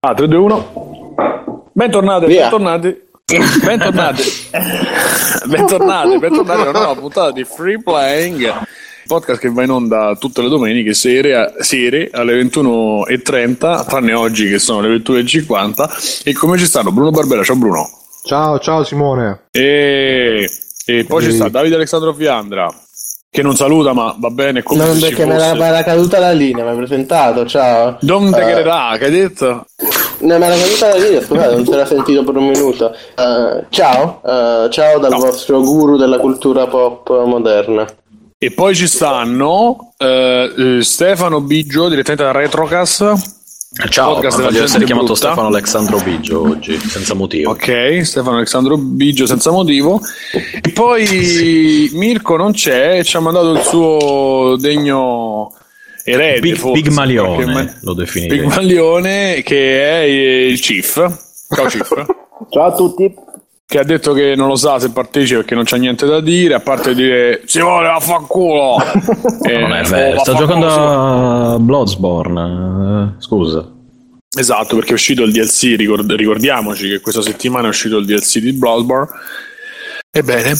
3, 2, 1. Bentornati. Bentornati a una nuova puntata di Free Playing, podcast che va in onda tutte le domeniche sere alle 21:30, tranne oggi che sono le 21:50. E come ci stanno? Bruno Barbera, ciao Bruno. Ciao Simone. E poi ci sta Davide Alessandro Fiandra, che non saluta, ma va bene. Come non perché mi era caduta la linea, mi hai presentato, ciao. Non te crederà, che hai detto? No, mi era caduta la linea, scusate, non si era sentito per un minuto. Ciao dal vostro guru della cultura pop moderna. E poi ci stanno Stefano Biggio, direttamente da Retrocast. Ciao, voglio essere chiamato Stefano Alessandro Biggio oggi, senza motivo. Ok, Stefano Alessandro Biggio senza motivo. E poi Mirko non c'è, ci ha mandato il suo degno erede, Pigmalione, lo definirei. Pigmalione, che è il Chief. Ciao Chief. Ciao a tutti. Che ha detto che non lo sa se partecipa perché non c'ha niente da dire, a parte dire Simone vaffanculo. Non è vero, sta giocando a Bloodborne, scusa. Esatto, perché è uscito il DLC, ricordiamoci che questa settimana è uscito il DLC di Bloodborne. Ebbene,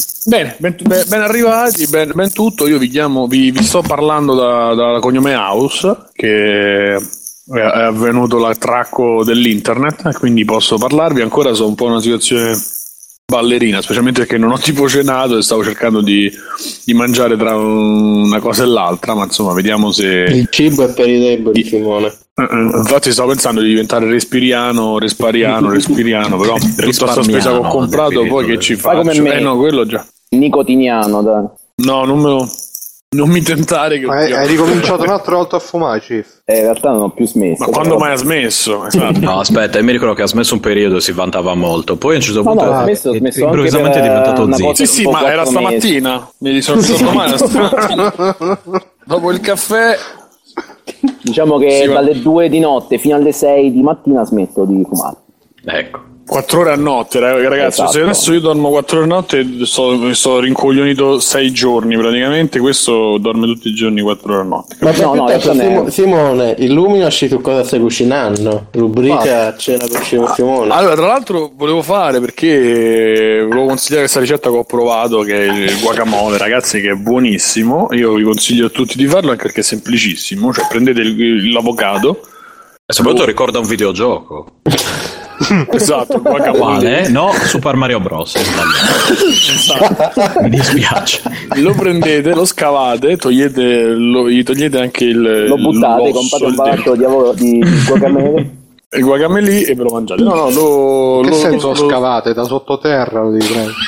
ben arrivati, ben tutto. Io vi sto parlando da cognome House, che è avvenuto l'attracco dell'internet, quindi posso parlarvi. Ancora sono un po' in una situazione ballerina, specialmente perché non ho tipo cenato e stavo cercando di mangiare tra una cosa e l'altra, ma insomma vediamo se il cibo è per i deboli, Simone. Infatti stavo pensando di diventare respiriano, però tutta questa spesa che ho comprato poi che ci faccio? Come me. No, quello già. Nicotiniano, dai. No, non mi tentare che hai ricominciato un'altra volta a fumare, Chief? In realtà non ho più smesso. Ma quando mai ha smesso? Esatto. No, aspetta, io mi ricordo che ha smesso un periodo e si vantava molto. Poi a un certo punto ho smesso improvvisamente è diventato zitto. Sì, ma era stamattina. Mi sono domani stamattina. Dopo il caffè. Diciamo che dalle 2 di notte fino alle 6 di mattina smetto di fumare. Ecco. 4 ore a notte, ragazzi. Esatto. Se adesso io dormo 4 ore a notte, sto rincoglionito 6 giorni praticamente. Questo dorme tutti i giorni 4 ore a notte. Ma Simone, illuminaci su cosa stai cucinando. Rubrica cena per Simone. Allora, tra l'altro volevo fare, perché volevo consigliare questa ricetta che ho provato, che è il guacamole, ragazzi, che è buonissimo. Io vi consiglio a tutti di farlo anche perché è semplicissimo. Cioè prendete l'avocado E soprattutto ricorda un videogioco. Esatto, il guacamole. Quale? No, Super Mario Bros. Esatto. Mi dispiace. Lo prendete, lo scavate, gli togliete anche lo buttate, comprate un baratto di guacamele. Il guacamele e ve lo mangiate. Che senso lo scavate? Da sottoterra lo devi prendere?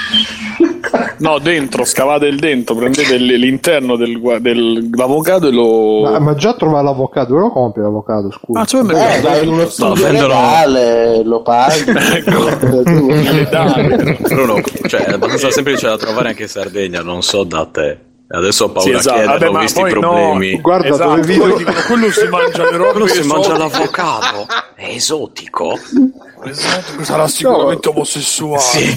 No, dentro, scavate il dentro, prendete l'interno dell'avocado e lo... Ma già trovare l'avocado, dove lo compri l'avocado, scusa? Dai, uno studio legale, lo paghi. Bruno, cioè è abbastanza semplice da trovare anche in Sardegna, non so da te. Adesso ho paura esatto. a chiederlo, ho visto i problemi. No, guarda, esatto, dove dicono, quello si mangia le robe, quello si mangia l'avocado, è esotico. Esatto, sarà sicuramente omosessuale. Sì.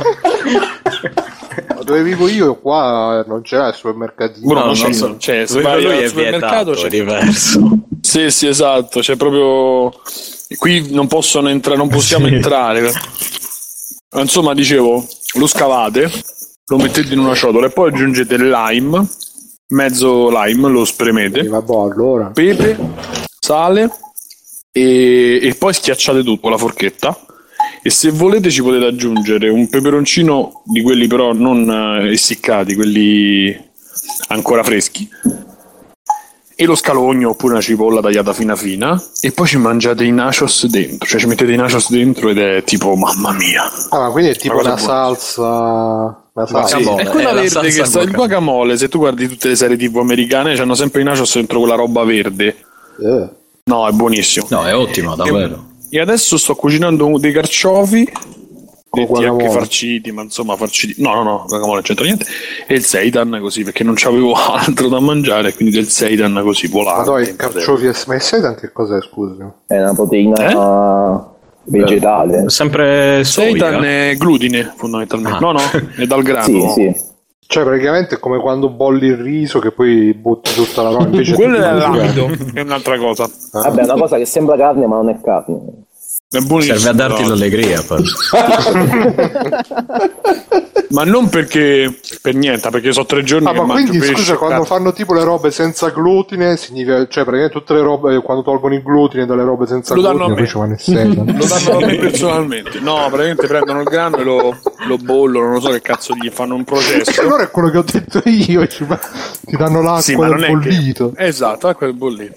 Dove vivo io qua non c'è il supermercatino. No, non c'è. Lui è vietato, è diverso. Sì, esatto, c'è proprio... Qui non possiamo entrare. Insomma, dicevo, lo scavate, lo mettete in una ciotola e poi aggiungete il lime, mezzo lime, lo spremete. Allora. Pepe, sale e poi schiacciate tutto con la forchetta. E se volete ci potete aggiungere un peperoncino di quelli però non essiccati, quelli ancora freschi, e lo scalogno oppure una cipolla tagliata fina, e poi ci mangiate i nachos dentro, cioè ci mettete i nachos dentro ed è tipo mamma mia. Ah, quindi è tipo una salsa. Sì, è quella verde che sta il guacamole. Se tu guardi tutte le serie TV americane c'hanno sempre i nachos dentro quella roba verde. No, è buonissimo. No, è ottimo, davvero. E adesso sto cucinando dei carciofi, detti anche farciti, ma insomma farciti. No, guacamole non c'entra niente. E il seitan così, perché non c'avevo altro da mangiare, quindi del seitan così volante. Ma no, i carciofi e il seitan che cos'è, scusa? È una proteina vegetale. Sempre seitan è glutine, fondamentalmente. No, è dal grano. Sì. Cioè praticamente è come quando bolli il riso che poi butti tutta la roba, invece quello è l'amido, è un'altra cosa. Vabbè, è una cosa che sembra carne ma non è carne. Serve a darti l'allegria, però. Ma non perché per niente, perché so 3 giorni che ma mangio quindi pesce, scusa, quando fanno tipo le robe senza glutine, significa, cioè praticamente tutte le robe, quando tolgono il glutine dalle robe senza lo danno glutine, a me. poi ci vanno in Lo danno a me personalmente. No, praticamente prendono il grano e lo bollono, non so che cazzo gli fanno un processo. allora è quello che ho detto io, ti danno l'acqua Sì, ma non del è bollito. Esatto, acqua del bollito.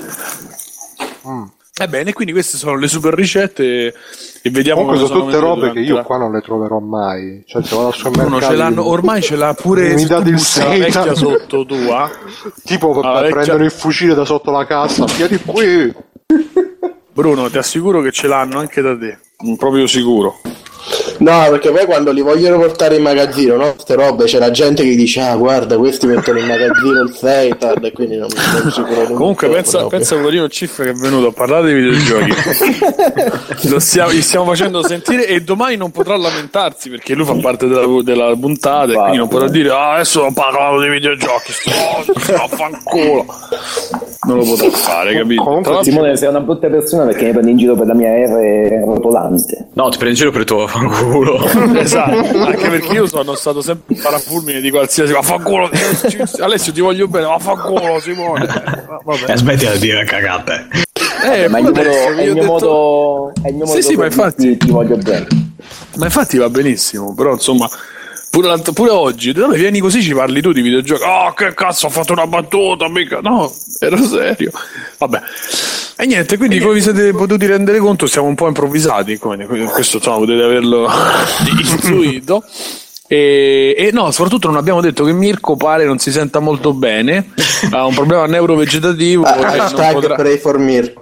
Ebbene, quindi queste sono le super ricette e vediamo. Comunque sono tutte robe che io la... qua non le troverò mai. Cioè, se vado al Uno supermercato, ce l'hanno, ormai ce l'ha pure mi dà il la vecchia sotto tua. tipo prendono il fucile da sotto la cassa, vieni qui. Bruno, ti assicuro che ce l'hanno anche da te, proprio sicuro. No, perché poi quando li vogliono portare in magazzino, no? Queste robe, c'è la gente che dice, ah guarda, questi mettono in magazzino il Seitan, e quindi non sicuro. Comunque pensa a Guarino Cifra che è venuto a parlare dei videogiochi. Gli stiamo facendo sentire e domani non potrà lamentarsi perché lui fa parte della puntata e quindi non potrà dire adesso ho parlato dei videogiochi, fanculo. Non lo potrà fare, capito? Comunque, Simone, sei una brutta persona perché mi prendi in giro per la mia R rotolante. No, ti prendi in giro per il tuo fanculo. Esatto, anche perché io sono stato sempre un parafulmine di qualsiasi vaffanculo. Alessio, ti voglio bene, vaffanculo Simone. Smetti di dire cagate. Ma è il mio modo sì, ma infatti ti voglio bene. Ma infatti va benissimo, però insomma pure oggi, dove vieni così ci parli tu di videogiochi? Oh, che cazzo, ho fatto una battuta, mica. No, ero serio. Vabbè. E niente, quindi come vi siete potuti rendere conto siamo un po' improvvisati, questo insomma potete averlo intuito. E no, soprattutto non abbiamo detto che Mirko pare non si senta molto bene, ha un problema neurovegetativo. Hashtag potrà... pray for Mirko.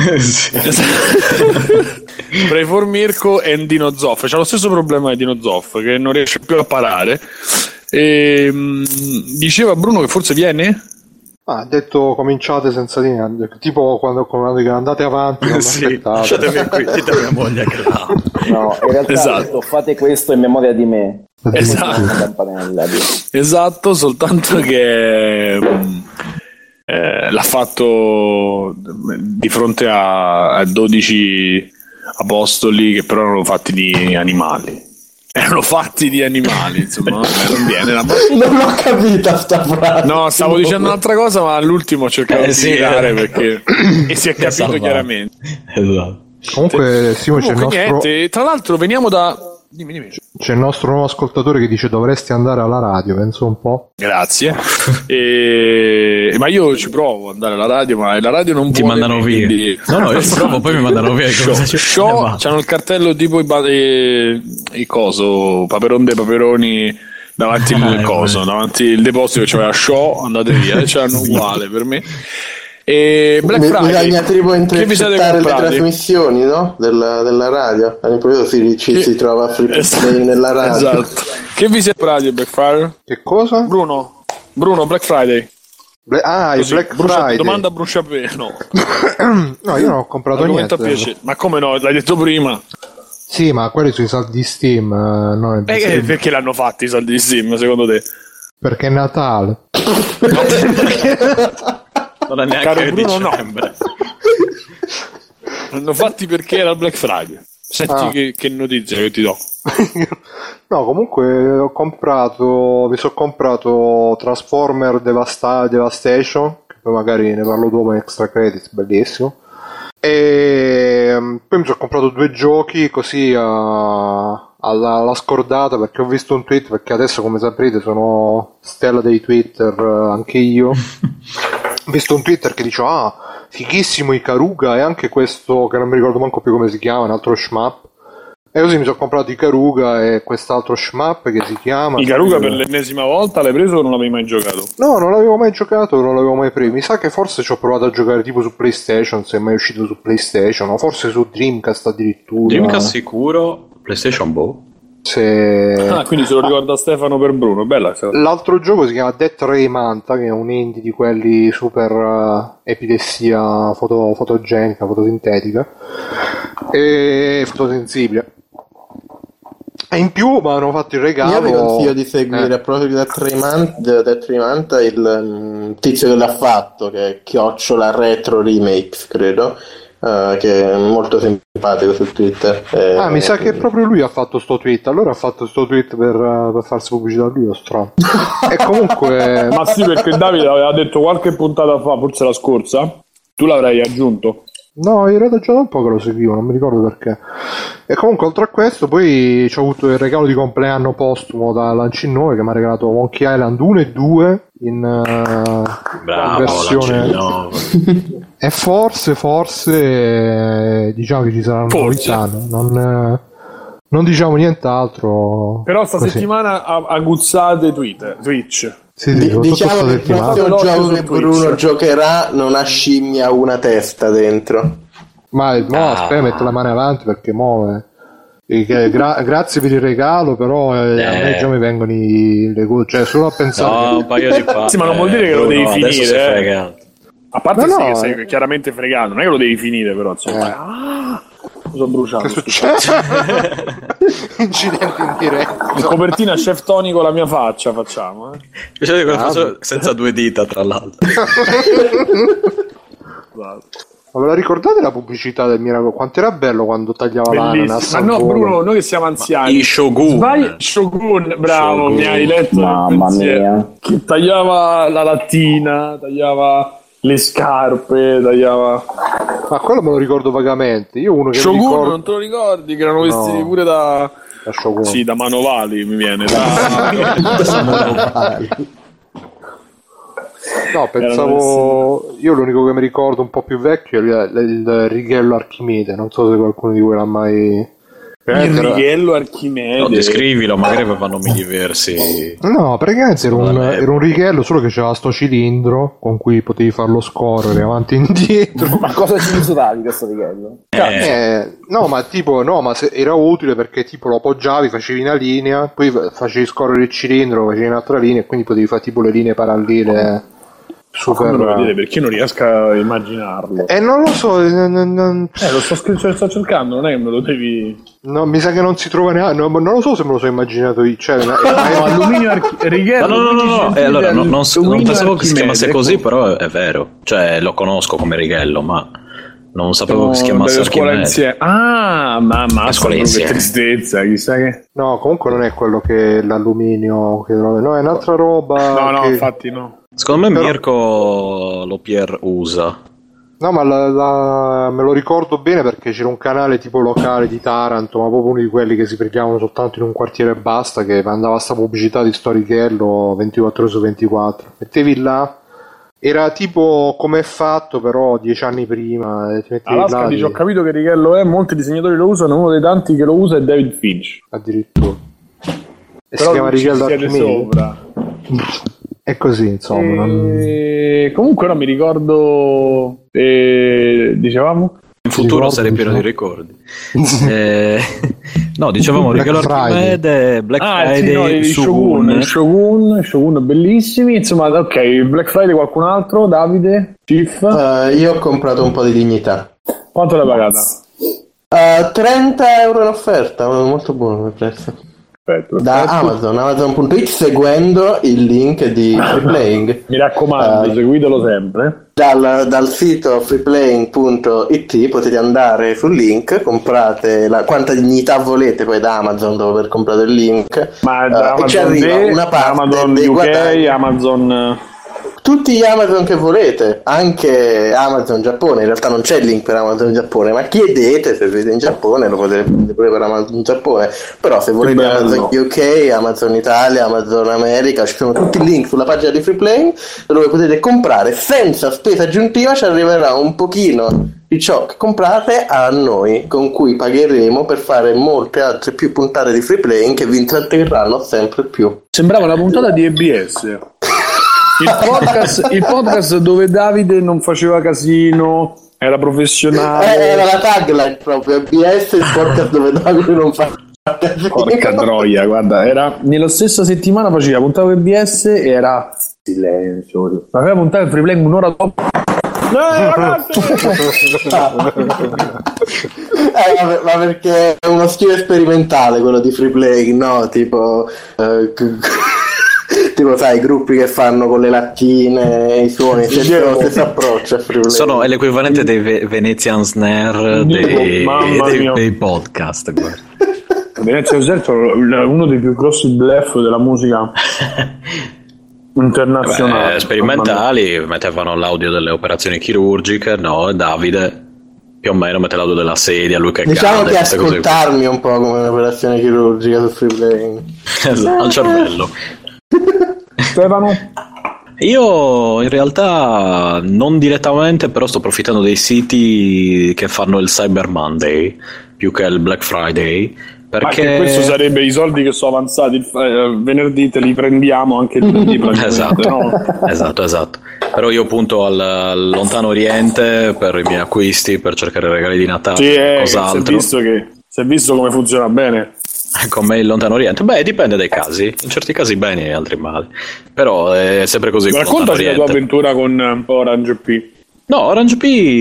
Pray for Mirko e Dino Zoff c'ha lo stesso problema di Dino Zoff, che non riesce più a parare. E diceva Bruno che forse viene? Ha detto cominciate senza dire, tipo quando andate avanti, non aspettate. Lasciatemi qui, dite a mia moglie che no, in realtà esatto. fate questo in memoria di me. Esatto, soltanto che l'ha fatto di fronte a 12 apostoli che però erano fatti di animali. Erano fatti di animali, insomma, non viene la... Non l'ho capita sta frase. No, stavo dicendo un'altra cosa, ma all'ultimo ho cercato di spiegare perché e si è capito chiaramente. Esatto. Comunque, Simone, c'è il nostro... niente, tra l'altro veniamo da... Dimmi. C'è il nostro nuovo ascoltatore che dice dovresti andare alla radio, penso un po'. Grazie. Ma io ci provo ad andare alla radio, ma la radio non ti vuole, mandano via. Quindi... No, io ci provo, poi mi mandano via. Show, c'hanno il cartello tipo i coso, Paperoni davanti il coso, davanti il deposito che c'aveva show, andate via, e c'erano uguale per me. E Black Friday, bisogna tipo intercettare le trasmissioni, no? della radio. All'improvviso si trova Free Play nella radio. Esatto. Che vi siete comprati il Black Friday? Che cosa? Bruno, Black Friday. Il Black Friday. Domanda a bruciapelo. No, io non ho comprato niente. Ma come no? L'hai detto prima. Sì, ma quelli sui saldi di Steam. No, perché l'hanno fatti i saldi di Steam, secondo te? Perché è Natale. Non è neanche Caro Bruno, dicembre. L'hanno fatti perché era il Black Friday. Senti che notizia che ti do. No, comunque mi sono comprato Transformer Devastation, che poi magari ne parlo dopo in extra credits, bellissimo. E poi mi sono comprato 2 giochi così alla scordata, perché ho visto un tweet, perché adesso come saprete sono stella dei Twitter anche io. Ho visto un Twitter che dice fighissimo Ikaruga e anche questo che non mi ricordo manco più come si chiama, un altro shmup. E così mi sono comprato Ikaruga e quest'altro shmup che si chiama Ikaruga per l'ennesima volta. L'hai preso o non l'avevi mai giocato? No, non l'avevo mai giocato, non l'avevo mai preso. Mi sa che forse ci ho provato a giocare tipo su PlayStation, se è mai uscito su PlayStation, o forse su Dreamcast addirittura. Dreamcast sicuro, PlayStation boh. Quindi se lo ricorda Stefano per Bruno, bella. L'altro gioco si chiama Death Ray Manta, che è un indie di quelli super epilessia fotogenica, fotosintetica e fotosensibile. E in più mi hanno fatto il regalo. Io vi consiglio di seguire proprio di Death Ray Manta il tizio che l'ha fatto, che è @ Retro Remakes, credo. Che è molto simpatico su Twitter. Mi sa che proprio lui ha fatto sto tweet. Allora ha fatto sto tweet per farsi pubblicità a lui, lo strano. E comunque... Ma sì, perché Davide aveva detto qualche puntata fa, forse la scorsa, tu l'avrai aggiunto. No, in realtà già da un po' che lo seguivo, non mi ricordo perché. E comunque oltre a questo poi ci ho avuto il regalo di compleanno postumo da Lancinone che mi ha regalato Monkey Island 1 e 2 in versione e forse diciamo che ci saranno novità, non diciamo nient'altro. Però sta settimana aguzzate Twitch. Sì, diciamo che il prossimo gioco che Bruno giocherà non ha scimmia una testa dentro. Ma aspetta, metto la mano avanti perché grazie per il regalo, però a me già mi vengono le cose, cioè solo a pensare un paio di passi. Sì, ma non vuol dire che lo devi finire. A parte che sei chiaramente fregato, non è che lo devi finire, però insomma. Sono bruciato. Che succede? Incidente in diretta. In copertina Chef Tony con la mia faccia facciamo. Specialmente quello faccio senza due dita, tra l'altro. Ma ve la ricordate la pubblicità del Miracolo? Quanto era bello quando tagliava l'ananas? Ma no, Bruno, noi che siamo anziani. I Shogun. Shogun, bravo, mi hai letto. Mamma mia. Che tagliava la lattina, tagliava le scarpe, tagliava. Ma quello me lo ricordo vagamente. Io uno che Shogun, ricordo... non te lo ricordi? Che erano vestiti pure da Shogun. Sì, da manovali mi viene. No, pensavo. Io l'unico che mi ricordo un po' più vecchio è il righello Archimede. Non so se qualcuno di voi l'ha mai. Il righello Archimede. No, descrivilo, magari avevano nomi diversi. No, praticamente era un righello, solo che c'era sto cilindro con cui potevi farlo scorrere avanti e indietro. Ma cosa ci misuravi questo righello? Ma era utile perché tipo lo appoggiavi, facevi una linea, poi facevi scorrere il cilindro, facevi un'altra linea e quindi potevi fare tipo le linee parallele. Super. Perché non riesco a immaginarlo. Non lo so. Lo sto cercando, non è che me lo devi. No, mi sa che non si trova neanche. Non lo so se me lo sono immaginato io. Cioè, alluminio righello. No. Allora, non pensavo che si chiamasse così, però è vero. Cioè, lo conosco come righello, ma non sapevo che si chiamasse Archimede. Che tristezza, chissà che. No, comunque non è quello che l'alluminio. No, è un'altra roba. No, infatti no. Secondo me Mirko lo usa. No, ma me lo ricordo bene perché c'era un canale tipo locale di Taranto, ma proprio uno di quelli che si pigliavano soltanto in un quartiere e basta, che mandava sta pubblicità di sto righello 24 ore su 24. Mettevi là, era tipo come è fatto però 10 anni prima. Alaska dice, ho capito che righello è, molti disegnatori lo usano, uno dei tanti che lo usa è David Finch. Addirittura. E però si chiama righello Archimede. È così, insomma. Comunque non mi ricordo. Dicevamo? In futuro sarei pieno di ricordi. No, dicevamo Righello Archimede, Black Friday, Shogun, bellissimi. Insomma, ok, Black Friday qualcun altro? Davide? Chief? Io ho comprato un po' di dignità. Quanto l'hai pagata? 30 euro in offerta, molto buono il prezzo. Da Amazon.it, seguendo il link di Freeplaying. Mi raccomando, seguitelo sempre. Dal sito freeplaying.it potete andare sul link, comprate quanta dignità volete poi da Amazon dopo aver comprato il link. Ma da e ci arriva una parte Amazon dei UK, guadagni. Amazon. Tutti gli Amazon che volete, anche Amazon Giappone. In realtà non c'è il link per Amazon Giappone, ma chiedete se siete in Giappone, lo potete prendere pure per Amazon Giappone. Però se volete Amazon UK, Amazon Italia, Amazon America, ci sono tutti i link sulla pagina di Freeplaying dove potete comprare senza spesa aggiuntiva. Ci arriverà un pochino di ciò che comprate a noi, con cui pagheremo per fare molte altre più puntate di Freeplaying che vi intratterranno sempre più. Sembrava una puntata di EBS. Il podcast dove Davide non faceva casino, era professionale. Era la tagline proprio, EBS, il podcast dove Davide non fa casino. Porca troia, guarda, era nella stessa settimana faceva puntata EBS e era silenzio. Ma aveva puntata il Freeplaying un'ora dopo. Ma perché è uno stile sperimentale quello di Freeplaying, no? Tipo tipo sai i gruppi che fanno con le lattine i suoni, c'è lo stesso approccio a Freeplay. È l'equivalente dei Venezian Snare dei podcast, guarda. Venezian Snare è uno dei più grossi bluff della musica internazionale. Sperimentali, mettevano l'audio delle operazioni chirurgiche, no? Davide più o meno mette l'audio della sedia, lui che diciamo che ascoltarmi un po' come un'operazione chirurgica su Freeplay. Esatto, al cervello. Stefano? Io in realtà non direttamente, però sto approfittando dei siti che fanno il Cyber Monday più che il Black Friday, perché questo sarebbe i soldi che sono avanzati venerdì te li prendiamo anche il lunedì. Esatto, no? esatto. Però io punto al lontano oriente per i miei acquisti, per cercare regali di Natale, cos'altro. Si è visto come funziona bene. Come il lontano oriente? Beh, dipende dai casi, in certi casi bene, in altri male. Però è sempre così. Raccontaci la tua avventura con Orange P. No, l'Orange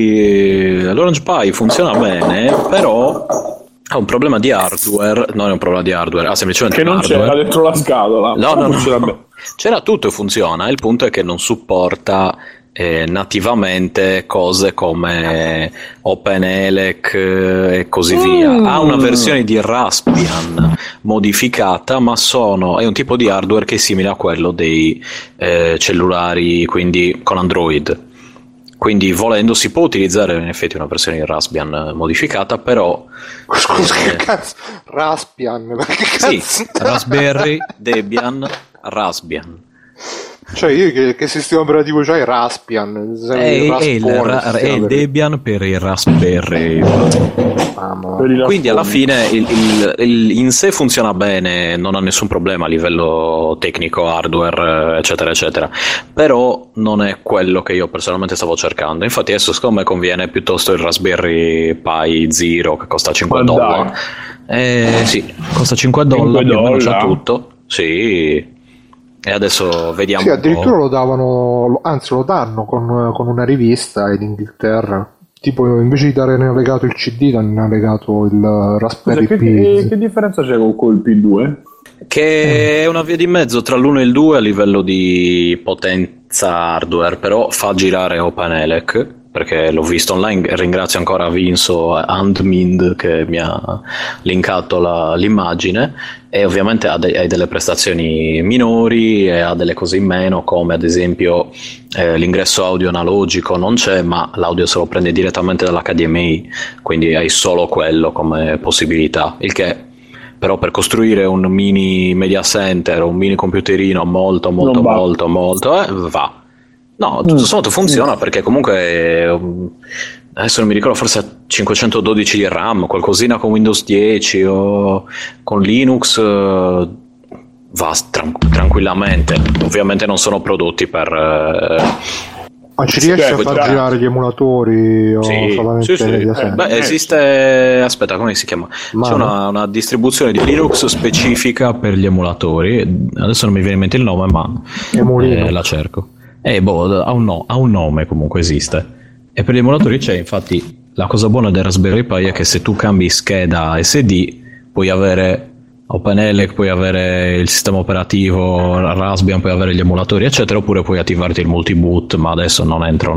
Pi funziona bene, però ha un problema di hardware. Non è un problema di hardware, ha semplicemente che non c'era dentro la scatola. No. C'era tutto e funziona. Il punto è che non supporta nativamente cose come OpenELEC e così via. Ha una versione di Raspbian modificata, ma è un tipo di hardware che è simile a quello dei cellulari, quindi con Android. Quindi volendo si può utilizzare in effetti una versione di Raspbian modificata, però scusa, che cazzo? Raspbian? Ma che cazzo? Sì, Raspberry, Debian, Raspbian. Cioè io che sistema operativo c'hai? Raspbian? È Debian per il Raspberry. Quindi alla fine in sé funziona bene, non ha nessun problema a livello tecnico, hardware, eccetera eccetera, però non è quello che io personalmente stavo cercando. Infatti adesso secondo me conviene piuttosto il Raspberry Pi Zero, che costa $5. Sì, costa $5, più o meno c'ha tutto. Sì. E adesso vediamo. Sì, addirittura lo davano, anzi lo danno con una rivista in Inghilterra. Tipo invece di dare legato il CD, hanno legato il Raspberry Pi. Che differenza c'è con il P2? Che è una via di mezzo tra l'1 e il 2 a livello di potenza hardware, però fa girare OpenELEC, perché l'ho visto online. Ringrazio ancora Vinso Handmind che mi ha linkato l'immagine, e ovviamente ha delle prestazioni minori e ha delle cose in meno, come ad esempio l'ingresso audio analogico non c'è, ma l'audio se lo prende direttamente dall'HDMI, quindi hai solo quello come possibilità, il che però per costruire un mini media center, un mini computerino molto va. No, tutto sommato funziona, perché comunque adesso non mi ricordo, forse ha 512 di RAM, qualcosina con Windows 10 o con Linux va tranquillamente. Ovviamente non sono prodotti per ma ci riesce a far girare gli emulatori o solamente media center? Esiste, aspetta, come si chiama? C'è una distribuzione di Linux specifica per gli emulatori, adesso non mi viene in mente il nome, ma la cerco. Ha un nome, comunque esiste. E per gli emulatori c'è, infatti, la cosa buona del Raspberry Pi è che se tu cambi scheda SD puoi avere OpenELEC, puoi avere il sistema operativo Raspbian, puoi avere gli emulatori eccetera, oppure puoi attivarti il multiboot, ma adesso non entro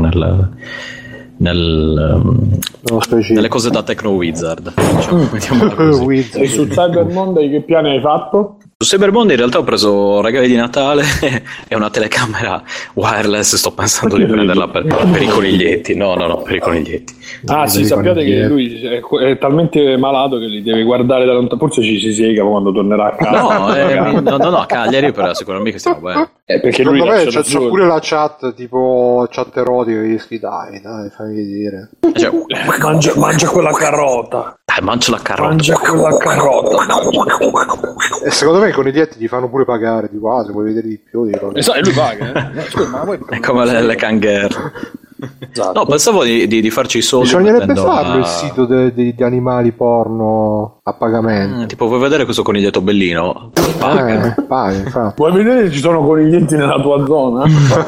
nelle cose da Techno Wizard, diciamo. E su Cyber Monday che piani hai fatto? Su Cyber Monday in realtà ho preso regali di Natale e una telecamera wireless, sto pensando di prenderla per i coniglietti. No, per i coniglietti. Sì, sappiate che lui è talmente malato che li deve guardare da lontano, forse ci si sega quando tornerà a casa. No, a Cagliari per assicurarmi che stiamo bene. Perché lui c'è pure la chat, tipo chat erotica, che gli dai, fammi dire. Mangia quella carota. Dai, mangia la carota. Mangia quella carota. E secondo me con i dietti ti fanno pure pagare, tipo, se vuoi vedere di più, esatto, lui paga. È come le Kangaroo. Esatto. No, pensavo di farci i soldi. Bisognerebbe farlo il sito di animali porno. a pagamento. Tipo, vuoi vedere questo coniglietto bellino? Paghi. Vuoi vedere se ci sono coniglietti nella tua zona?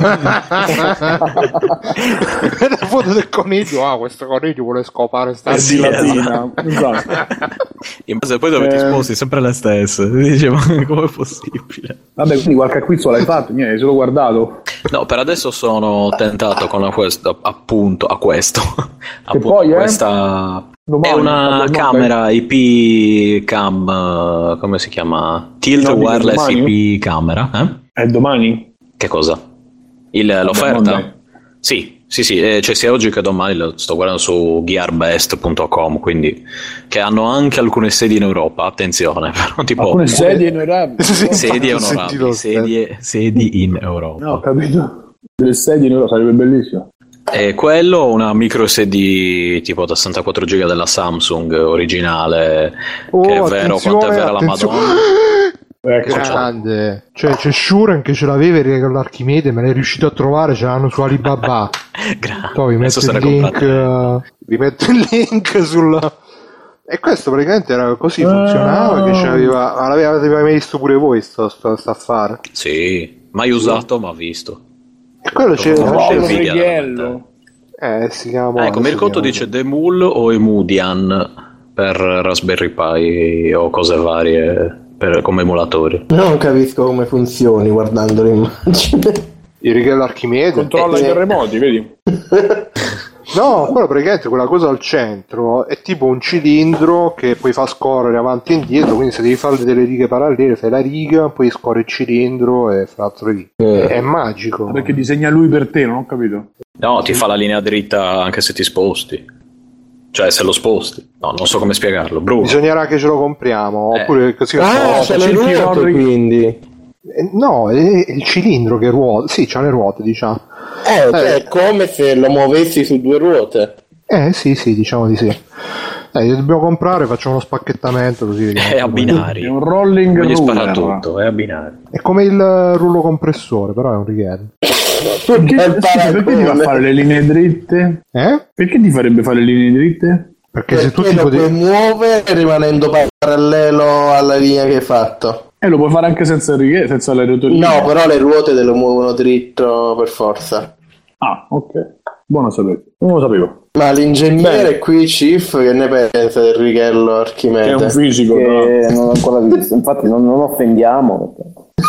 La foto del coniglio, questo coniglio vuole scopare sta di latina. Esatto. In base poi dove ti sposti sempre le stesse. Dice, ma com'è possibile? Vabbè, quindi qualche acquisto l'hai fatto? Niente, solo guardato. No, per adesso sono tentato con questo, appunto, a questo. Che poi questa domani, è una camera IP cam, come si chiama? Tilt wireless IP camera. È domani? Che cosa? L'offerta? Sì, cioè sia oggi che domani, lo sto guardando su gearbest.com, quindi che hanno anche alcune sedie in Europa, attenzione, però tipo alcune sedie in Europa. sedie onorabili, sedie in Europa. No, ho capito. Delle sedie in Europa sarebbe bellissimo. E quello, una micro SD tipo da 64 giga della Samsung originale, che è vero quanto è vera la Madonna. Grande, cioè c'è Shuren che ce l'aveva con l'Archimede, me l'hai riuscito a trovare, ce l'hanno su Alibaba. Poi vi metto il link sul. E questo praticamente era così, funzionava, che l'avete mai visto pure voi sto affare? Sì, mai usato ma visto. E quello c'è Righello. Si chiama. Ecco, Mircotto dice Demul o Emudian per Raspberry Pi o cose varie come emulatori. Non capisco come funzioni guardando l'immagine. Il Righello Archimede controlla i terremoti, vedi? No, quello praticamente quella cosa al centro è tipo un cilindro che poi fa scorrere avanti e indietro, quindi se devi fare delle righe parallele fai la riga, poi scorre il cilindro e fa altre righe. È magico. Perché disegna lui per te, non ho capito. No, ti fa la linea dritta anche se ti sposti. Cioè se lo sposti. No, non so come spiegarlo. Bruno. Bisognerà che ce lo compriamo, oppure così. C'è le ruote, quindi. No, è il cilindro che ruota. Sì, c'ha le ruote, diciamo. Cioè, è come se lo muovessi su due ruote. Sì, diciamo di sì. Dobbiamo comprare, facciamo uno spacchettamento così. È a binari. È un rolling ruller. Spara tutto, è a binari. È come il rullo compressore, però è un righello. Perché ti fa fare le linee dritte? Perché ti farebbe fare le linee dritte? Perché se tu lo puoi muovere rimanendo parallelo alla linea che hai fatto. Lo puoi fare anche senza le rotoline. No, però le ruote te lo muovono dritto per forza. Ah, ok. Buono sapere. Non lo sapevo. Ma l'ingegnere qui, Chief, che ne pensa del Righello Archimede? Che è un fisico. Non l'ho ancora visto, infatti non offendiamo.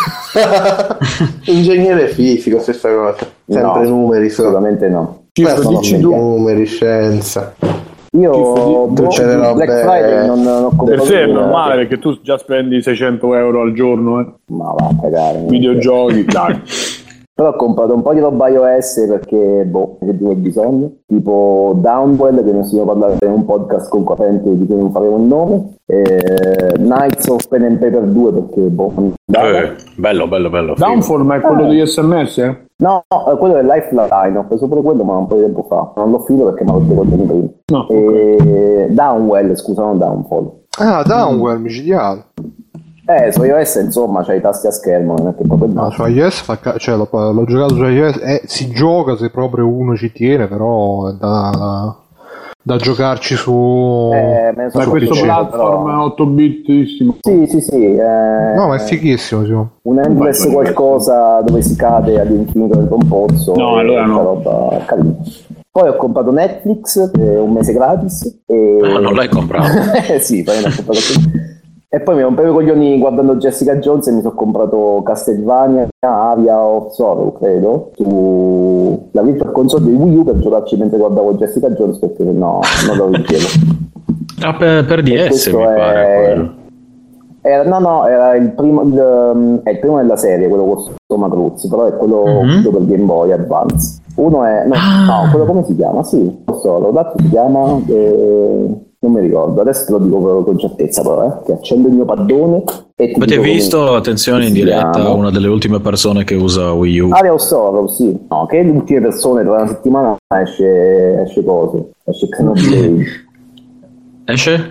Ingegnere fisico, stessa cosa. Sempre no, numeri. Assolutamente no. Chief, dici tu. Numeri, scienza. Io Black Friday non ho comprato. Per te è normale perché tu già spendi 600 euro al giorno. Ma va a cagare. Videogiochi, dai. Però ho comprato un po' di roba iOS perché che ho bisogno, tipo Downwell, che ne stiamo parlando in un podcast concorrente di cui non faremo il nome, Knights of Pen and Paper 2 perché bello. Downfall, ma è quello degli SMS? No, quello è Lifeline, ho preso pure quello ma un po' di tempo fa, non l'ho finito perché mi ho detto prima. No, okay. Downwell, scusa, non Downfall. Downwell, micidiale. Su iOS insomma c'hai i tasti a schermo, non è che proprio no, su iOS l'ho giocato su iOS si gioca se proprio uno ci tiene, però è da giocarci su ma questo PC, platform però 8 bitissimo. Sì. No, ma è fighissimo, sì. Un endless qualcosa dove si cade all'infinito dentro un pozzo. No, allora no. Roba carina. Poi ho comprato Netflix, un mese gratis. Non l'hai comprato? Sì, poi l'ho comprato qui. E poi mi rompevo i coglioni guardando Jessica Jones e mi sono comprato Castlevania Avia of Sorrow, credo, sulla Virtual Console di Wii U per giocarci mentre guardavo Jessica Jones perché no, non lo richiedo. Per DS mi pare quello. Era il primo della serie, quello con Soma Cruz, però è quello per Game Boy Advance. Uno è quello come si chiama? Sì, lo so, l'altro si chiama non mi ricordo, adesso te lo dico con certezza, però che accendo il mio paddone e avete visto, attenzione in diretta, una delle ultime persone che usa Wii U. Area of Sorrow, sì, no, che le ultime persone tra una settimana esce Xenoblade. Esce?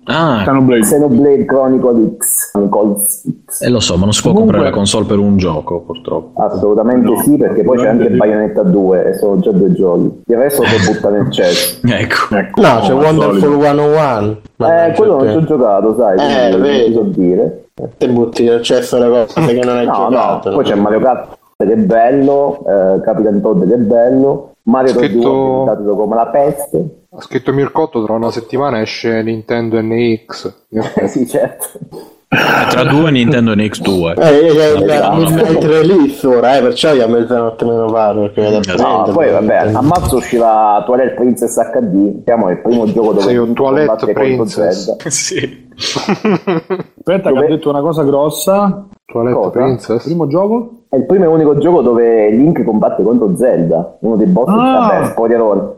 Xenoblade Chronicles X. Lo so, ma non si può comprare la console per un gioco, purtroppo. Assolutamente sì, perché poi c'è anche Bayonetta 2 e sono già 2 giochi. Il resto si butta nel cesso. Ecco. No, c'è Wonderful 101. Quello non ci ho giocato, sai, non so dire. Te butti nel cesso le cose che non hai giocato. Poi c'è Mario Kart che è bello, Capitan Todd che è bello, Mario 3D è come la peste. Ha scritto Mircotto, tra una settimana esce Nintendo NX. Sì, certo. Tra 2 Nintendo NX2. Midnight Release ora, perciò io a mezzanotte meno vado. Poi vabbè, a marzo uscirà Twilight Princess HD, siamo il primo gioco dove sei un Toilette Princess. Sì. Aspetta, che ha detto una cosa grossa. Toilette Princess? Primo gioco? È il primo e unico gioco dove Link combatte contro Zelda, uno dei boss. Vabbè, spoilerone.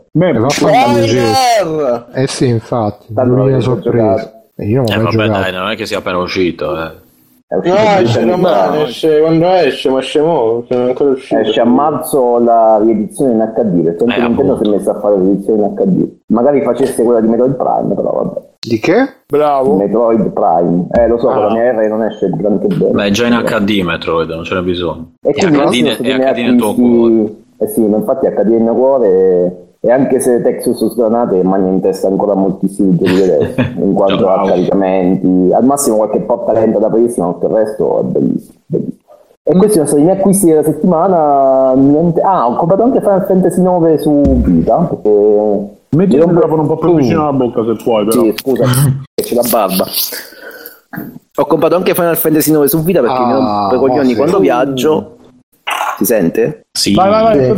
Sì, infatti, non mi ha sorpreso. Io non ho mai giocato. Dai, non è che sia appena uscito, esce quando esce, ma esce mo', non è ancora uscito. Esce a marzo la riedizione in HD, perché anche Nintendo si è messa a fare l'edizione in HD. Magari facesse quella di Metroid Prime, però vabbè. Di che? Bravo. Metroid Prime. Lo so, con la mia R non esce granché bene. Beh, è già in HD Metroid, non ce n'è bisogno. E quindi HD nel tuo cuore. Sì, ma infatti HD nel mio cuore. E anche se Texas Granate magna in testa ancora moltissimi giochi adesso, in quanto a caricamenti, al massimo qualche porta lenta da prima, ma tutto il resto è bellissimo. E questi sono stati i miei acquisti della settimana. Ho comprato anche Final Fantasy 9 su Vita, perché metti il microfono un po' più vicino alla bocca se puoi, però. Sì, scusa, c'è la barba. Ho comprato anche Final Fantasy 9 su Vita perché mi rompo i coglioni quando viaggio. Si sente? Sì. Vai.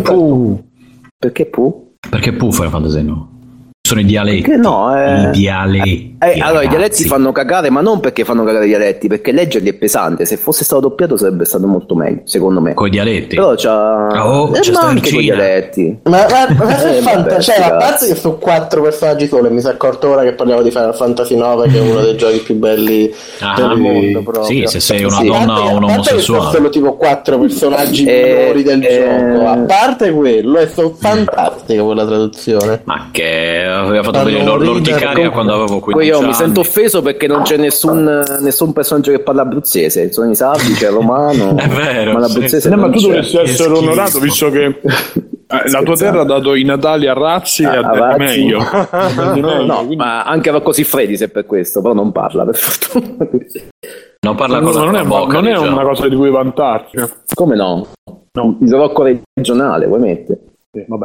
Perché Pooh? Perché Pooh Final Fantasy no? Sono i dialetti. Perché no? I dialetti. Allora, i dialetti fanno cagare, ma non perché fanno cagare i dialetti, perché leggerli è pesante. Se fosse stato doppiato sarebbe stato molto meglio, secondo me. Coi dialetti. Però c'è sta anche coi dialetti. Ma cioè, a parte che sono 4 personaggi solo, e mi sono accorto ora che parliamo di Final Fantasy 9, che è uno dei giochi più belli del mondo proprio. Sì, se sei una donna o un omosessuale. Sono solo tipo 4 personaggi minori del gioco. A parte quello, è stato fantastico quella traduzione. Ma che aveva fatto vedere l'orticaria quando avevo 15 io anni. mi sento offeso perché non c'è nessun personaggio che parla abruzzese. Sono i sardi, c'è il romano. È vero, ma l'abruzzese ma tu dovresti essere onorato, visto che la tua terra ha dato i Natali a Razzi e a te meglio. No, ma anche a così freddi, se per questo, però non parla, per fortuna. Non parla con la bocca, non è una cosa di cui vantarci. Come no? Il rocco regionale, vuoi mettere? Vabbè.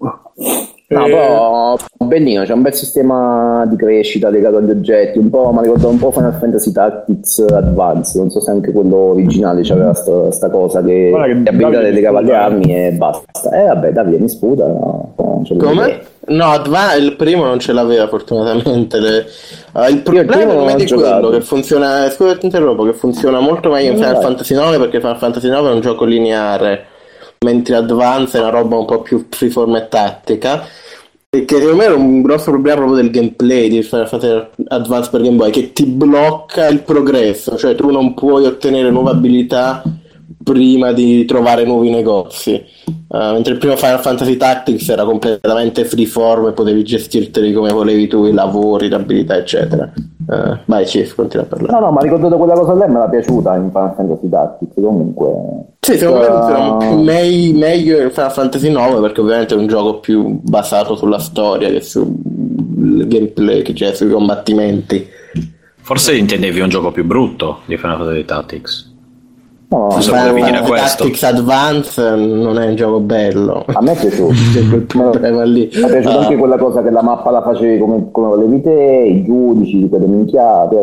No, però bellino, c'è un bel sistema di crescita legato agli oggetti, mi ricorda un po' Final Fantasy Tactics Advance, non so se anche quello originale c'aveva sta cosa che le abilità le legava alle armi e basta. Vabbè, Davide mi sputa. Come? No, il primo non ce l'aveva fortunatamente. Il problema non è di quello che funziona, scusa ti interrompo, che funziona molto meglio in Final Fantasy 9, perché Final Fantasy 9 è un gioco lineare, mentre Advance è una roba un po' più freeform e tattica, e che secondo me era un grosso problema proprio del gameplay di Final Fantasy Advance per Game Boy, che ti blocca il progresso, cioè tu non puoi ottenere nuove abilità prima di trovare nuovi negozi, mentre il primo Final Fantasy Tactics era completamente freeform e potevi gestirteli come volevi tu, i lavori, le abilità eccetera. Vai Chief, continua a parlare. No, ma ricordato quella cosa lei me l'ha piaciuta in Final Fantasy Tactics comunque. Sì, secondo me funziona meglio in Final Fantasy 9, perché ovviamente è un gioco più basato sulla storia che sul gameplay, che c'è sui combattimenti. Forse intendevi un gioco più brutto di Final Fantasy Tactics. No, Final Fantasy Tactics Advance non è un gioco bello. A me è piaciuto. Lì. Mi è piaciuta anche quella cosa che la mappa la facevi come volevi te, i giudici, quelle minchiate,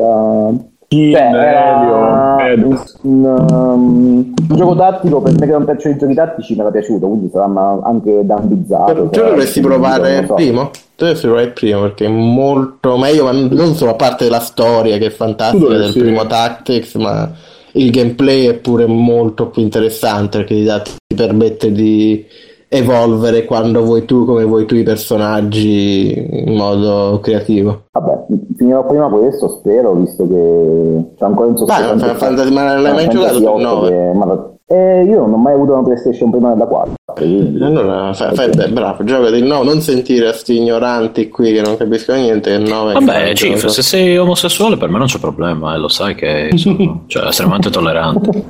era un gioco tattico. Per me che non piacciono i giochi tattici mi era piaciuto, quindi sarà anche dambizzato. Tu dovresti provare il primo? Tu dovresti provare il primo perché è molto meglio, ma non solo a parte della storia che è fantastica del primo Tactics, ma il gameplay è pure molto più interessante, perché ti permette di evolvere quando vuoi tu, come vuoi tu, i personaggi in modo creativo. Vabbè, finirò prima questo, spero, visto che c'è ancora un ma non l'hai mai giocato? No. Io non ho mai avuto una PlayStation prima della 4. Allora bravo, gioca di no, non sentire a sti ignoranti qui che non capiscono niente. Vabbè, Cif, se sei omosessuale per me non c'è problema, lo sai che sono estremamente tollerante.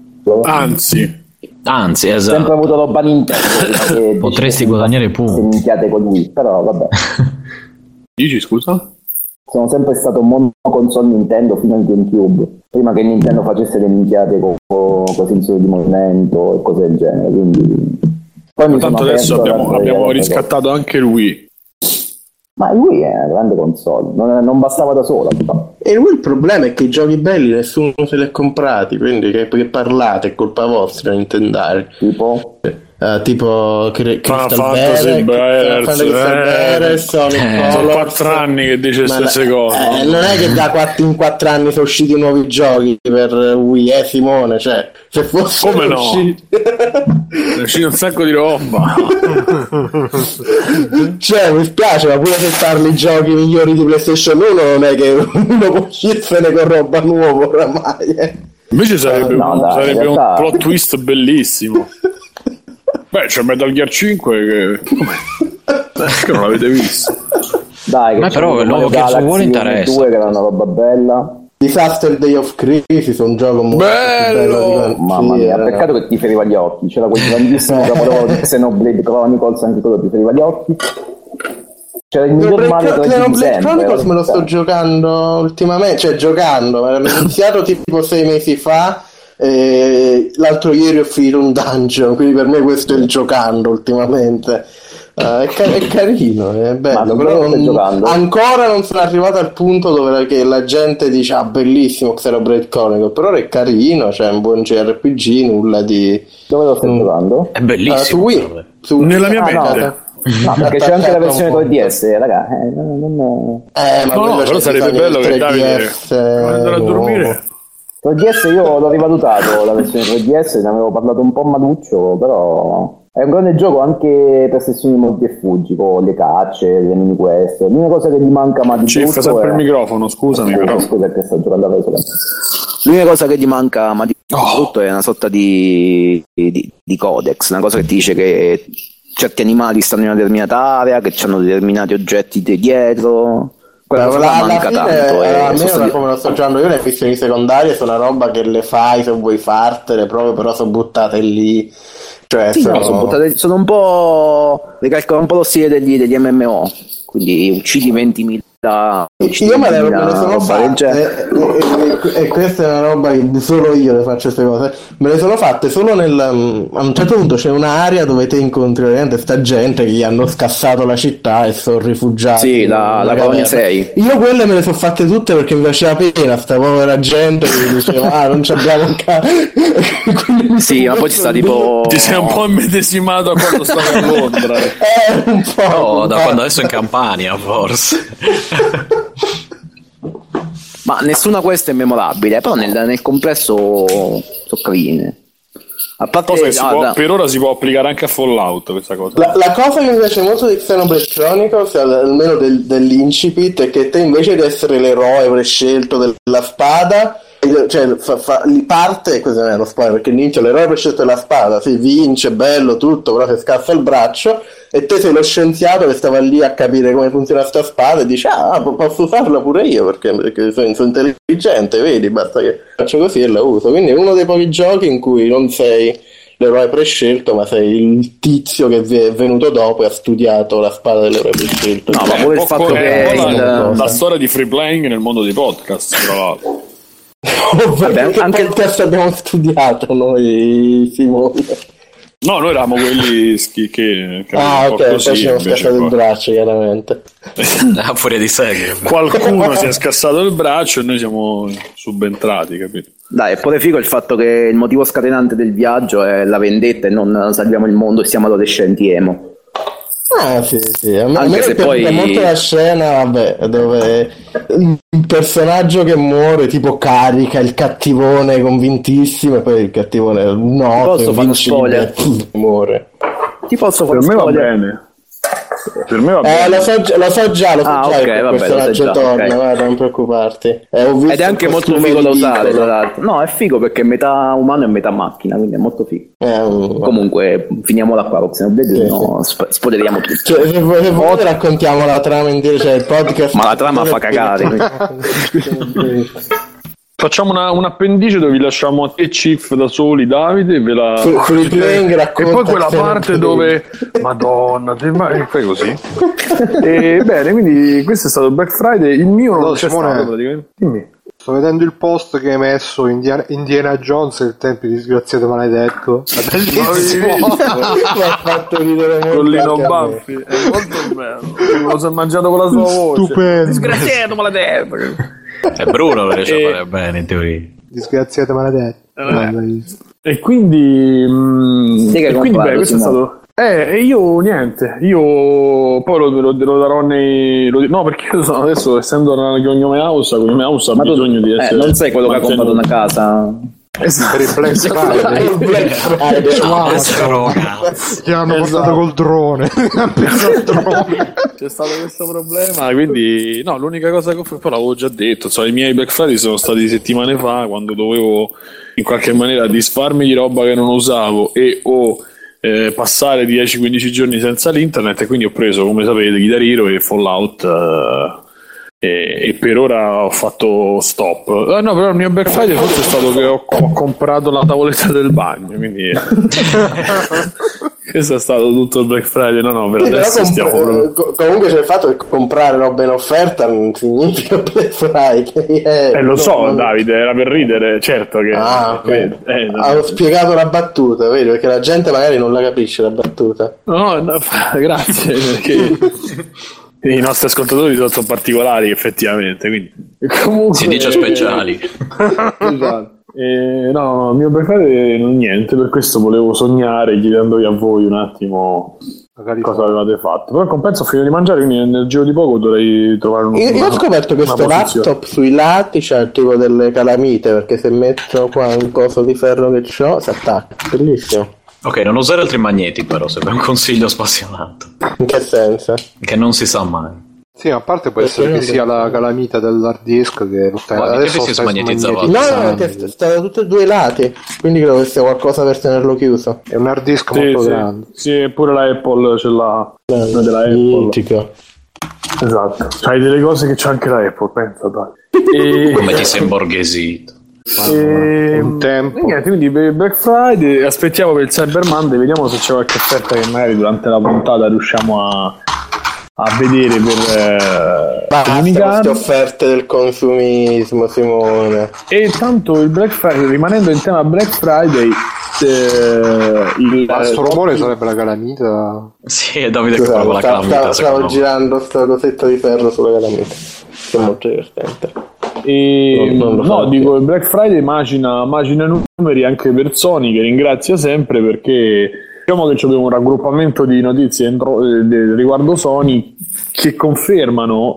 Anzi, esatto. Ho sempre avuto roba Nintendo. Potresti guadagnare punti. Minchiate con lui, però vabbè. Dici, scusa? Sono sempre stato monoconsole Nintendo fino al GameCube, prima che Nintendo facesse le minchiate con sensori di movimento e cose del genere, quindi poi tanto adesso abbiamo riscattato anche il Wii. Ma il Wii è una grande console, non bastava da sola. E il problema è che i giochi belli nessuno se li ha comprati, quindi che parlate, è colpa vostra Nintendare. Tipo Fantasy Bears, sono 4 anni che dice queste cose. Non è che in 4 anni sono usciti nuovi giochi per Wii, Simone, cioè se fosse come no? È uscito un sacco di roba. Cioè mi spiace, ma pure se parli giochi migliori di PlayStation 1 non è che uno può uscirsene con roba nuova oramai. Invece sarebbe un plot twist bellissimo. Beh, c'è Metal Gear 5 che non l'avete visto. Dai, ma però il nuovo Gears of War interessa. 2 che era una roba bella. Disaster Day of Crisis, un gioco molto bello. Mamma mia, peccato che ti feriva gli occhi. C'era quel grandissimo capolavoro di Xenoblade Chronicles, anche quello ti feriva gli occhi. C'era il miglior Mario 3D di sempre. Chronicles me lo sto giocando ultimamente, cioè giocando, ma l'ho iniziato tipo 6 mesi fa. L'altro ieri ho finito un dungeon, quindi per me questo è il giocando ultimamente. È carino, è bello, però ancora non sono arrivato al punto dove la gente dice bellissimo Xenoblade Chronicles, però è carino, c'è un buon JRPG, nulla di... Dove lo stai giocando? È bellissimo. Su Wii. Nella mia mente. No, perché c'è anche la versione 3DS, raga. Ma però sarebbe bello che Davide andare a dormire. 3DS io l'ho rivalutato, la versione 3DS, ne avevo parlato un po' maluccio, però è un grande gioco anche per sessioni di mordi e fuggi, con le cacce, le mini quest. L'unica cosa che gli manca ma di brutto sempre il microfono, scusami. Scusa che sto giocando alla resola. L'unica cosa che gli manca ma di brutto è una sorta di codex, una cosa che ti dice che certi animali stanno in una determinata area, che hanno determinati oggetti dietro. Manca tanto, almeno come lo sto giocando io, le missioni secondarie sono una roba che le fai se vuoi fartele proprio, però sono buttate lì, cioè sì, sono un po', ricalcano un po' lo stile degli MMO, quindi uccidi 20.000. Io me le sono fatte e questa è una roba che solo io le faccio queste cose, me le sono fatte solo a un certo punto c'è un'area dove te incontri veramente sta gente che gli hanno scassato la città e sono rifugiati. Sì, la colonia 6. Io quelle me le sono fatte tutte perché mi faceva pena sta povera gente che diceva non ci abbiamo un sì, ma poi ci sta tipo ti sei un po' immedesimato a quando stavi a Londra. Un po'. Da quando adesso è in Campania forse. Ma nessuna questa è memorabile, però nel complesso sono carine. A parte per ora si può applicare anche a Fallout questa cosa. La cosa che mi piace molto di Xenoblade Chronicles, almeno dell'incipit, è che te invece di essere l'eroe prescelto della spada, cioè parte, questo non è lo spoiler perché inizia l'eroe prescelto della spada, si vince, bello tutto, però si scassa il braccio e te sei lo scienziato che stava lì a capire come funziona sta spada e dici posso usarla pure io perché sono intelligente, vedi, basta che faccio così e la uso. Quindi è uno dei pochi giochi in cui non sei l'eroe prescelto ma sei il tizio che è venuto dopo e ha studiato la spada dell'eroe prescelto. No, ma pure il fatto che la storia di free playing nel mondo dei podcast, tra l'altro. Vabbè, anche il test abbiamo studiato noi, Simone. No, noi eravamo quelli che ok, poi ci abbiamo scassato il braccio chiaramente. Fuori di sé qualcuno si è scassato il braccio e noi siamo subentrati, capito? Dai, è pure figo il fatto che il motivo scatenante del viaggio è la vendetta e non salviamo il mondo e siamo adolescenti emo. Sì. A me piace molto la scena, dove il personaggio che muore tipo carica il cattivone convintissimo e poi il cattivone posso fare spoiler? Muore. Ti posso fare per me spoiler? va bene. Per me va bene. Lo so già, ok, il vabbè, personaggio torna, guarda, non preoccuparti. Ed è anche molto figo da usare, tra l'altro. No, è figo perché è metà umano e metà macchina, quindi è molto figo. Comunque, finiamola qua, se no spoderiamo tutto. Cioè, se volete raccontiamo la trama in dire, cioè il podcast. Ma la trama fa cagare. Facciamo un appendice dove vi lasciamo a te Chief da soli, Davide, ve la e poi quella parte dove Madonna, fai così. E bene, quindi questo è stato Black Friday, il mio non c'è stato praticamente. Dimmi. Sto vedendo il post che hai messo Indiana Jones e il tempio disgraziato maledetto. È bellissimo. Mi ha fatto ridere molto. Con Lino Baffi, è molto bello. Lo si è mangiato con la sua voce. Stupendo. Disgraziato maledetto. È Bruno che riesce a fare bene in teoria. Disgraziato maledetto. E quindi beh, questo è stato. Io niente, poi lo darò no, perché io sono adesso, essendo una Cognome House ha bisogno di essere. Non sei quello che ha comprato una casa. Per il Black Friday. Che hanno portato col drone. C'è stato questo problema, quindi no, l'unica cosa che ho fatto, poi l'avevo già detto, i miei Black Friday sono stati settimane fa, quando dovevo in qualche maniera disfarmi di roba che non usavo o passare 10-15 giorni senza l'internet, e quindi ho preso, come sapete, Guitar Hero e Fallout e per ora ho fatto stop. No, però il mio Black Friday forse è stato che ho comprato la tavoletta del bagno, quindi questo è stato tutto il Black Friday. No, per adesso stiamo comunque c'è il fatto che comprare roba in offerta non significa Black Friday. Lo so, Davide, era per ridere, certo che okay. Ho spiegato la battuta, vedi, perché la gente magari non la capisce la battuta. No, grazie, perché i nostri ascoltatori sono particolari effettivamente, quindi comunque si dice speciali. Esatto. No, il mio Black non niente, per questo volevo sognare chiedendovi a voi un attimo magari cosa avevate fatto. Però il compenso ho finito di mangiare, quindi nel giro di poco dovrei trovare io ho scoperto che questo laptop sui lati c'ha il tipo delle calamite, perché se metto qua un coso di ferro che c'ho si attacca, bellissimo. Ok, non usare altri magneti però, se vuoi un consiglio spassionato. In che senso? Che non si sa mai. Sì, a parte può essere che sia la calamita dell'hard disk che lo stai adesso si smagnetizzava. No, che stava tutti e due i lati, quindi credo che sia qualcosa per tenerlo chiuso. È un hard disk molto grande. Sì, pure la Apple ce l'ha. Della Apple. Esatto. C'hai delle cose che c'ha anche la Apple, pensa dai. Come ti sei imborghesito. Un tempo. Niente, quindi per Black Friday aspettiamo per il Cyber Monday, vediamo se c'è qualche offerta che magari durante la puntata riusciamo a vedere per queste offerte del consumismo, Simone. E tanto il Black Friday, rimanendo in tema Black Friday, questo rumore sarebbe la calamita. Sì, è Davide che prova la calamita. Stavo girando sta cosetta di ferro sulla calamita, che è molto divertente. Dico, il Black Friday macina numeri anche per Sony, che ringrazia sempre, perché diciamo che abbiamo un raggruppamento di notizie riguardo Sony che confermano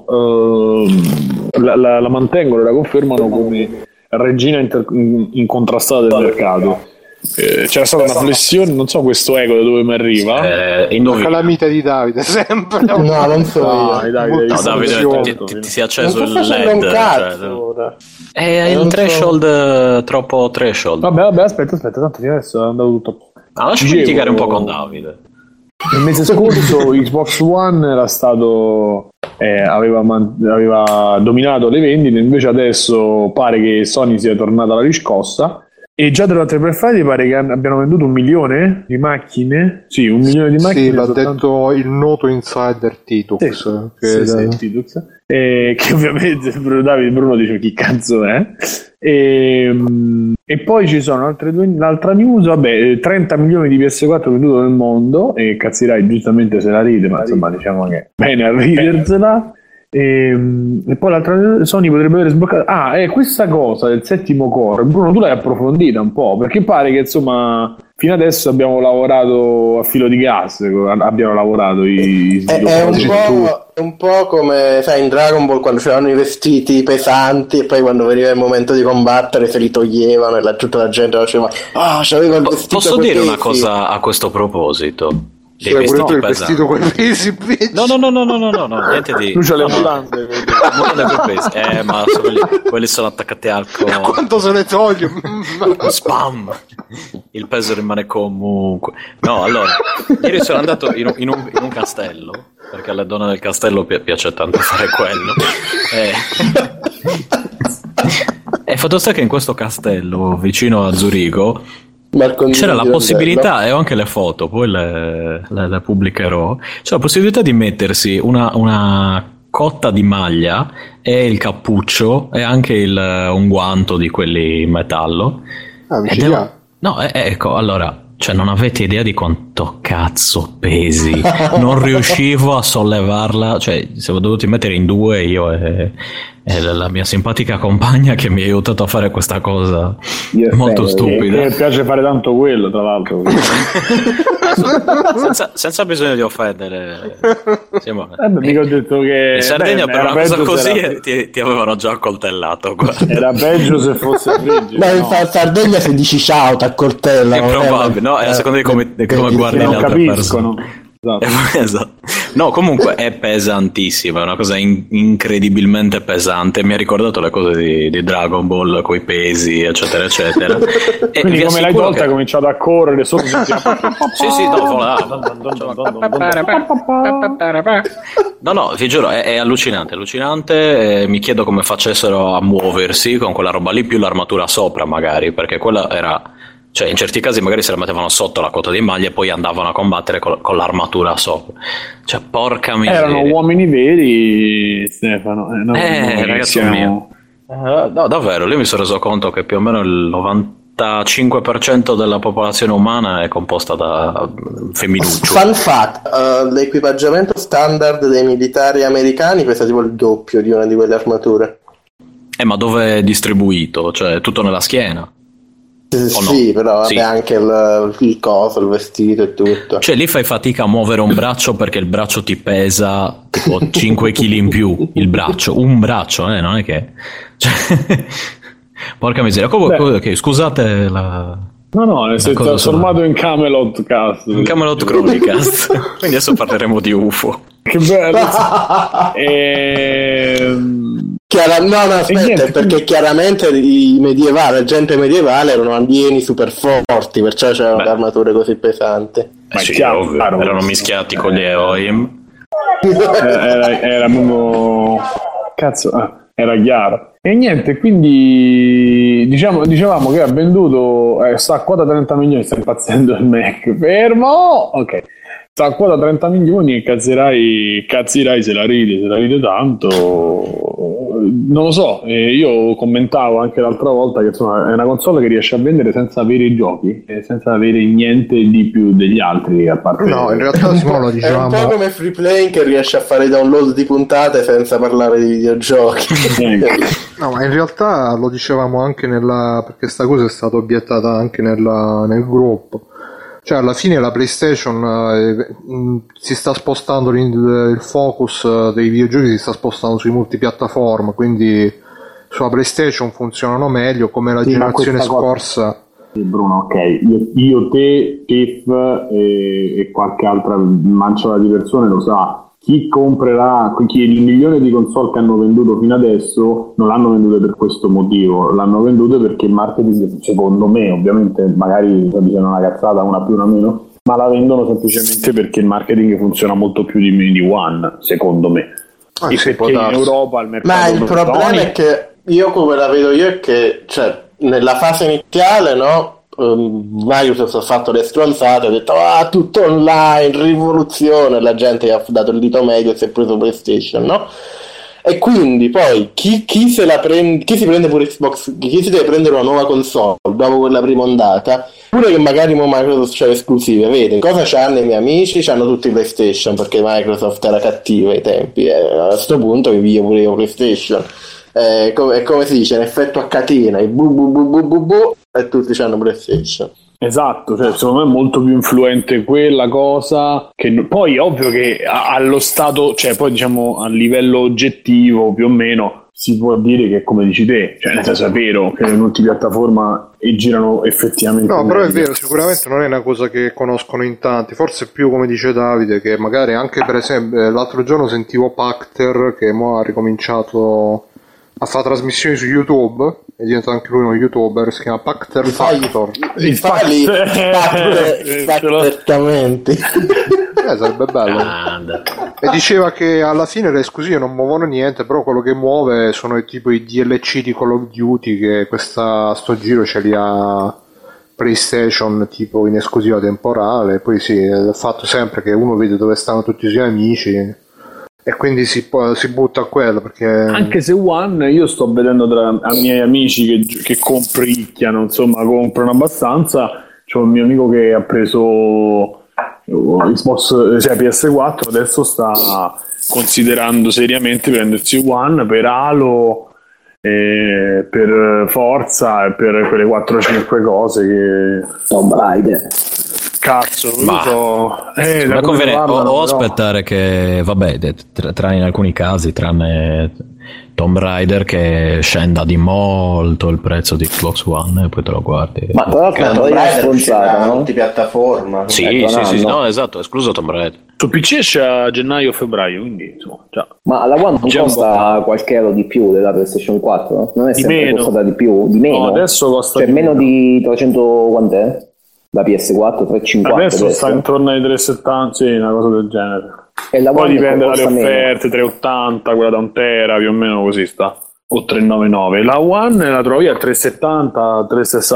la mantengono e la confermano come regina incontrastata del mercato. C'era stata una flessione, non so questo eco da dove mi arriva. La calamita di Davide, sempre. No, non so io. Davide, ti si è acceso il LED. Un cazzo, è un threshold troppo threshold. Vabbè, aspetta, tanto adesso è andato tutto. Lasciami litigare un po' con Davide. Il mese scorso Xbox One era stato aveva dominato le vendite, invece adesso pare che Sony sia tornata alla riscossa. E già durante il Black Friday pare che abbiano venduto 1 milione di macchine. Sì, 1 milione di macchine. Sì, l'ha detto il noto insider Titux. Titux. Che ovviamente Bruno dice chi cazzo è. E poi ci sono l'altra news, 30 milioni di PS4 venduto nel mondo, e cazzirai giustamente se la ride, ma insomma diciamo che bene a ridersela. E poi l'altra, Sony potrebbe aver sbloccato questa cosa del 7º core. Bruno, tu l'hai approfondita un po', perché pare che insomma fino adesso abbiamo lavorato a filo di gas, abbiamo lavorato è un po' come sai in Dragon Ball, quando c'erano i vestiti pesanti e poi quando veniva il momento di combattere se li toglievano e tutta la gente faceva c'avevo il vestito. Posso dire una cosa a questo proposito? C'era pure tu il vestito con i pesi invece. No, niente di... Tu c'hai le mutande. Ma quelli sono attaccati al collo. Quanto se ne toglie? Spam! Il peso rimane comunque. No, allora, ieri sono andato in un castello, perché alle donne del castello piace tanto fare quello. E fatto sta che in questo castello, vicino a Zurigo, c'era la possibilità, e ho anche le foto, poi le pubblicherò, c'è la possibilità di mettersi una cotta di maglia e il cappuccio e anche un guanto di quelli in metallo. Ecco, allora, cioè non avete idea di quanto cazzo pesi. Non riuscivo a sollevarla, cioè siamo dovuti mettere in due io e la mia simpatica compagna che mi ha aiutato a fare questa cosa molto stupida. Mi piace fare tanto quello, tra l'altro. senza bisogno di offendere. Mica ho detto che in Sardegna per una cosa così ti avevano già accoltellato. Guarda. Era peggio se fosse friggido. Ma in Sardegna se dici ciao ti accoltella. È probabile, no? È a seconda di come guardi le altre persone. Esatto. No, comunque è pesantissima, è una cosa incredibilmente pesante. Mi ha ricordato le cose di Dragon Ball coi pesi, eccetera, eccetera. E quindi come l'hai tolta hai cominciato a correre sotto. Sì, no, vi giuro, è allucinante. Mi chiedo come facessero a muoversi con quella roba lì, più l'armatura sopra magari, perché quella era... Cioè, in certi casi magari se la mettevano sotto la cotta di maglia e poi andavano a combattere con l'armatura sopra. Cioè, porca miseria. Erano uomini veri, Stefano. Ragazzi mio. No, davvero, lì mi sono reso conto che più o meno il 95% della popolazione umana è composta da femminuccio. Fun fact, l'equipaggiamento standard dei militari americani pesa tipo il doppio di una di quelle armature. Ma dove è distribuito? Cioè, tutto nella schiena? Sì, però vabbè, anche il coso, il vestito e tutto. Cioè lì fai fatica a muovere un braccio perché il braccio ti pesa tipo 5 kg in più, il braccio, un braccio, non è che... Cioè... Porca miseria. Okay, scusate la... No, sei trasformato in Camelot Cast. In Camelot Chronicast. Quindi adesso parleremo di UFO. Che bello. Aspetta, perché chiaramente la gente medievale erano alieni super forti, perciò c'erano le armature così pesanti. Ma sì, erano mischiati con gli Elohim. Era proprio... Cazzo, era chiaro. E niente, quindi dicevamo che ha venduto, sta a quota 30 milioni, sta impazzendo il Mac. Fermo! Ok. Sta a quota 30 milioni e cazzirai se la ride tanto. Non lo so, io commentavo anche l'altra volta che insomma è una console che riesce a vendere senza avere i giochi e senza avere niente di più degli altri, a parte... No, in realtà Simone lo dicevamo... È un po' come Free Play che riesce a fare i download di puntate senza parlare di videogiochi. No, ma in realtà lo dicevamo anche perché sta cosa è stata obiettata anche nel gruppo. Cioè alla fine la PlayStation si sta spostando, il focus dei videogiochi si sta spostando sui multipiattaforma, quindi sulla PlayStation funzionano meglio, come la generazione scorsa. Sì, Bruno, ok, io te, Tiff e qualche altra manciata di persone lo sa. Chi comprerà, il milione di console che hanno venduto fino adesso non l'hanno vendute per questo motivo, l'hanno vendute perché il marketing, secondo me, ovviamente magari sto dicendo una cazzata, una più una meno, ma la vendono semplicemente perché il marketing funziona molto più di One, secondo me. E sì, perché in Europa il mercato... Ma il problema è che io come la vedo io è che, cioè, nella fase iniziale, no? Microsoft ha fatto le stronzate, ha detto tutto online, rivoluzione, la gente ha dato il dito medio e si è preso PlayStation, no? E quindi poi chi si prende pure Xbox, chi si deve prendere una nuova console dopo quella prima ondata, pure che magari Microsoft c'ha esclusive, vedi cosa c'hanno i miei amici, c'hanno tutti PlayStation perché Microsoft era cattiva ai tempi, a questo punto vi via pure io PlayStation. Come si dice, in effetto a catena, e tutti hanno PlayStation. Esatto, cioè secondo me è molto più influente quella cosa che poi ovvio che allo stato, cioè poi diciamo a livello oggettivo più o meno si può dire che, come dici te, cioè nel senso è vero che le multipiattaforma e girano effettivamente no, però è meglio. vero, sicuramente non è una cosa che conoscono in tanti, forse più come dice Davide, che magari anche per esempio l'altro giorno sentivo Pacter che mo ha ricominciato a fare trasmissioni su YouTube, è diventato anche lui uno youtuber, si chiama Pacter Factor. Perfettamente. Sarebbe bello. E diceva che alla fine le esclusive non muovono niente, però quello che muove sono tipo i DLC di Call of Duty, che sto giro ce li ha PlayStation tipo in esclusiva temporale. Poi sì, il fatto sempre che uno vede dove stanno tutti i suoi amici e quindi si butta a quello, perché anche se One, io sto vedendo tra i miei amici che compricchiano, insomma comprano abbastanza. C'ho un mio amico che ha preso Xbox, cioè PS4, adesso sta considerando seriamente prendersi One per Halo, per Forza e per quelle 4-5 cose che Tomb Raider. cazzo ma conviene o aspettare che vabbè tranne in alcuni casi, tranne Tomb Raider, che scenda di molto il prezzo di Xbox One e poi te lo guardi. Ma tra l'altro Tomb Raider sponsorato, no? multipiattaforma. Sì, no, esatto, escluso Tomb Raider. su PC esce a gennaio o febbraio, quindi insomma già. Ma la One non Già costa qualche euro di più della PlayStation 4? Non è Di sempre meno. costata di più? Di meno? No, adesso costa cioè di meno meno. di 300, quant'è? La PS4 350 Adesso sta intorno ai 3,70, sì, una cosa del genere. e la Poi One dipende dalle costa meno. offerte, 3,80, quella da 1 tera, più o meno così sta. O 3,99. La One la trovi a 3,70,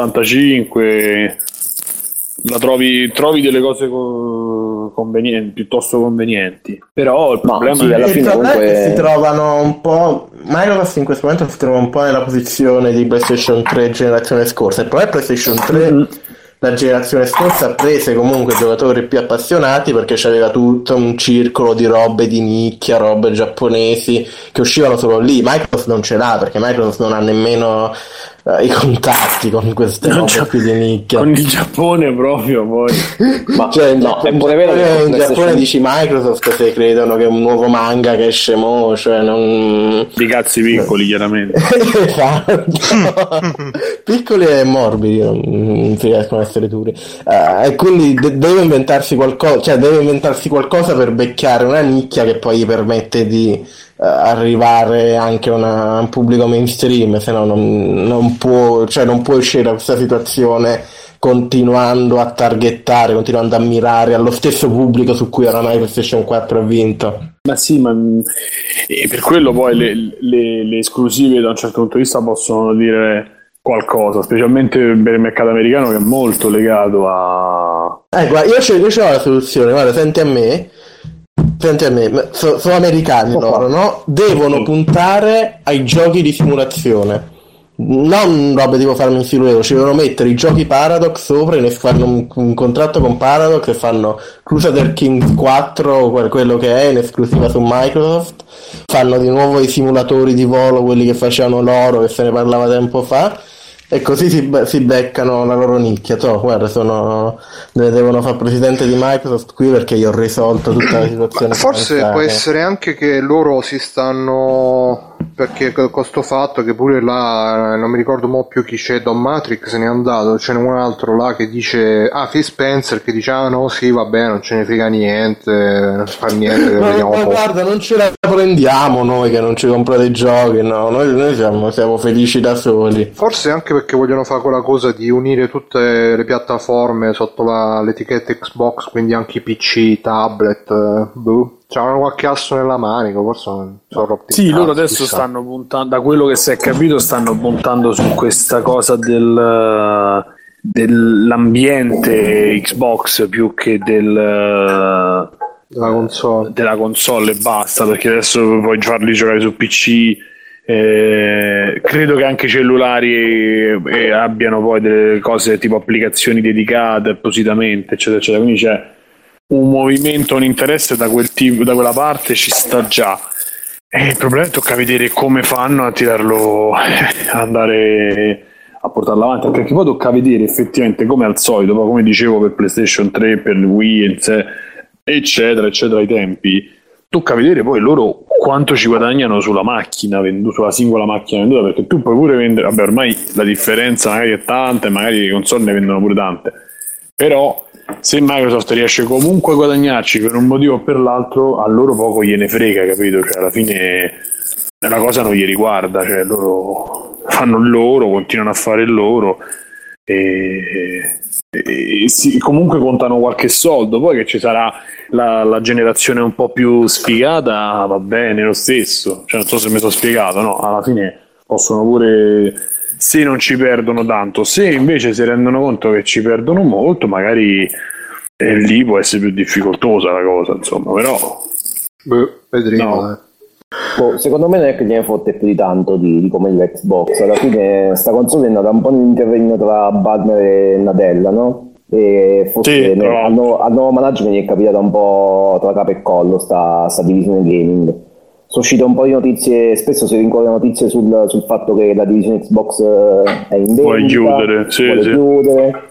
3,65. La trovi delle cose convenienti, piuttosto convenienti. Però il problema sì, alla Il fine problema è che comunque si trovano un po'. Microsoft in questo momento si trova un po' nella posizione di PlayStation 3 generazione scorsa. Il problema è PlayStation 3. La generazione scorsa ha preso comunque giocatori più appassionati, perché c'aveva tutto un circolo di robe di nicchia, robe giapponesi che uscivano solo lì. Microsoft non ce l'ha, perché Microsoft non ha nemmeno i contatti con queste robe più di nicchia. con il Giappone proprio poi. ma Cioè, no, è pure vero che in PlayStation- Giappone dici Microsoft se credono che è un nuovo manga che esce mo, cioè non. Di cazzi piccoli, chiaramente. Esatto. Piccoli e morbidi, non si riescono a essere duri. E quindi deve inventarsi qualcosa, cioè deve inventarsi qualcosa per becchiare una nicchia che poi gli permette di arrivare anche a un pubblico mainstream, se no non può uscire da questa situazione continuando a targettare, continuando a mirare allo stesso pubblico su cui oramai PlayStation 4 ha vinto. Ma sì, ma per quello poi le esclusive da un certo punto di vista possono dire qualcosa, specialmente per il mercato americano, che è molto legato a... Guarda, io c'ho la soluzione, guarda, senti a me, sono americani loro, no? Devono puntare ai giochi di simulazione, non robe tipo Farming Simulator, ci devono mettere i giochi Paradox sopra, fanno un contratto con Paradox e fanno Crusader Kings 4, quello che è in esclusiva su Microsoft, fanno di nuovo i simulatori di volo, quelli che facevano loro, che se ne parlava tempo fa, e così si beccano la loro nicchia. Guarda, ne devono fare presidente di Microsoft qui, perché io ho risolto tutta la situazione. Forse può essere anche che loro si stanno, perché con sto fatto che pure là non mi ricordo mo più chi c'è, Don Matrix se n'è andato, ce n'è un altro là che dice, Phil Spencer che dice no sì vabbè non ce ne frega niente, non fa niente, ma guarda, non ce la prendiamo noi che non ci comprate i giochi, no, noi siamo felici da soli. Forse anche perché vogliono fare quella cosa di unire tutte le piattaforme sotto l'etichetta Xbox, quindi anche i PC, tablet, c'hanno qualche asso nella manica, forse sono rotti. Sì, loro adesso stanno puntando, da quello che si è capito, stanno puntando su questa cosa dell'ambiente Xbox più che della console e basta, perché adesso puoi farli giocare su PC. Credo che anche i cellulari abbiano poi delle cose tipo applicazioni dedicate appositamente, eccetera, eccetera. Quindi c'è un movimento, un interesse da quel tipo, da quella parte ci sta già. Il problema è tocca vedere come fanno a tirarlo, andare a portarlo avanti, anche perché poi tocca vedere effettivamente, come al solito, come dicevo per PlayStation 3, per Wii, eccetera, eccetera, ai tempi. tocca vedere poi loro quanto ci guadagnano sulla macchina venduta, sulla singola macchina venduta, perché tu puoi pure vendere, vabbè, ormai la differenza magari è tanta e magari le console ne vendono pure tante, però se Microsoft riesce comunque a guadagnarci per un motivo o per l'altro, a loro poco gliene frega, capito? Cioè alla fine la cosa non gli riguarda, cioè loro fanno il loro, continuano a fare il loro e comunque contano qualche soldo. Poi che ci sarà la generazione un po' più sfigata, va bene lo stesso, cioè non so se mi sono spiegato, no? Alla fine possono pure, se non ci perdono tanto, se invece si rendono conto che ci perdono molto, magari lì può essere più difficoltosa la cosa, insomma, però vedremo. No. Secondo me non è che gliene fotte più di tanto di come l'Xbox. Alla fine sta console è nata un po' nell'interregno tra Balmer e Nadella, no? E forse Sì, al nuovo management gli è capitata un po' tra capo e collo sta divisione gaming. Sono uscite un po' di notizie, spesso si rincorrono notizie sul fatto che la divisione Xbox è in vendita, vuole chiudere, chiudere.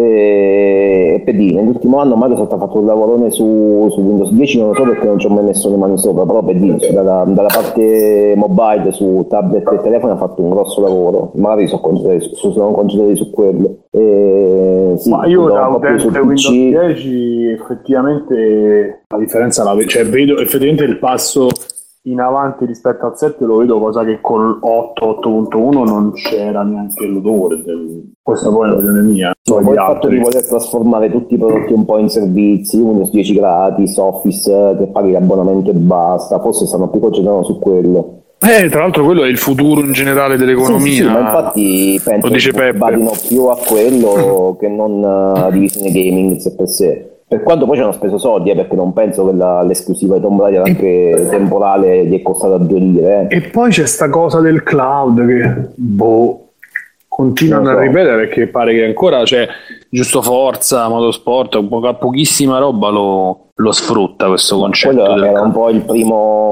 E PD nell'ultimo anno Microsoft ha fatto un lavorone su Windows 10, non lo so perché non ci ho mai messo le mani sopra, però PD dalla parte mobile su tablet e telefono ha fatto un grosso lavoro, magari sono concentrati su quello. Sì, ma io da utente Windows 10 effettivamente la differenza cioè vedo effettivamente il passo in avanti rispetto al 7, lo vedo, cosa che col 8.1 non c'era neanche l'odore. Questa poi è l'opinione mia. Poi il fatto di voler trasformare tutti i prodotti un po' in servizi, Windows 10 gratis, Office che paghi l'abbonamento e basta, forse stanno più concentrati su quello. Tra l'altro quello è il futuro in generale dell'economia. Sì, ma infatti penso che vadino più a quello che non a divisione gaming sé per sé. Per quanto poi ci hanno speso soldi, perché non penso che l'esclusiva di Tomb Raider anche temporale gli è costata 2 lire. E poi c'è sta cosa del cloud che continuano a ripetere, perché pare che ancora c'è giusto Forza, Motorsport, pochissima roba lo sfrutta questo concetto. Quello era un po' i primi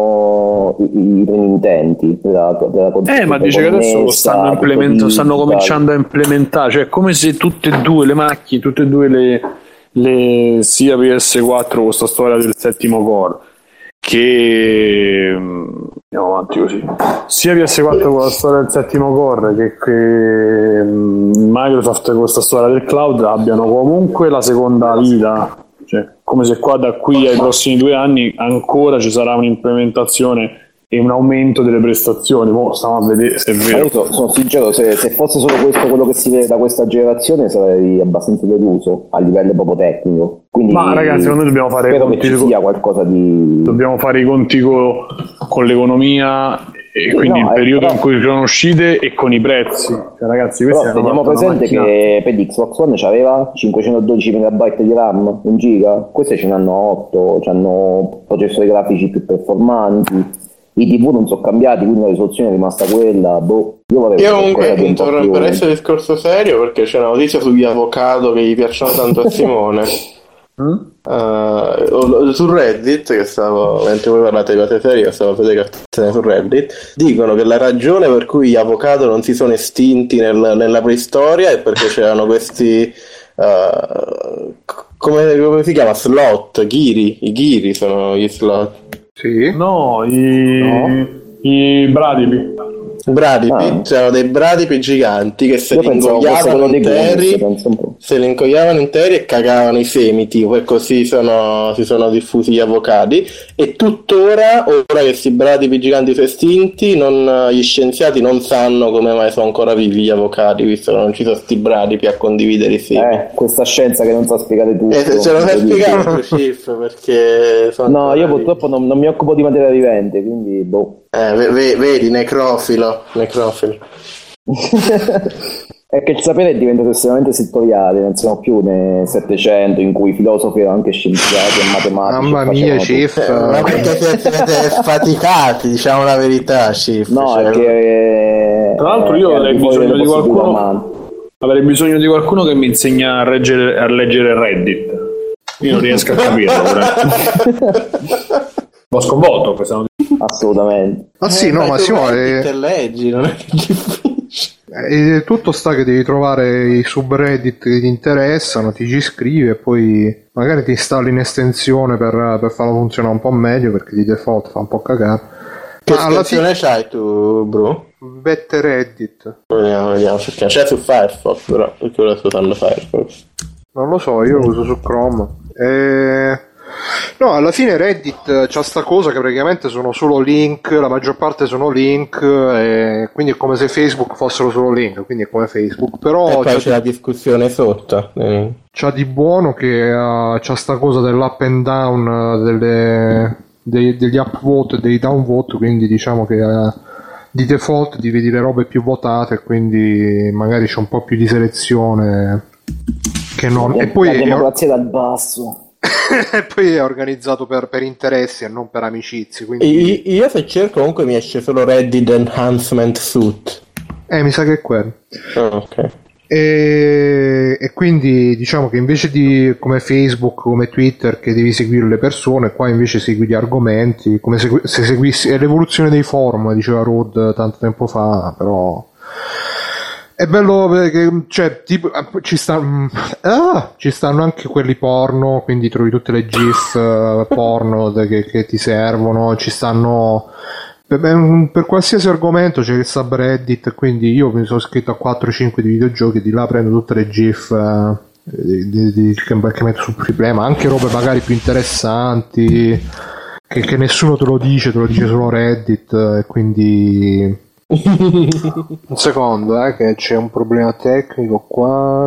intenti della ma dice che adesso lo stanno cominciando a implementare, cioè come se tutte e due le macchine, tutte e due sia PS4 con questa storia del settimo core che andiamo avanti così, sia PS4 con la storia del settimo core che Microsoft con questa storia del cloud abbiano comunque la seconda vita, cioè come se qua da qui ai prossimi 2 anni ancora ci sarà un'implementazione e un aumento delle prestazioni. Stiamo a vedere se è vero. Io sono sincero, se fosse solo questo quello che si vede da questa generazione sarei abbastanza deluso a livello proprio tecnico. Quindi, ma ragazzi, secondo me dobbiamo fare qualcosa di... Dobbiamo fare i conti con l'economia e quindi il periodo in cui sono uscite e con i prezzi. Cioè, ragazzi, teniamo presente che per Xbox One c'aveva 512 MB di RAM, 1 giga, queste ce n'hanno 8, hanno processori grafici più performanti. I TV non sono cambiati, quindi la risoluzione è rimasta quella. Io comunque interrompo per essere discorso serio, perché c'è una notizia sugli avocado che gli piacciono tanto a Simone. Su Reddit, che mentre voi parlate di cose serie, stavo a vedere cartone su Reddit, dicono che la ragione per cui gli avocado non si sono estinti nella preistoria è perché c'erano questi come si chiama? Slot, ghiri. I ghiri sono gli slot. Sì. No, i bradipi. C'erano dei bradipi giganti che se li ingoiavano interi e cagavano i semi, tipo, e così si sono diffusi gli avocadi. E tuttora, ora che questi bradipi giganti sono estinti, gli scienziati non sanno come mai sono ancora vivi gli avocadi, visto che non ci sono sti bradipi a condividere i semi. Questa scienza che non sa spiegare tutto. Ce lo sai spiegare, Chief, perché io purtroppo non mi occupo di materia vivente, quindi vedi, necrofilo. È che il sapere è diventato estremamente settoriale, non siamo più nel 700 in cui i filosofi erano anche scienziati e matematici. Mamma mia, Chief, ma perché siete faticati, diciamo la verità, Chief. No, è che tra l'altro io avrei bisogno di qualcuno che mi insegna a leggere Reddit. Io non riesco a capirlo. L'ho sconvolto questa notizia. Assolutamente. Ma sì, no, ma Simone te leggi, non è difficile. Tutto sta che devi trovare i subreddit che ti interessano, ti ci iscrivi e poi magari ti installi in estensione per farlo funzionare un po' meglio, perché di default fa un po' cagare. Che estensione c'hai tu, bro? Better Reddit. Vediamo, c'è su Firefox, però, perché ora sto usando Firefox. Non lo so, io lo uso su Chrome. No, alla fine Reddit c'ha sta cosa che praticamente sono solo link, la maggior parte sono link, e quindi è come se Facebook fossero solo link, quindi è come Facebook, però e poi c'è la discussione sotto. C'ha di buono che c'ha sta cosa dell'up and down degli upvote e dei downvote, quindi diciamo che di default ti vedi le robe più votate, quindi magari c'è un po' più di selezione che non... E poi la democrazia dal basso. E poi è organizzato per interessi e non per amicizie, quindi... Io se cerco comunque mi esce solo Reddit Enhancement Suit. Mi sa che è quello. Ok. E quindi diciamo che invece di come Facebook, come Twitter, che devi seguire le persone, qua invece segui gli argomenti, come se seguissi... È l'evoluzione dei forum, diceva Rod tanto tempo fa, però... È bello perché, cioè, tipo, ci stanno anche quelli porno, quindi trovi tutte le GIF porno che ti servono, ci stanno per qualsiasi argomento c'è il subreddit, quindi io mi sono iscritto a 4-5 di videogiochi, di là prendo tutte le GIF che metto sul Freeplay, ma anche robe magari più interessanti che nessuno te lo dice solo Reddit, e quindi... Un secondo, che c'è un problema tecnico qua.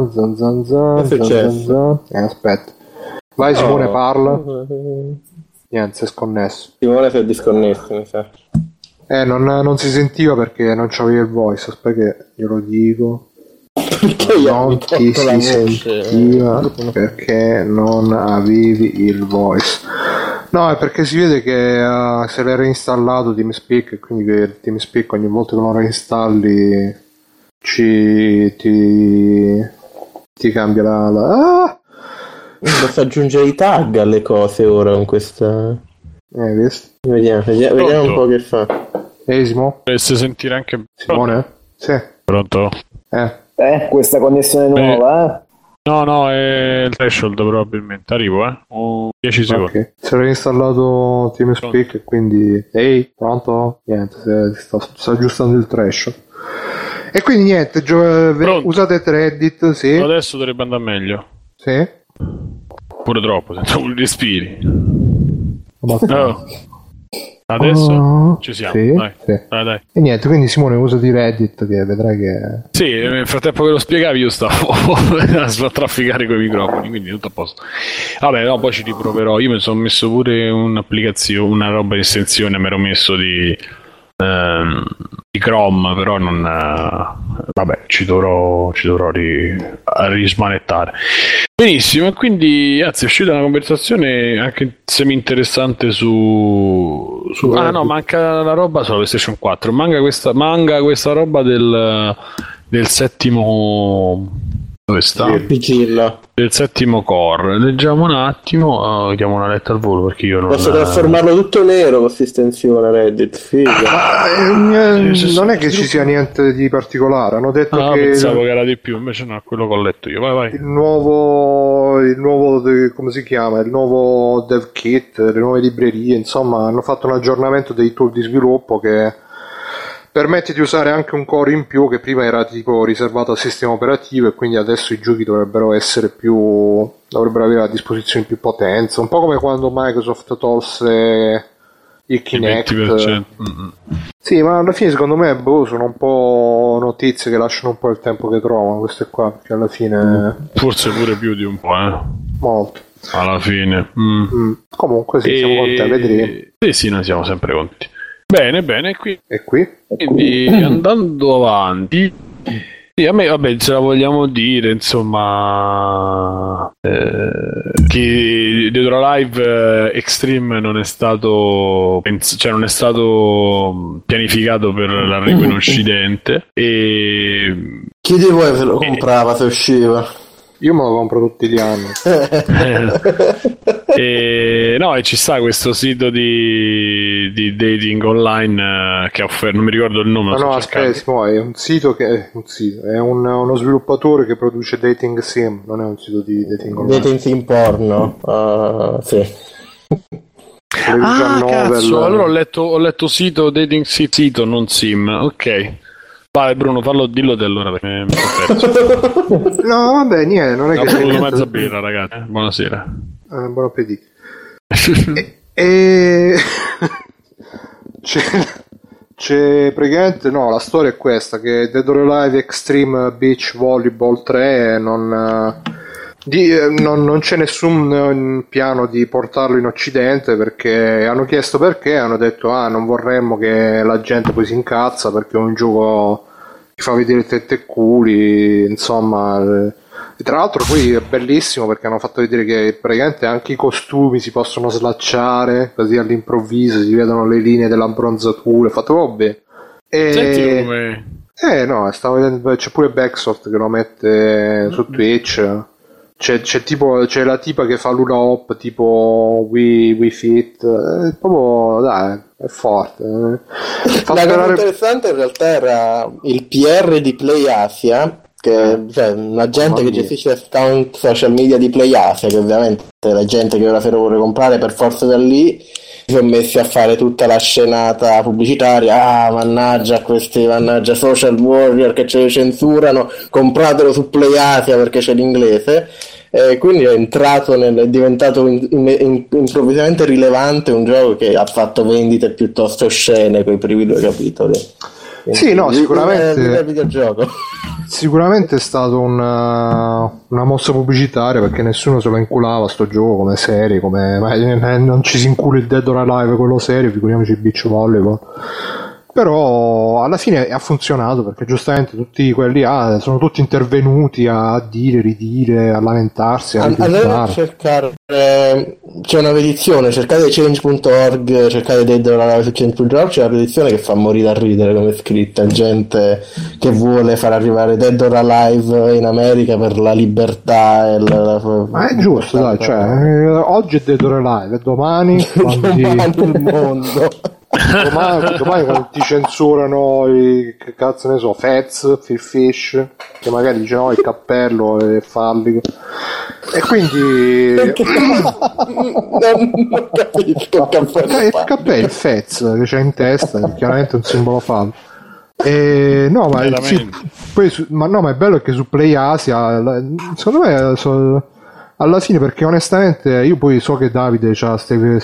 Aspetta. Vai, Simone, parla. Niente, si è sconnesso. Simone si è disconnesso, mi sa. Non si sentiva perché non c'avevi il voice. Aspetta che glielo dico. Perché non ti si sentiva perché non avevi il voice. No, è perché si vede che se l'hai reinstallato TeamSpeak, e quindi che TeamSpeak ogni volta che lo reinstalli ti cambia la... Posso aggiungere i tag alle cose ora con questa... visto? Vediamo un po' che fa. Simo? Vorreste sentire anche... Simone? Sì. Pronto? Questa connessione nuova, No, è il threshold probabilmente. Arrivo, 10 secondi. Okay. Si è reinstallato TeamSpeak e quindi... pronto? Niente, sta aggiustando il threshold. E quindi niente, usate Reddit, sì. Adesso dovrebbe andare meglio. Sì. Pure troppo, senza un respiri. Adesso ci siamo, sì, dai. Sì. Dai. E niente, quindi Simone usa di Reddit, che vedrai che... Sì, nel frattempo che lo spiegavi io stavo a trafficare coi microfoni, quindi tutto a posto. Vabbè, no, poi ci riproverò. Io mi sono messo pure un'applicazione, una roba di estensione, mi ero messo di Chrome, però non... vabbè, ci dovrò rismanettare. Benissimo, quindi anzi è uscita una conversazione anche semi interessante su no, manca la roba sulla PlayStation 4, manca questa roba del settimo, dove sta? Vigilla. Del settimo core. Leggiamo un attimo, diamo una letta al volo perché io non posso trasformarlo tutto nero con questa estensione Reddit, figa. Non è che ci sia niente di particolare, hanno detto che pensavo che era di più, invece no, quello che ho letto io. Vai. Il nuovo come si chiama? Il nuovo dev kit, le nuove librerie, insomma, hanno fatto un aggiornamento dei tool di sviluppo che permette di usare anche un core in più, che prima era tipo riservato al sistema operativo, e quindi adesso i giochi dovrebbero avere a disposizione più potenza, un po' come quando Microsoft tolse il Kinect. Il 20%. Sì, ma alla fine secondo me sono un po' notizie che lasciano un po' il tempo che trovano queste qua, perché alla fine forse pure più di un po', molto alla fine. Comunque sì, siamo contenti, vedremo. Sì, noi siamo sempre contenti. Bene, qui. E qui? Quindi andando avanti, a me, vabbè, ce la vogliamo dire, insomma, che Dead or Alive Extreme non è stato pianificato per l'arrivo in Occidente, e chi di voi se lo comprava se usciva? Io me lo compro tutti gli anni. E ci sta questo sito di dating online che non mi ricordo il nome. Aspetta, è un sito è uno sviluppatore che produce dating sim, non è un sito di dating online. Dating sim porno, sì. Cazzo, allora ho letto sito dating sito, non sim, ok. Vai Bruno, dillo te allora perché mi sono perso. No, vabbè, niente, non è che ho avuto mezza birra, ragazzi. Buonasera. Buon appetito. C'è praticamente la storia è questa, che Dead or Alive Extreme Beach Volleyball 3 non c'è nessun piano di portarlo in occidente, perché hanno chiesto perché, hanno detto non vorremmo che la gente poi si incazza perché è un gioco che fa vedere tette e culi, insomma. E tra l'altro poi è bellissimo perché hanno fatto vedere che praticamente anche i costumi si possono slacciare così all'improvviso, si vedono le linee dell'abbronzatura, fatto vabbè. Senti come... stavo vedendo, c'è pure Backsoft che lo mette su Twitch. C'è la tipa che fa l'hula hop tipo We Fit, proprio dai, è forte. La cosa interessante in realtà era il PR di Play Asia, cioè una gente che gestisce l'account social media di Play Asia, che ovviamente è la gente che ora se lo vuole comprare per forza da lì, si sono messi a fare tutta la scenata pubblicitaria. Mannaggia social warrior che ce le censurano, compratelo su Play Asia perché c'è l'inglese. Quindi è diventato improvvisamente rilevante un gioco che ha fatto vendite piuttosto oscene con i primi 2 capitoli. Sì, sicuramente il videogioco. Sicuramente è stato una mossa pubblicitaria, perché nessuno se lo inculava sto gioco come serie, non ci si incula il Dead or Alive quello serio, figuriamoci il beach volleyball. Però alla fine ha funzionato, perché giustamente tutti quelli sono tutti intervenuti a dire, ridire, a lamentarsi, andate a cercare, c'è una petizione, cercate change.org, cercate Dead or Alive su change.org, c'è una petizione che fa morire a ridere come è scritta, gente che vuole far arrivare Dead or Alive in America per la libertà e ma è giusto, dai, cioè oggi è Dead or Alive, domani il mondo. Domani quando ti censurano che cazzo ne so, Fez, Phil Fish, che magari dice il cappello è fallico, e quindi non capisco il cappello, il Fez che c'è in testa è chiaramente un simbolo fallo. Ma è bello che su Play Asia secondo me alla fine, perché onestamente io poi so che Davide c'ha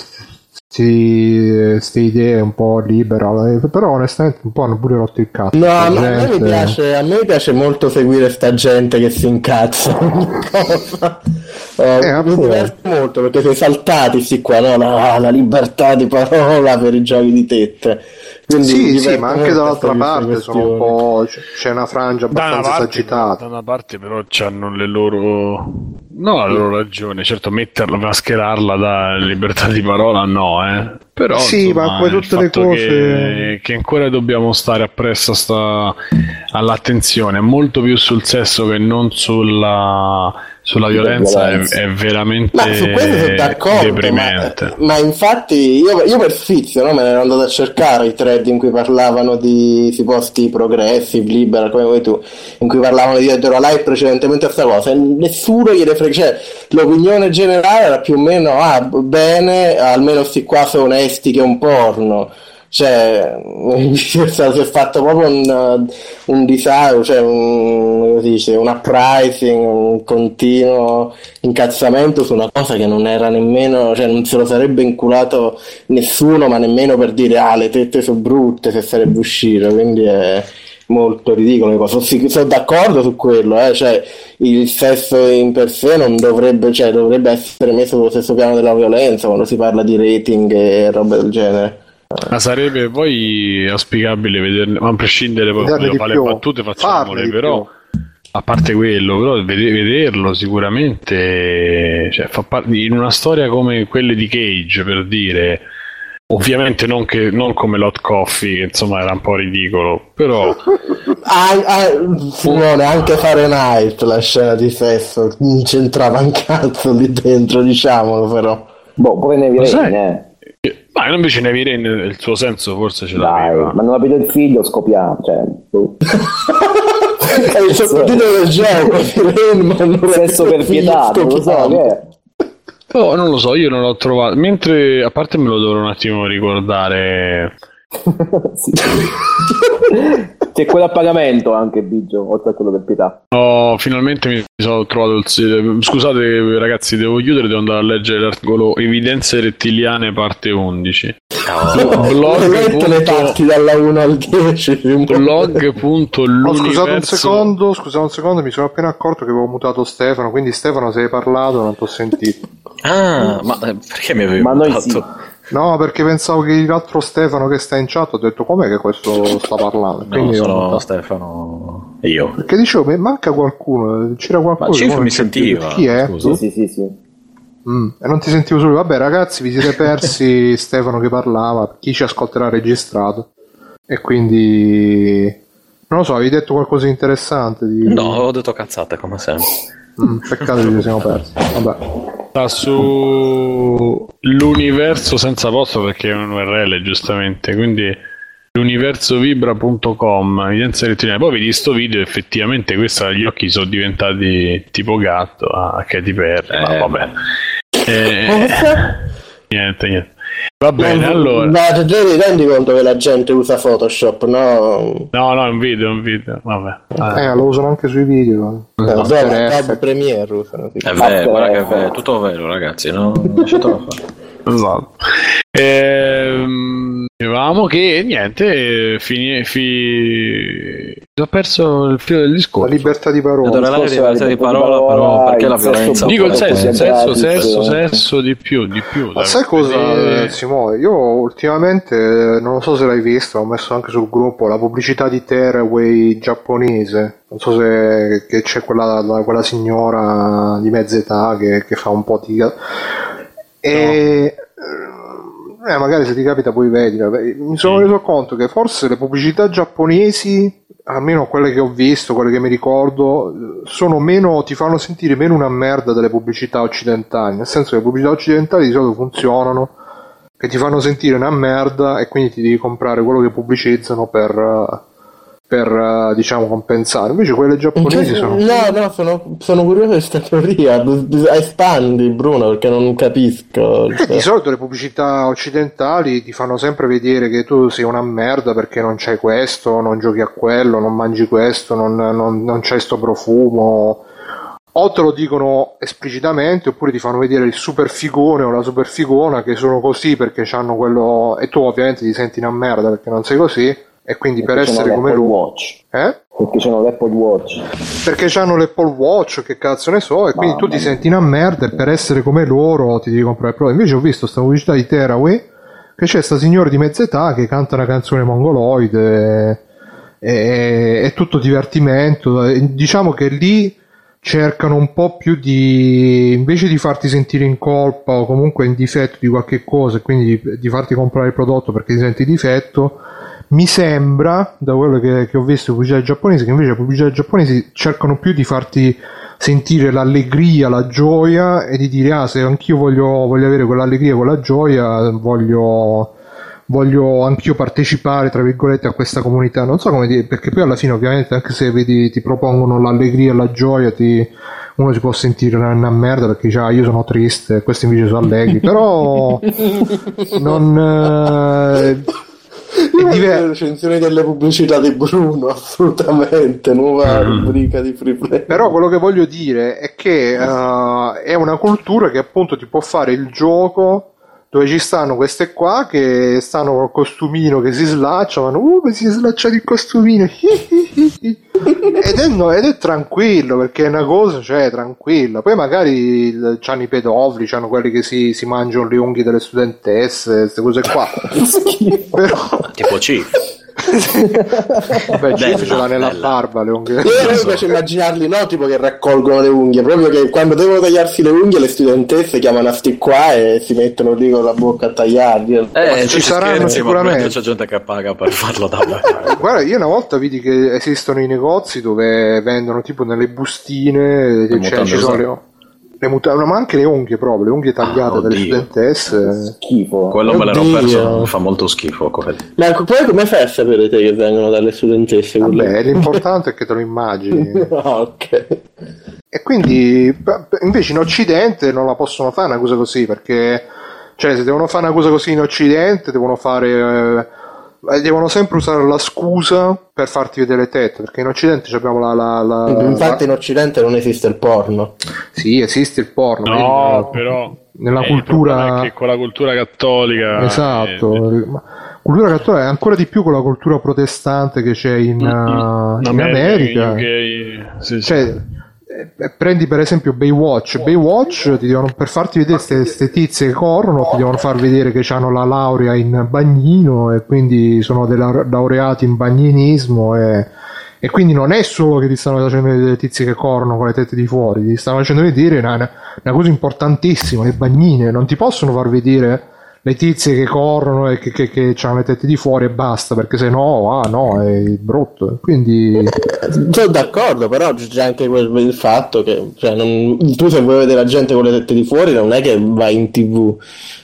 queste idee un po' libera, però onestamente un po' hanno pure rotto il cazzo. A me piace molto seguire sta gente che si incazza ogni cosa. Mi diverte molto perché sei saltati sti qua, la libertà di parola per i giochi di tette. Quindi sì, ma anche dall'altra parte sono un po', c'è una frangia abbastanza esagitata. Da una parte però c'hanno le loro ragioni, certo mascherarla da libertà di parola però sì, insomma, ma poi tutte le cose che ancora dobbiamo stare appresso all'attenzione molto più sul sesso che non sulla violenza è veramente deprimente. Ma infatti io per sfizio me ne ero andato a cercare i thread in cui parlavano di posti progressive, libera, come vuoi tu, in cui parlavano di Dead or Alive precedentemente a sta cosa, e nessuno gliene frega, cioè l'opinione generale era più o meno bene, almeno sti qua sono onesti che un porno. Cioè si è fatto proprio un disagio, cioè un uprising, un continuo incazzamento su una cosa che non era nemmeno, cioè non se lo sarebbe inculato nessuno, ma nemmeno per dire le tette sono brutte se sarebbe uscito, quindi è molto ridicolo. Sono d'accordo su quello, cioè il sesso in per sé non dovrebbe essere messo sullo stesso piano della violenza quando si parla di rating e roba del genere. Ma sarebbe poi auspicabile vederle, ma a prescindere poi fare le battute, facciamole, però a parte quello, però vederlo sicuramente, cioè, fa parte in una storia come quelle di Cage, per dire, ovviamente non come l'Hot Coffee, che insomma era un po' ridicolo, però Simone, anche Fahrenheit, la scena di sesso non c'entrava un cazzo lì dentro, diciamolo, però pure Heavy Rain, Ma invece Heavy Rain il suo senso forse ce dai, l'aveva. ma non avete il figlio, scopiamo, cioè... È il sottotitolo del gioco. Sesso per pietà, non lo so, che è? Oh, non lo so, io non l'ho trovato. Mentre, a parte me lo dovrò un attimo ricordare. Sì. C'è quello a pagamento anche, Biggio, oltre a quello per pietà. Oh, finalmente mi sono trovato il sito. Scusate ragazzi, devo chiudere, devo andare a leggere l'articolo Evidenze rettiliane parte 11. Blog. Le parti dalla 1 al 10. Blog.l'universo. Scusate un secondo, mi sono appena accorto che avevo mutato Stefano, quindi Stefano, se hai parlato non ti ho sentito. Ah, ma perché mi avevi Ma noi mutato? sì. No, perché pensavo che l'altro Stefano che sta in chat, ho detto com'è che questo sta parlando. No, sono Stefano. Io. Perché dicevo, mi manca qualcuno, c'era qualcuno. Ma Cif mi sentiva. Chi è? Scusa. Sì. E non ti sentivo solo. Vabbè ragazzi, vi siete persi Stefano che parlava, chi ci ascolterà registrato. E quindi non lo so, avevi detto qualcosa di interessante No, ho detto cazzate come sempre. Peccato che ci siamo persi. Vabbè. Sta su l'universo senza posto perché è un URL giustamente, quindi l'universovibra.com, evidenza rettiliane. Poi vedi sto video, effettivamente questi gli occhi sono diventati tipo gatto, Katy Perry, ma vabbè. Niente. Va bene, allora. Ma te ti rendi conto che la gente usa Photoshop, no? No, è un video, vabbè. Lo usano anche sui video. Adobe Premiere usano. Sì. È vero, guarda che è tutto vero, ragazzi, no? Lasciatelo fare. Esatto. Dicevamo che niente, ho perso il filo del discorso. La libertà di parola. La libertà di parola, però perché la violenza? Dico il sesso di più. Ma sai cosa, Simone? Io ultimamente, non so se l'hai visto, ho messo anche sul gruppo la pubblicità di Tearaway giapponese. Non so se che c'è quella signora di mezza età che fa un po' di... E magari se ti capita poi vedila. Mi sono reso conto che forse le pubblicità giapponesi, almeno quelle che ho visto, quelle che mi ricordo, sono meno, ti fanno sentire meno una merda delle pubblicità occidentali, nel senso che le pubblicità occidentali di solito funzionano, che ti fanno sentire una merda e quindi ti devi comprare quello che pubblicizzano per diciamo compensare. Invece quelle giapponesi sono... No, sono curioso di questa teoria. Espandi, Bruno, perché non capisco. Di solito le pubblicità occidentali ti fanno sempre vedere che tu sei una merda perché non c'hai questo, non giochi a quello, non mangi questo, non c'hai sto profumo, o te lo dicono esplicitamente, oppure ti fanno vedere il super figone o la super figona che sono così perché hanno quello, e tu ovviamente ti senti una merda perché non sei così. E quindi perché per essere come lui, perché c'hanno l'Apple Watch, perché c'hanno l'Apple Watch, che cazzo ne so, e quindi tu ti senti una merda e per essere come loro ti devi comprare il prodotto. Invece ho visto sta pubblicità di Tearaway che c'è sta signora di mezza età che canta una canzone mongoloide, è tutto divertimento. Diciamo che lì cercano un po' più di, invece di farti sentire in colpa o comunque in difetto di qualche cosa e quindi di farti comprare il prodotto perché ti senti difetto, mi sembra, da quello che ho visto pubblicità giapponesi, che invece le pubblicità giapponesi cercano più di farti sentire l'allegria, la gioia e di dire se anch'io voglio avere quell'allegria, quella gioia, voglio anch'io partecipare tra virgolette a questa comunità. Non so come dire, perché poi alla fine ovviamente anche se vedi ti propongono l'allegria e la gioia, uno si può sentire una merda perché dice io sono triste e questi invece sono allegri, però non le recensioni delle pubblicità di Bruno, assolutamente nuova rubrica di Free Play. Però quello che voglio dire è che è una cultura che appunto ti può fare il gioco dove ci stanno queste qua che stanno col costumino che si slacciano, mi si è slacciato il costumino ed è tranquillo perché è una cosa, cioè tranquilla. Poi magari c'hanno i pedofili, c'hanno quelli che si mangiano le unghie delle studentesse, queste cose qua. Però tipo C. Beh, Cif ce l'ha nella barba le unghie. Io mi piace immaginarli, no? Tipo che raccolgono le unghie, proprio che quando devono tagliarsi le unghie le studentesse chiamano a sti qua e si mettono lì con la bocca a tagliarli. Ci saranno sicuramente. C'è gente che paga per farlo da Guarda, io una volta vidi che esistono i negozi dove vendono tipo nelle bustine, cioè ci sono ma anche le unghie proprio, le unghie tagliate delle studentesse. Schifo. Quello me l'ero perso, fa molto schifo. Ma poi come fai a sapere te che vengono dalle studentesse? Vabbè, l'importante è che te lo immagini. Ok. E quindi invece in Occidente non la possono fare una cosa così, perché cioè se devono fare una cosa così in Occidente devono sempre usare la scusa per farti vedere le tette, perché in Occidente abbiamo infatti in Occidente non esiste il porno. Sì, esiste il porno. No, però nella cultura, che con la cultura cattolica, esatto, cultura cattolica, ancora di più con la cultura protestante che c'è in America. Cioè, prendi per esempio Baywatch, ti devono, per farti vedere queste tizie che corrono, ti devono far vedere che hanno la laurea in bagnino e quindi sono laureati in bagninismo e quindi non è solo che ti stanno facendo vedere le tizie che corrono con le tette di fuori, ti stanno facendo vedere una cosa importantissima, le bagnine. Non ti possono far vedere le tizie che corrono e che hanno le tette di fuori e basta, perché se no, è brutto. Quindi sono d'accordo, però c'è anche il fatto che tu se vuoi vedere la gente con le tette di fuori non è che vai in TV.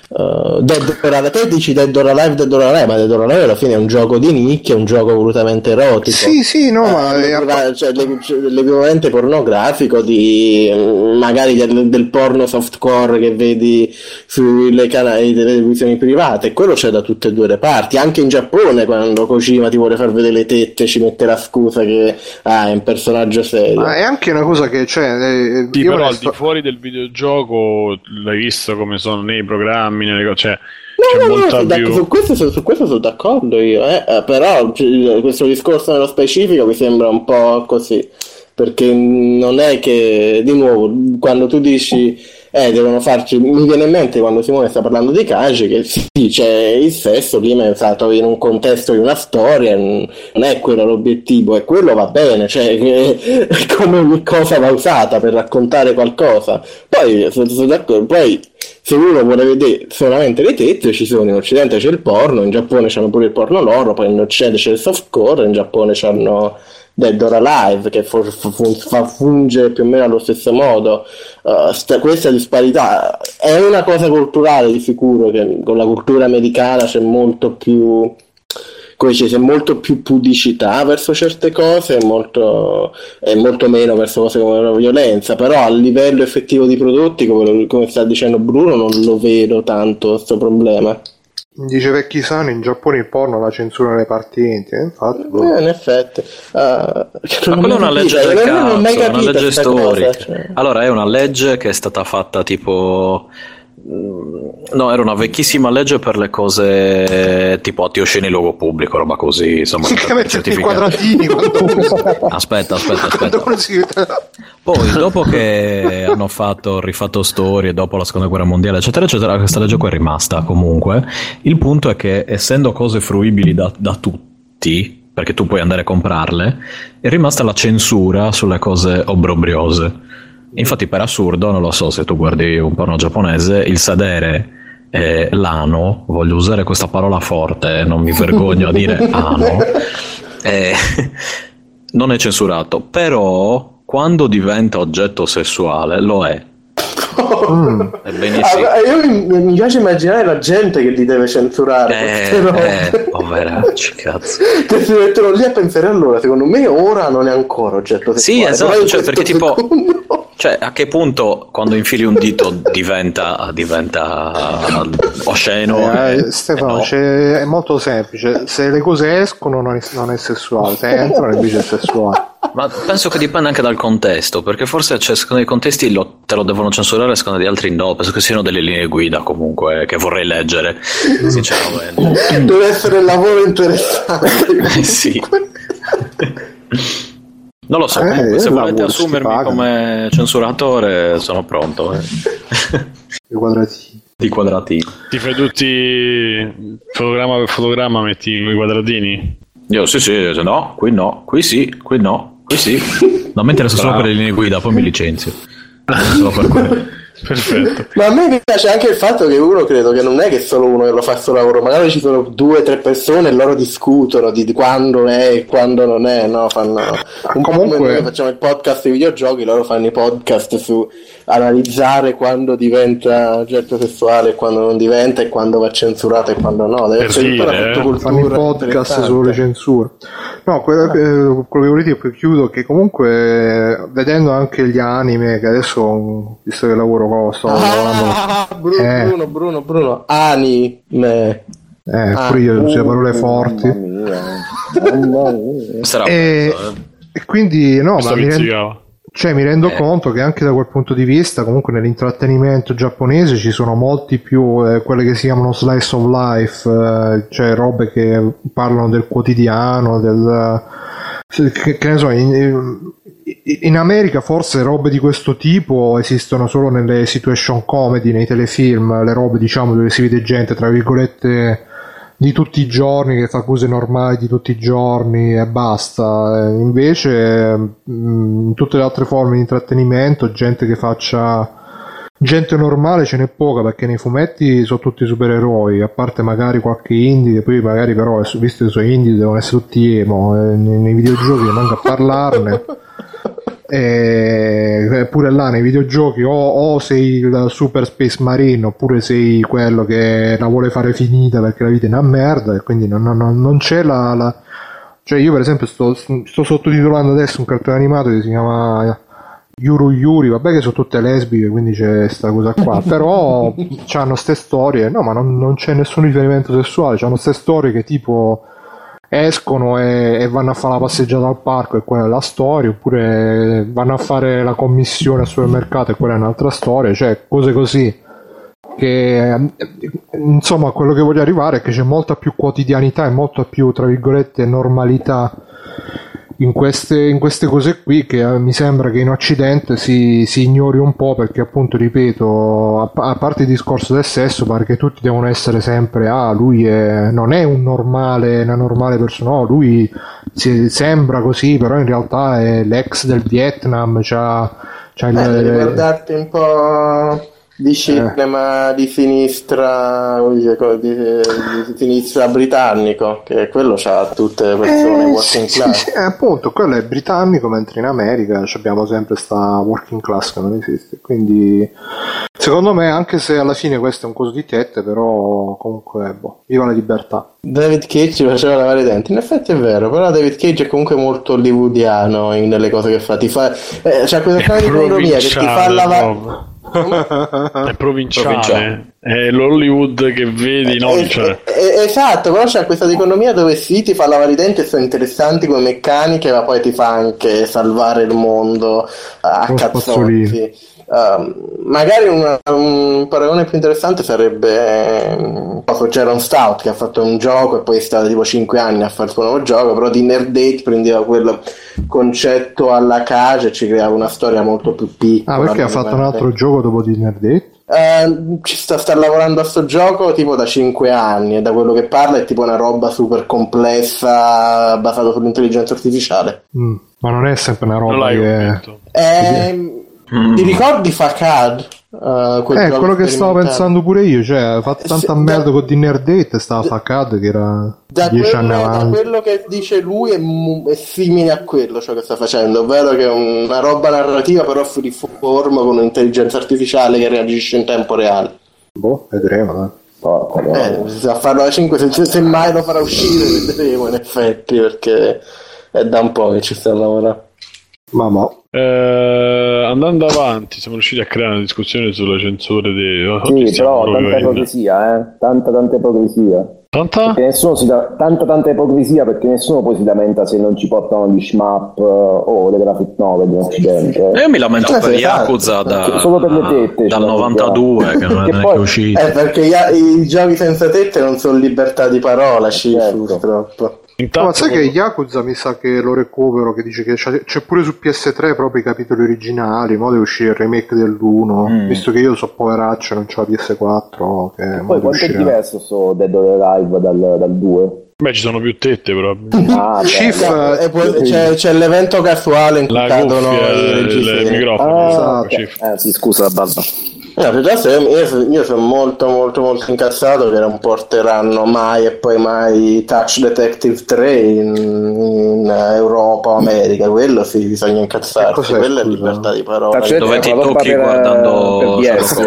Te dici Dead or Alive, ma Dead or Alive alla fine è un gioco di nicchia, è un gioco volutamente erotico. Sì, no, ma l'equivalente pornografico di magari del porno softcore che vedi sulle canali di televisioni private. Quello c'è da tutte e due le parti. Anche in Giappone, quando Kojima ti vuole far vedere le tette, ci mette la scusa che è un personaggio serio. Ma è anche una cosa che c'è. Sì, però al di fuori del videogioco l'hai visto come sono nei programmi, nelle cose, su questo sono d'accordo io, però questo discorso nello specifico mi sembra un po' così, perché non è che, di nuovo, quando tu dici devono farci, mi viene in mente quando Simone sta parlando di Kaji che sì, c'è il sesso lì, ma è stato in un contesto di una storia, non è quello l'obiettivo, e quello va bene, cioè è come ogni cosa va usata per raccontare qualcosa. Poi se uno vuole vedere solamente le tette, ci sono, in Occidente c'è il porno, in Giappone c'hanno pure il porno loro, poi in Occidente c'è il softcore, in Giappone c'hanno Dead or Alive che funge più o meno allo stesso modo. Questa disparità è una cosa culturale di sicuro, che con la cultura americana c'è molto più, c'è molto più pudicità verso certe cose e molto meno verso cose come la violenza, però a livello effettivo di prodotti, come sta dicendo Bruno, non lo vedo tanto questo problema. Dice Vecchi Sani, in Giappone il porno la censura nelle parti intime, infatti. In effetti. Ma quella è una legge del cazzo, una legge storica. Allora, è una legge che è stata fatta tipo... No, era una vecchissima legge per le cose tipo atti osceni in luogo pubblico, roba così, insomma. I quadratini aspetta. Poi dopo che hanno rifatto storie dopo la seconda guerra mondiale eccetera eccetera, questa legge qua è rimasta comunque. Il punto è che essendo cose fruibili da tutti, perché tu puoi andare a comprarle, è rimasta la censura sulle cose obbrobriose. Infatti, per assurdo, non lo so se tu guardi un porno giapponese, il sedere l'ano, voglio usare questa parola forte, non mi vergogno a dire ano, non è censurato, però quando diventa oggetto sessuale lo è. Ebbene sì. Mi piace immaginare la gente che li deve censurare, poveracci, cazzo, che si mettono lì a pensare, allora secondo me ora non è ancora oggetto sessuale. Sì, esatto, cioè, perché tipo cioè, a che punto quando infili un dito diventa osceno? Stefano, no. È molto semplice, se le cose escono non è sessuale, se entrano invece è sessuale. Ma penso che dipenda anche dal contesto, perché forse secondo i contesti te lo devono censurare, secondo gli altri no. Penso che siano delle linee guida comunque che vorrei leggere, sinceramente. Deve essere un lavoro interessante. Sì. Non lo so, se volete assumermi come censuratore sono pronto. I quadratini. Ti fai tutti fotogramma per fotogramma, metti i quadratini? Io sì, no, qui sì, non mi interessa solo per le linee guida, poi mi licenzio. Solo per quello. Perfetto. Ma a me piace anche il fatto che uno, credo che non è che solo uno che lo fa sto lavoro, magari ci sono 2 o 3 persone e loro discutono di quando è e quando non è, no? Fanno un po' come noi facciamo il podcast sui videogiochi, loro fanno i podcast su analizzare quando diventa oggetto sessuale e quando non diventa, e quando va censurato e quando no. Deve essere tutta la cultura. Fanno i podcast sulle censure. No, quello che volevo dire, poi chiudo, che comunque vedendo anche gli anime, che adesso, visto che lavoro sto lavorando Bruno anime, pure io uso parole forti. E quindi no, ma mi rendo conto che anche da quel punto di vista, comunque nell'intrattenimento giapponese ci sono molti più quelle che si chiamano slice of life, cioè robe che parlano del quotidiano, che ne so, in America forse robe di questo tipo esistono solo nelle situation comedy, nei telefilm, le robe diciamo dove si vede gente tra virgolette di tutti i giorni che fa cose normali di tutti i giorni e basta. Invece in tutte le altre forme di intrattenimento gente che faccia gente normale ce n'è poca, perché nei fumetti sono tutti supereroi, a parte magari qualche indie, che poi magari però visto che sono indie devono essere tutti emo, nei videogiochi manca a parlarne. Pure là nei videogiochi o sei il Super Space Marine oppure sei quello che la vuole fare finita perché la vita è una merda, e quindi non c'è cioè io per esempio sto sottotitolando adesso un cartone animato che si chiama Yuri, vabbè che sono tutte lesbiche, quindi c'è sta cosa qua, però c'hanno ste storie, no, ma non c'è nessun riferimento sessuale, c'hanno ste storie che tipo escono e vanno a fare la passeggiata al parco e quella è la storia, oppure vanno a fare la commissione al supermercato e quella è un'altra storia, cioè cose così che insomma quello che voglio arrivare è che c'è molta più quotidianità e molta più tra virgolette normalità in queste cose qui, che mi sembra che in Occidente si ignori un po', perché appunto ripeto, a parte il discorso del sesso, pare che tutti devono essere sempre lui non è una normale persona, no, lui sembra così, però in realtà è l'ex del Vietnam, devi guardarti un po' di cinema di sinistra, di sinistra britannico, che quello c'ha tutte le persone working class. Sì, appunto, quello è britannico, mentre in America abbiamo sempre sta working class che non esiste. Quindi secondo me, anche se alla fine questo è un coso di tette, però comunque viva la libertà. David Cage faceva lavare i denti, in effetti è vero, però David Cage è comunque molto hollywoodiano nelle cose che fa, c'ha questa strana economia che ti fa lavare. È provinciale, è l'Hollywood che vedi, no? Esatto, però c'è questa dicotomia dove sì, ti fa lavare i denti e sono interessanti come meccaniche, ma poi ti fa anche salvare il mondo a cazzotti. Magari un paragone più interessante sarebbe Jaron Stout, che ha fatto un gioco e poi è stato tipo 5 anni a fare il suo nuovo gioco, però di Nerd Date prendeva quel concetto alla Cage e ci creava una storia molto più piccola. Perché ha fatto un altro gioco dopo di Nerd Date? Ci sta lavorando a sto gioco tipo da 5 anni, e da quello che parla è tipo una roba super complessa basata sull'intelligenza artificiale. Ma non è sempre una roba ti ricordi Facade? Quello che stavo pensando pure io, cioè ha fatto tanta merda con Dinner Date, stava Facade che era 10 anni avanti. Da quello che dice lui è simile a quello ciò che sta facendo, ovvero che è una roba narrativa però freeform con un'intelligenza artificiale che reagisce in tempo reale. Vedremo, a farlo da 5, se mai lo farà uscire vedremo in effetti, perché è da un po' che ci sta lavorando. Andando avanti, siamo riusciti a creare una discussione sulla censura sì, però tanta ipocrisia, tanta ipocrisia. Perché nessuno tanta ipocrisia, perché nessuno poi si lamenta se non ci portano gli shmup o le graphic novel in Occidente. Io mi lamento per Yakuza solo per le tette, dal 92 che non è neanche uscito. Perché i giochi senza tette non sono libertà di parola, purtroppo. Ma sai che Yakuza mi sa che lo recupero, che dice che c'è pure su PS3 proprio i capitoli originali, mo deve uscire il remake dell'1, visto che io so poveraccio, non c'ho la PS4 che poi quanto è diverso sto Dead or Alive dal 2? Beh, ci sono più tette proprio. C'è l'evento casuale in cui cadono il microfono. Sì, scusa la barba. No, piuttosto io sono molto molto molto incazzato che non porteranno mai e poi mai Touch Detective 3 in Europa o America. Quello sì, bisogna incazzarsi, quella è libertà di parola. Dove ti tocchi guardando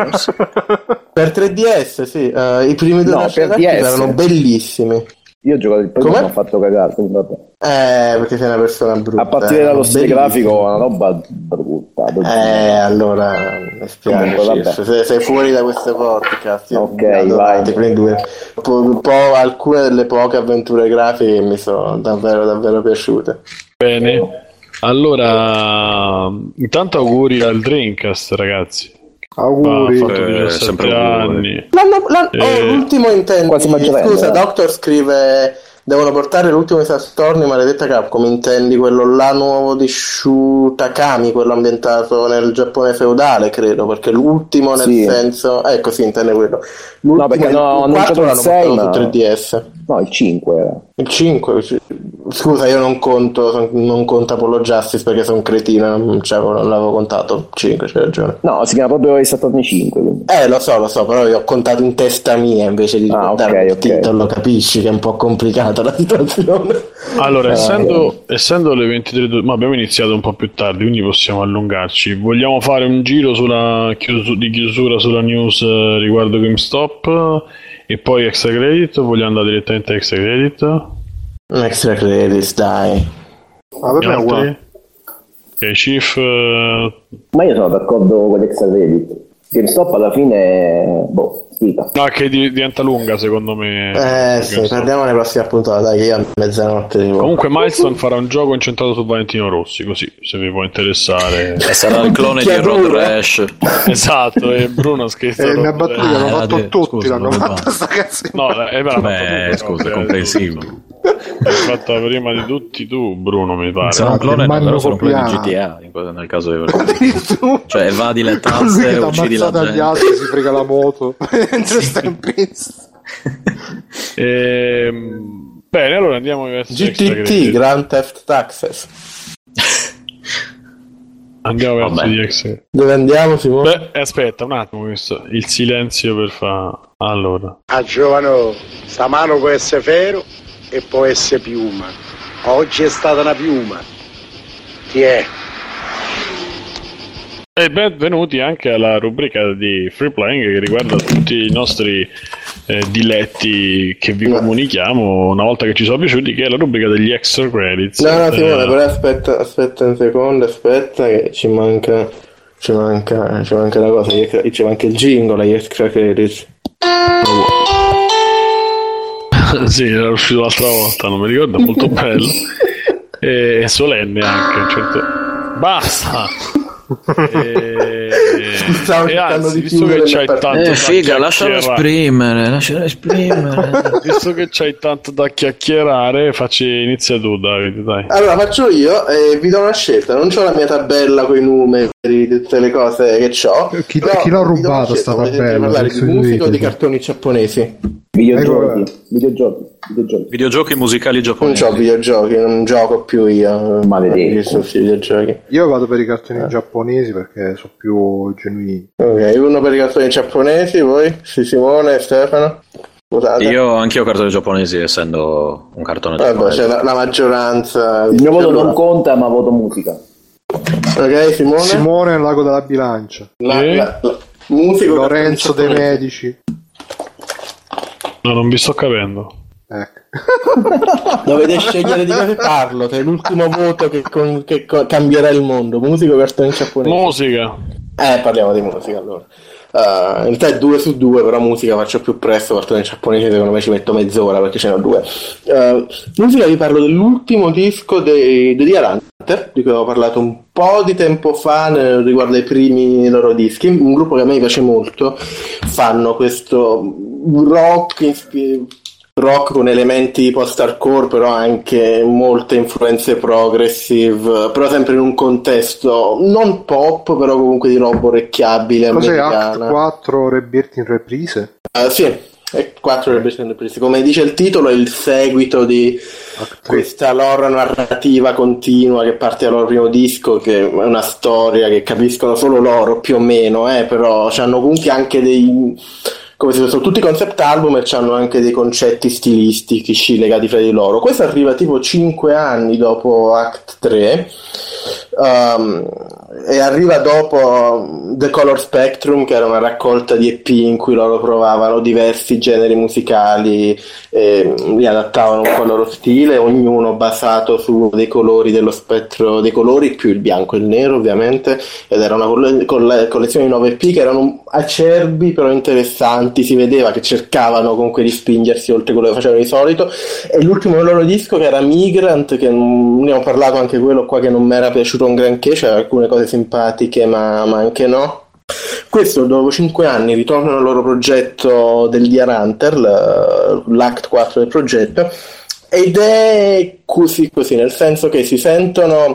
per 3DS, sì, i primi due erano bellissimi. Io ho giocato il primo e mi ho fatto cagare, quindi vabbè. Perché sei una persona brutta. A partire dallo stile grafico, una roba brutta. Allora mi spiace. Sei fuori da queste podcast. Ok, vai. Ti prendi un po' alcune delle poche avventure grafiche che mi sono davvero davvero piaciute. Bene. Allora, intanto auguri al Dreamcast, ragazzi. Auguri. Ha fatto 17 anni. L'ultimo intento. Scusa, Doctor scrive: devono portare l'ultimo di Saturni, maledetta Capcom. Intendi quello là nuovo di Shutakami, quello ambientato nel Giappone feudale, credo, perché l'ultimo nel senso sì, intende quello. No, perché non c'è il 6 ma... 3DS. No, il 5 era. Il 5, scusa, io non conto Apollo Justice perché sono un cretino, non l'avevo contato. 5, c'hai ragione. No, si chiama proprio il Saturn 5. Quindi. Lo so, però io ho contato in testa mia invece di ricordare il titolo, capisci che è un po' complicata la situazione. Allora, essendo le 23, ma abbiamo iniziato un po' più tardi, quindi possiamo allungarci. Vogliamo fare un giro di chiusura sulla news riguardo GameStop e poi extra credit, o vogliamo andare direttamente a extra credit? Extra credits, dai. Per me è uguale. Ok, Chief. Ma io sono d'accordo con l'extra credit. GameStop alla fine schifo. No, che diventa lunga secondo me. Sì, parliamo nella prossima puntata, dai, che io a mezzanotte comunque Milestone farà un gioco incentrato su Valentino Rossi, così se vi può interessare. E sarà il clone di Road Rash. Esatto, e Bruno scherza. Mi ha battuto, l'hanno fatto tutti, scusa, l'hanno fatto sta cazzina. Scusa, comprensibile. L'hai fatta prima di tutti tu, Bruno, mi pare. Sarà un clone, però sarà un clone di GTA nel caso di cioè va di lettanze e uccidi la gente. Agli altri si frega la moto mentre sta in pista. Bene, allora andiamo verso GTT, Grand Theft Taxes. Andiamo verso gli ex. Dove andiamo, Simone? Aspetta un attimo, il silenzio per fa. Allora. A giovano, sta mano può essere ferro e può essere piuma. Oggi è stata una piuma. Chi è? E benvenuti anche alla rubrica di Free Playing che riguarda tutti i nostri diletti che vi comunichiamo una volta che ci sono piaciuti, che è la rubrica degli extra credits. No, Simone, però aspetta un secondo, che ci manca una cosa, ci manca il jingle agli extra credits. Sì, era uscito l'altra volta, non mi ricordo, molto bello e solenne anche, certo. Basta. E anzi, visto che c'hai tanto figa, lascialo esprimere. Visto che c'hai tanto da chiacchierare, inizia tu, Davide, dai. Allora faccio io e vi do una scelta. Non c'ho la mia tabella con i numeri di tutte le cose che c'ho. Chi l'ha rubato sta tabella? Parlare di musica o di cartoni giapponesi? Videogiochi musicali giapponesi. Non c'ho videogiochi, non gioco più io. Maledetto. Videogiochi. Io vado per i cartoni giapponesi perché sono più genuini. Ok, uno per i cartoni giapponesi, voi? Sì, Simone, Stefano? Scusate. Io anch'io cartoni giapponesi, essendo un cartone giapponese. C'è la maggioranza. Il mio voto non conta, ma voto musica. Ok, Simone il lago della bilancia. Musica. Lorenzo dei Medici. No, non vi sto capendo. Dovete scegliere di cosa parlo. È l'ultimo voto che cambierà il mondo. Musica o cartoni giapponesi? Musica. Parliamo di musica allora. In realtà è 2 su 2, però musica faccio più presto. Cartoni giapponesi secondo me ci metto mezz'ora perché ce ne ho 2. Musica vi parlo dell'ultimo disco dei Dear Hunter, di cui avevo parlato un po' di tempo fa riguardo ai primi loro dischi. Un gruppo che a me piace molto. Fanno questo rock con elementi post-hardcore, però anche molte influenze progressive, però sempre in un contesto non pop, però comunque di roba orecchiabile. Cos'è americana. Act 4 Rebirth in reprise? Sì, E 4 delle prese. Come dice il titolo, è il seguito di questa loro narrativa continua che parte dal loro primo disco, che è una storia che capiscono solo loro più o meno, però hanno comunque anche dei, come se sono tutti concept album e hanno anche dei concetti stilistici legati fra di loro. Questo arriva tipo 5 anni dopo Act 3, e arriva dopo The Color Spectrum, che era una raccolta di EP in cui loro provavano diversi generi musicali e li adattavano un po' al loro stile, ognuno basato su dei colori dello spettro dei colori, più il bianco e il nero ovviamente, ed era una collezione di 9 EP che erano acerbi però interessanti, si vedeva che cercavano comunque di spingersi oltre quello che facevano di solito. E l'ultimo del loro disco, che era Migrant, che ne ho parlato anche quello qua, che non mi era piaciuto un granché, c'era alcune cose simpatiche ma anche no. Questo dopo 5 anni ritornano al loro progetto del Deer Hunter, l'Act 4 del progetto, ed è così, nel senso che si sentono,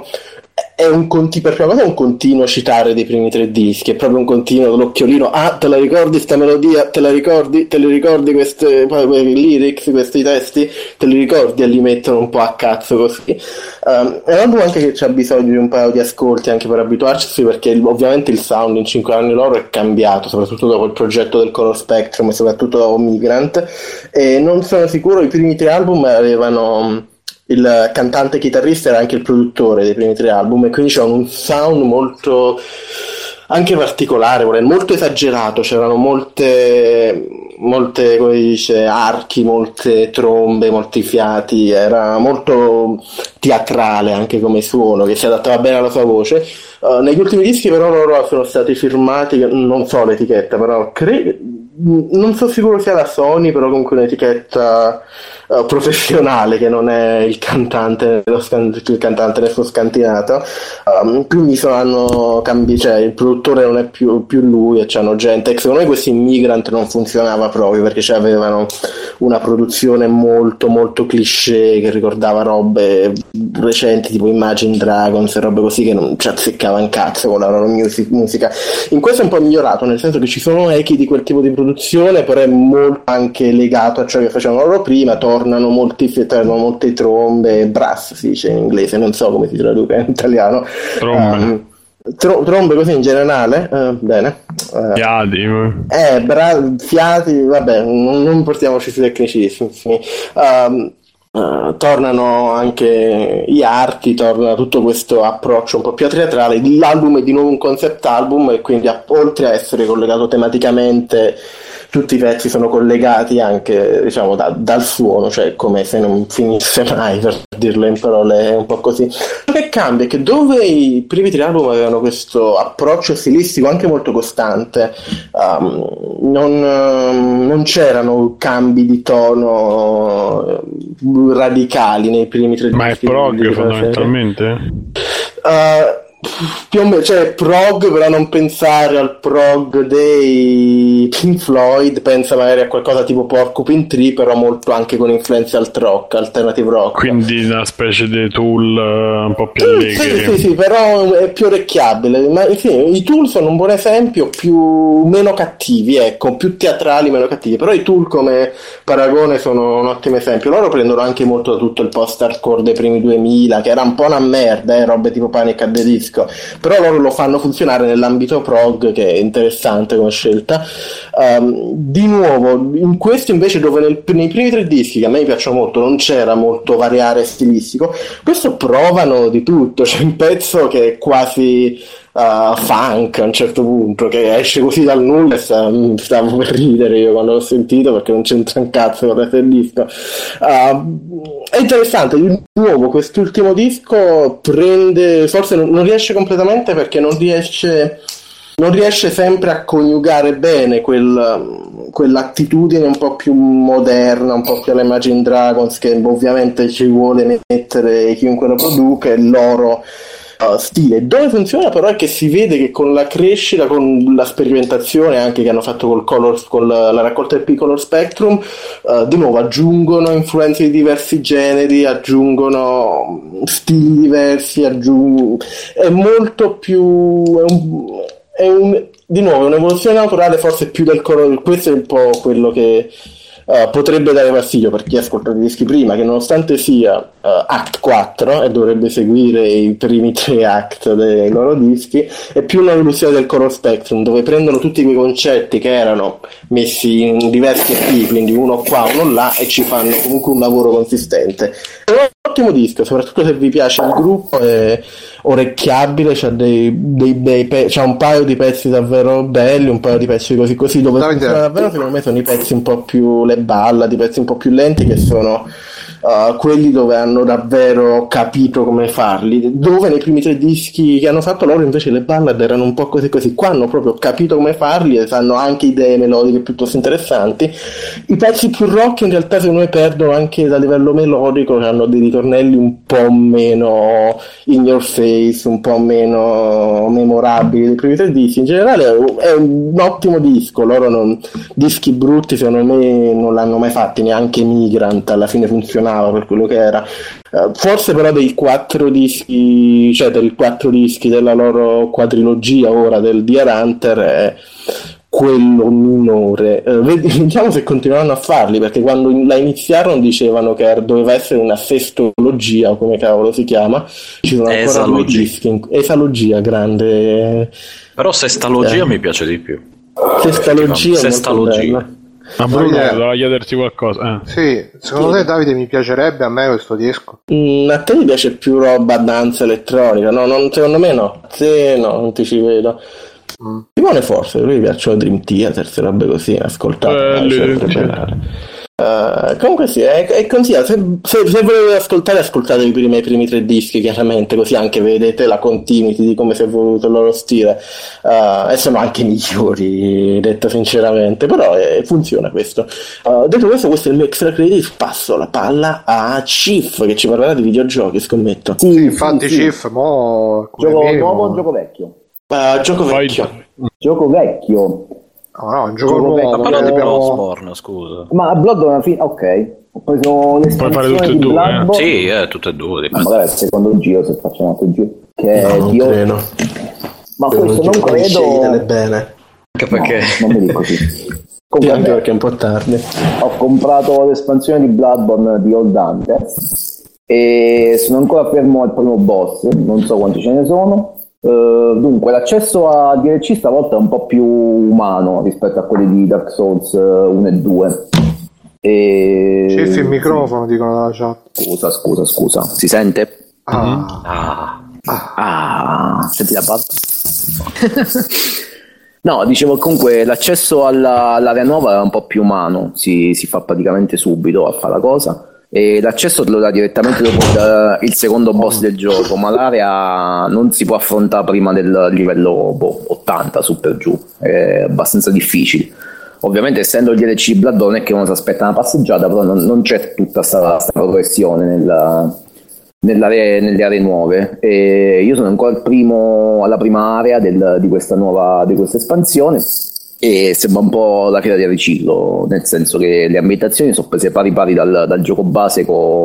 per prima cosa è un continuo citare dei primi 3 dischi, è proprio un continuo l'occhiolino, te la ricordi sta melodia, te li ricordi queste lyrics, questi testi, te li ricordi, e li mettono un po' a cazzo così. È un album anche che c'ha bisogno di un paio di ascolti anche per abituarci, perché ovviamente il sound in 5 anni loro è cambiato, soprattutto dopo il progetto del Color Spectrum e soprattutto dopo Migrant, e non sono sicuro, i primi 3 album avevano il cantante chitarrista era anche il produttore dei primi 3 album, e quindi c'era un sound molto anche particolare, molto esagerato, c'erano molte come dice archi, molte trombe, molti fiati, era molto teatrale anche come suono, che si adattava bene alla sua voce. Negli ultimi dischi però loro sono stati firmati, non so l'etichetta, però non sono sicuro sia la Sony, però comunque un'etichetta professionale, che non è il cantante nel suo scantinato, quindi hanno cioè il produttore non è più lui, e c'hanno gente che secondo me questi Immigrant non funzionava proprio perché avevano una produzione molto molto cliché che ricordava robe recenti tipo Imagine Dragons e robe così, che non ci azzeccava un cazzo con la loro musica. In questo è un po' migliorato, nel senso che ci sono echi di quel tipo di produzione, però è molto anche legato a ciò che facevano loro prima, tornano molte trombe, brass si dice in inglese, non so come si traduce in italiano. Trombe così in generale, bene. Fiati, vabbè, non portiamoci sui tecnicismi. Tornano anche gli archi, torna tutto questo approccio un po' più teatrale. L'album è di nuovo un concept album, e quindi oltre a essere collegato tematicamente, tutti i pezzi sono collegati anche, diciamo, dal suono, cioè come se non finisse mai, per dirlo in parole un po' così. Ciò che cambia è che dove i primi 3 album avevano questo approccio stilistico anche molto costante, non c'erano cambi di tono radicali nei primi 3 dischi. Ma è prog fondamentalmente? Più o meno, cioè prog, però non pensare al prog dei Pink Floyd, pensa magari a qualcosa tipo Porcupine Tree, però molto anche con influenze alternative rock, quindi una specie di Tool un po' più allegri. sì, però è più orecchiabile. Ma i Tool sono un buon esempio, meno cattivi, ecco, più teatrali, meno cattivi, però i Tool come paragone sono un ottimo esempio. Loro prendono anche molto da tutto il post-hardcore dei primi 2000, che era un po' una merda, robe tipo Panic at the Disco, però loro lo fanno funzionare nell'ambito prog, che è interessante come scelta. Di nuovo in questo invece, dove nei primi 3 dischi, che a me piacciono molto, non c'era molto variare stilistico, questo provano di tutto. C'è un pezzo che è quasi funk a un certo punto, che esce così dal nulla, e stavo per ridere io quando l'ho sentito, perché non c'entra un cazzo con il disco. È interessante. Di nuovo quest'ultimo disco forse non riesce completamente, perché non riesce sempre a coniugare bene quell'attitudine un po' più moderna, un po' più alla Imagine Dragons, che ovviamente ci vuole mettere chiunque lo produca, e il loro stile. Dove funziona però è che si vede che con la crescita, con la sperimentazione anche che hanno fatto con la raccolta del Color Spectrum, di nuovo aggiungono influenze di diversi generi, aggiungono stili diversi, è molto più di nuovo un'evoluzione naturale, forse più del colore. Questo è un po' quello che potrebbe dare fastidio per chi ha ascoltato i dischi prima, che nonostante sia Act 4 e dovrebbe seguire i primi 3 act dei loro dischi, è più un'evoluzione del Color Spectrum, dove prendono tutti quei concetti che erano messi in diversi EP, quindi uno qua, uno là, e ci fanno comunque un lavoro consistente. È un ottimo disco, soprattutto se vi piace il gruppo, è orecchiabile, c'ha c'ha un paio di pezzi davvero belli, un paio di pezzi così dove davvero secondo me sono i pezzi un po' più, le ballad, i pezzi un po' più lenti, che sono quelli dove hanno davvero capito come farli, dove nei primi 3 dischi che hanno fatto loro invece le ballad erano un po' così. Qua hanno proprio capito come farli e fanno anche idee melodiche piuttosto interessanti. I pezzi più rock in realtà secondo me perdono anche da livello melodico, hanno dei ritornelli un po' meno in your face, un po' meno memorabili dei primi 3 dischi. In generale è un ottimo disco, dischi brutti secondo me non l'hanno mai fatti, neanche Migrant alla fine funzionava per quello che era. Forse però dei 4 dischi, cioè dei 4 dischi della loro quadrilogia ora del Deer Hunter, è quello minore. Vediamo se continueranno a farli, perché quando la iniziarono dicevano che doveva essere una sestologia, o come cavolo si chiama. Ci sono ancora 2 dischi. Esalogia, grande. Però sestalogia mi piace di più. Sestalogia. Ma Bruno doveva chiederti qualcosa. Sì, secondo te, Davide, mi piacerebbe a me questo disco? A te mi piace più roba danza elettronica? No, secondo me no. Sì, no, non ti ci vedo. Simone forse, lui piacciono Dream Theater, se robe così, ascoltate. Comunque sì, è consigliato. Se volete ascoltate i primi 3 dischi, chiaramente, così anche vedete la continuity di come si è evoluto il loro stile, e sono anche migliori, detto sinceramente, però funziona questo. Detto questo è il mio extra credit. Passo la palla a Chief, che ci parlerà di videogiochi, scommetto. Sì, infatti sì. Chief, mo gioco nuovo o gioco vecchio? Gioco vecchio. No, un gioco nuovo. Ma parla di Bloodborne, scusa. Ma Bloodborne ok. Ho preso puoi fare tutte e due, Sì, tutte e due. Ma magari il secondo giro, se facciamo altro giro. Che no, io... credo. Ma questo non credo. Bene. Anche perché no, non mi dico così. Anche perché è un po' tardi. Ho comprato l'espansione di Bloodborne di Old Hunter e sono ancora fermo al primo boss, non so quanti ce ne sono. Dunque l'accesso a DLC stavolta è un po' più umano rispetto a quelli di Dark Souls 1 e 2. Ciffi il microfono, dicono dalla chat. Scusa, si sente? Senti la parte? No, dicevo, comunque l'accesso all'area nuova è un po' più umano, si fa praticamente subito a fare la cosa. E l'accesso te lo dà direttamente dopo il secondo boss del gioco, ma l'area non si può affrontare prima del livello 80 su per giù, è abbastanza difficile. Ovviamente, essendo il DLC di Bloodborne, non è che uno si aspetta una passeggiata, però non c'è tutta questa progressione nelle aree nuove. E io sono ancora alla prima area di questa espansione. E sembra un po' la fiera di riciclo, nel senso che le ambientazioni sono prese pari dal gioco base,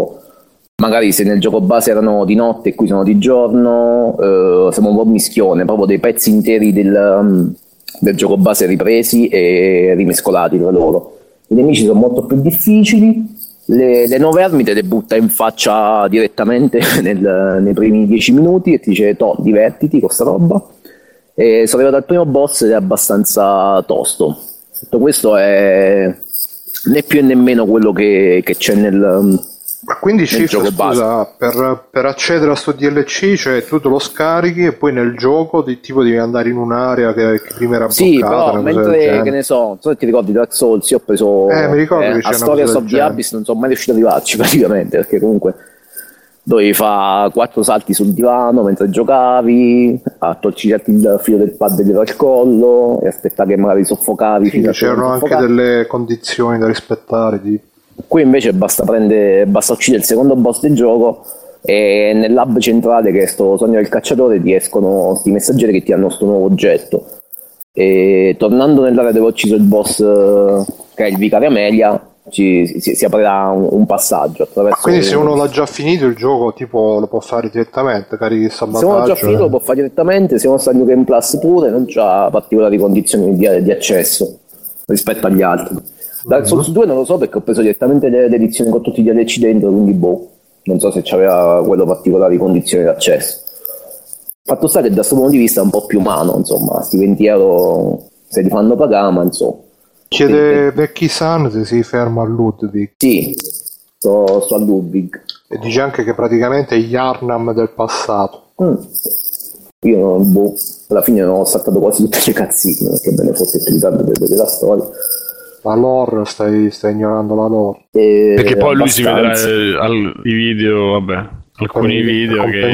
magari se nel gioco base erano di notte e qui sono di giorno, sembra un po' un mischione, proprio dei pezzi interi del gioco base ripresi e rimescolati tra loro. I nemici sono molto più difficili, le nuove armi te le butta in faccia direttamente nei primi 10 minuti e ti dice divertiti con sta roba. E sono arrivato al primo boss ed è abbastanza tosto. Tutto questo è né più e nemmeno quello che c'è nel ma quindi nel gioco base. Per accedere a sto DLC, cioè tu te lo scarichi e poi nel gioco tipo devi andare in un'area che prima era bloccata. Sì, però mentre, che ne so, ti ricordi Dark Souls, io ho preso mi ricordo che a Stories of the Abyss, non sono mai riuscito ad arrivarci praticamente, perché comunque dovevi fare 4 salti sul divano mentre giocavi, a torcerti il filo del pad dietro al collo e aspettare che magari soffocavi. Sì, c'erano anche delle condizioni da rispettare. Qui invece basta uccidere il secondo boss del gioco e nel lab centrale, che è sto sogno del cacciatore, ti escono questi messaggeri che ti hanno sto nuovo oggetto. E tornando nell'area dove ho ucciso il boss, che è il vicario Amelia, si aprirà un passaggio attraverso. Quindi se uno l'ha già finito il gioco, tipo lo può fare direttamente, carichi il salvataggio. Se uno l'ha già finito lo può fare direttamente, se uno sta in New Game Plus pure non c'ha particolari condizioni di accesso rispetto agli altri. Dark Souls 2 non lo so perché ho preso direttamente l'edizione con tutti gli DLC dentro, quindi non so se c'aveva quello particolari condizioni d'accesso. Fatto sta che da questo punto di vista è un po' più umano, insomma, sti 20 euro se li fanno pagare, ma insomma. Chiede Becky San se si ferma a Ludwig. Sì, sto a Ludwig. E dice anche che praticamente è Yarnam del passato. Io alla fine non ho saltato quasi tutte le cazzine, perché me ne fosse più tanto per vedere la storia. La lore, stai ignorando la lore. Perché poi lui si vedrà i video, vabbè, alcuni video che...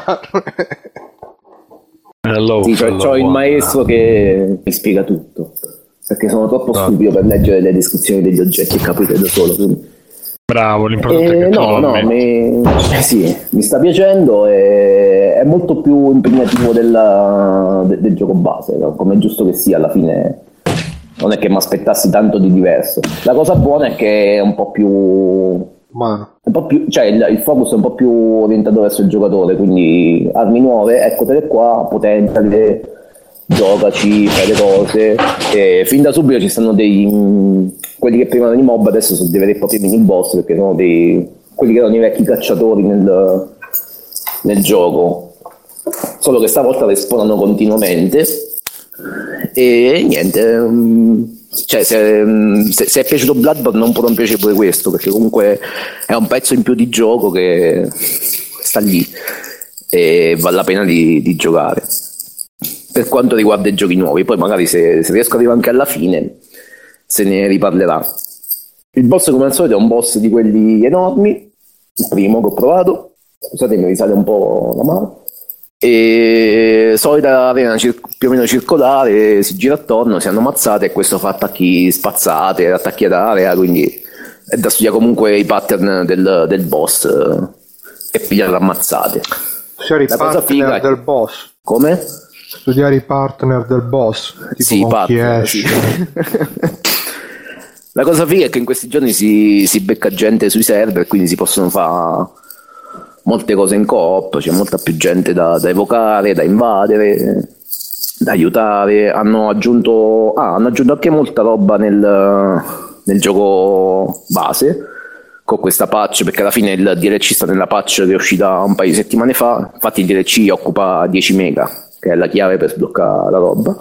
Sì, c'ho il maestro che mi spiega tutto, perché sono troppo stupido per leggere le descrizioni degli oggetti e capire da solo, quindi... Bravo, l'importante è che sì, mi sta piacendo e è molto più impegnativo del gioco base, no? Come è giusto che sia alla fine. Non è che mi aspettassi tanto di diverso. La cosa buona è che è un po' più cioè il focus è un po' più orientato verso il giocatore, quindi armi nuove, eccotele qua, potentale, giocaci, fai le cose, e fin da subito ci stanno quelli che prima erano i mob adesso sono dei veri e propri mini boss, perché sono quelli che erano i vecchi cacciatori nel gioco, solo che stavolta respawnano continuamente. E niente, cioè se è piaciuto Bloodborne non può non piacere pure questo, perché comunque è un pezzo in più di gioco che sta lì e vale la pena di giocare per quanto riguarda i giochi nuovi. Poi magari se riesco ad arrivare anche alla fine se ne riparlerà. Il boss, come al solito, è un boss di quelli enormi, il primo che ho provato, scusate mi risale un po' la mano, e solita arena più o meno circolare, si gira attorno, si hanno mazzate e questo fa attacchi spazzate, attacchi ad area, quindi è da studiare comunque i pattern del boss e pigliare ammazzate. Studiare i partner del boss. Come? Studiare i partner del boss, tipo sì, con chi esce. Sì. La cosa figa è che in questi giorni si becca gente sui server, quindi si possono fare molte cose in coop, c'è molta più gente da evocare, da invadere, da aiutare. Hanno aggiunto anche molta roba nel gioco base con questa patch, perché alla fine il DLC sta nella patch che è uscita un paio di settimane fa. Infatti il DLC occupa 10 mega, che è la chiave per sbloccare la roba,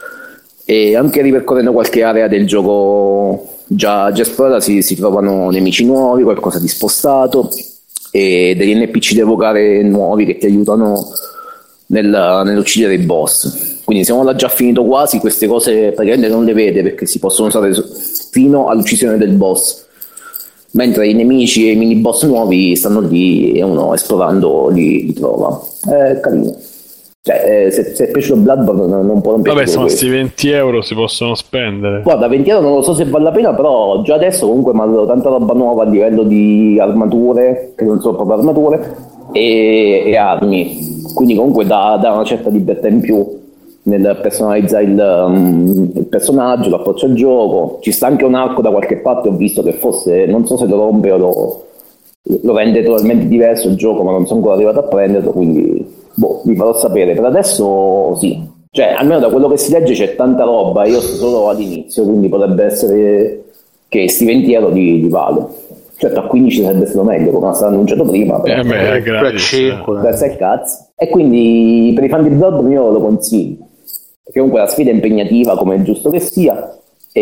e anche ripercorrendo qualche area del gioco già esplorata si trovano nemici nuovi, qualcosa di spostato e degli NPC da evocare nuovi che ti aiutano nell'uccidere i boss. Quindi se uno l'ha già finito quasi, queste cose praticamente non le vede, perché si possono usare fino all'uccisione del boss, mentre i nemici e i mini boss nuovi stanno lì e uno esplorando li trova. È carino. Cioè, se è piaciuto Bloodborne non può non piacere. Vabbè, sono questi 20 euro, si possono spendere. Guarda, 20 euro non lo so se vale la pena, però già adesso comunque mi ha dato tanta roba nuova a livello di armature, che non sono proprio armature, e armi. Quindi comunque dà una certa libertà in più nel personalizzare il personaggio, l'approccio al gioco. Ci sta anche un arco da qualche parte, ho visto che forse, non so se lo rompe o lo rende totalmente diverso il gioco, ma non sono ancora arrivato a prenderlo, quindi vi farò sapere. Per adesso sì, cioè almeno da quello che si legge c'è tanta roba, io sto solo all'inizio, quindi potrebbe essere che sti 20 euro di vale. Certo, a 15 sarebbe stato meglio, come era stato annunciato prima, però grazie al cazzo. E quindi per i fan di Bloodborne io lo consiglio, perché comunque la sfida è impegnativa, come è giusto che sia,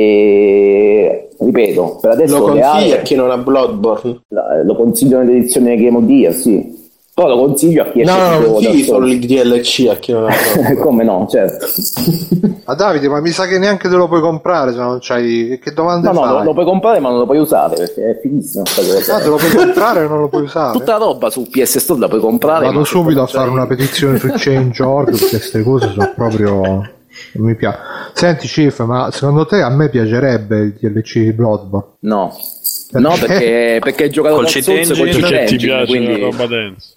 e ripeto, per adesso lo consiglio a chi non ha Bloodborne? Lo consiglio nell'edizione Game of the Year, sì. Però lo consiglio a chi non consigli solo il DLC a chi non ha Bloodborne. Come no, certo. Ma Davide, ma mi sa che neanche te lo puoi comprare se non c'hai... Che domande fai? No, lo puoi comprare ma non lo puoi usare, perché è fighissimo sta cosa. Te lo puoi comprare e non lo puoi usare? Tutta la roba su PS Store la puoi comprare. Vado subito a fare una petizione su Change.org, perché queste cose sono proprio... non mi piace. Senti Chief, ma secondo te a me piacerebbe il DLC di Bloodborne? No, perché hai giocato col cheat engine, perché ti piace quindi... la roba dance.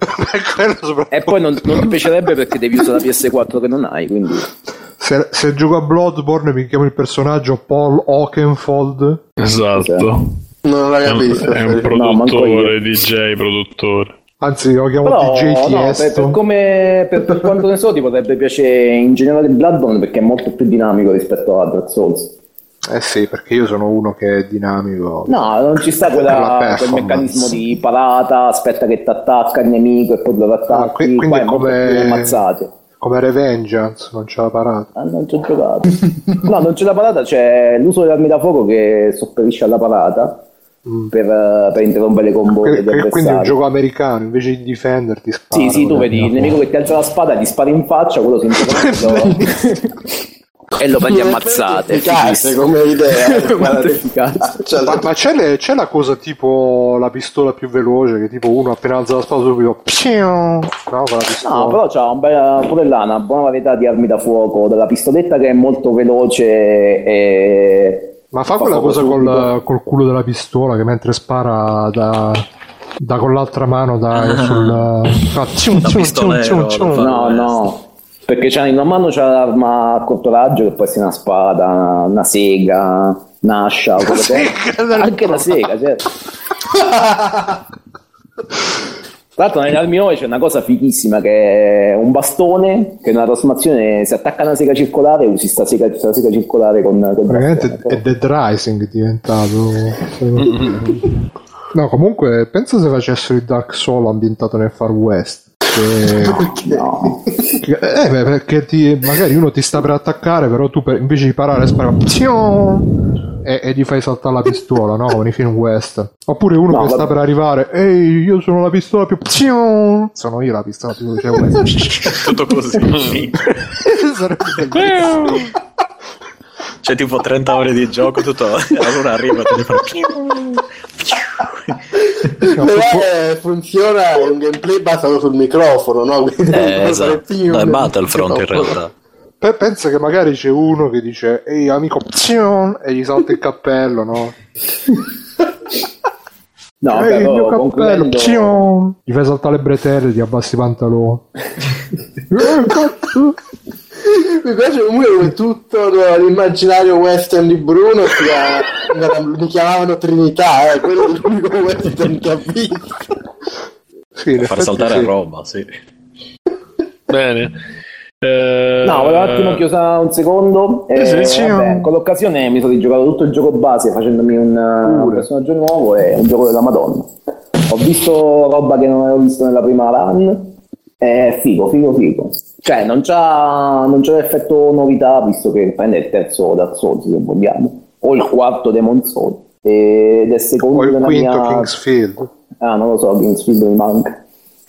E poi non ti piacerebbe perché devi usare la PS4 che non hai, quindi se gioco a Bloodborne mi chiamo il personaggio Paul Oakenfold. Esatto. Non l'hai capito. È un produttore, DJ produttore. Anzi, lo chiamo DJ Tiesto. Per quanto ne so ti potrebbe piacere in generale Bloodborne, perché è molto più dinamico rispetto a Dark Souls. Sì, perché io sono uno che è dinamico. No, non ci sta quel meccanismo di parata, aspetta che ti attacca il nemico e poi lo attacchi. Quindi è come ammazzate. Come Revengeance, non c'è la parata. Non ci ho giocato. No, non c'è la parata, c'è l'uso delle armi da fuoco che sopperisce alla parata per interrompere le combo degli avversari. Quindi è un gioco americano, invece di difenderti spara. Sì, tu vedi il nemico che ti alza la spada, ti spara in faccia, quello si interrompe e lo prendi ammazzate. Efficace come idea. Ma c'è la cosa tipo la pistola più veloce, che tipo uno appena alza la spada subito no, però c'ha pure là una buona varietà di armi da fuoco, dalla pistoletta che è molto veloce ma fa quella cosa col culo della pistola che mentre spara da con l'altra mano sul no, perché in una mano c'è l'arma a corto raggio che può essere una spada, una sega, un'ascia, anche la sega, certo. Tra l'altro nelle armi nuove c'è una cosa fighissima che è un bastone che nella trasformazione si attacca a una sega circolare e usi sta sega circolare con praticamente è Dead Rising diventato. No, comunque penso se facessero il Dark Souls ambientato nel Far West. No. Perché magari uno ti sta per attaccare, però tu invece di parare spara e gli fai saltare la pistola, no? Come nei film west. Oppure uno che sta per arrivare, ehi, io sono la pistola più sono io la pistola più west. Tutto così. C'è tipo 30 ore di gioco, tutto allora arriva e te ne fa funziona un gameplay basato sul microfono, no? Esatto. No, è Battlefront in realtà. Pensa che magari c'è uno che dice ehi amico e gli salta il cappello, no? No, ehi, il mio cappello gli fai saltare le bretelle, ti abbassi i pantaloni. Mi piace comunque tutto l'immaginario western di Bruno mi chiamavano Trinità, quello è l'unico western che ha visto. Sì, far saltare a roba, sì. Bene. No, volevo un attimo chiusare un secondo. Vabbè, con l'occasione mi sono rigiocato tutto il gioco base facendomi un personaggio nuovo e un gioco della Madonna. Ho visto roba che non avevo visto nella prima run. È figo. Cioè non c'ha l'effetto novità, visto che prende il terzo Dark Souls, se vogliamo, o il quarto Demon Souls, ed è secondo o il quinto Kingsfield. Non lo so, Kingsfield mi manca.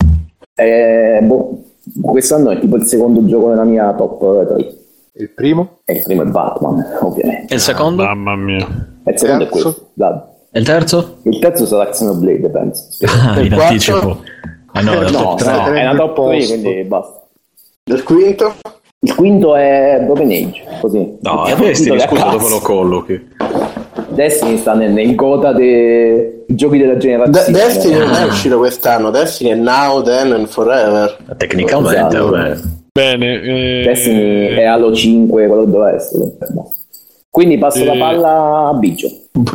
Quest'anno è tipo il secondo gioco nella mia top 3. Il primo? Il primo è Batman, ovviamente. E il secondo? Mamma mia. Il secondo è questo. E il terzo? Il terzo sarà Xenoblade, penso. In anticipo. No, è una top 3, quindi basta. Il quinto? Il quinto è Broken Age, così. No, è Destiny, scusa, dove lo collochi? Destiny sta nel coda dei giochi della generazione. Destiny non è uscito quest'anno, Destiny è Now, Then and Forever. Tecnicamente, vabbè. Bene. Destiny è Halo 5, quello che doveva essere. Quindi passo la palla a Biggio.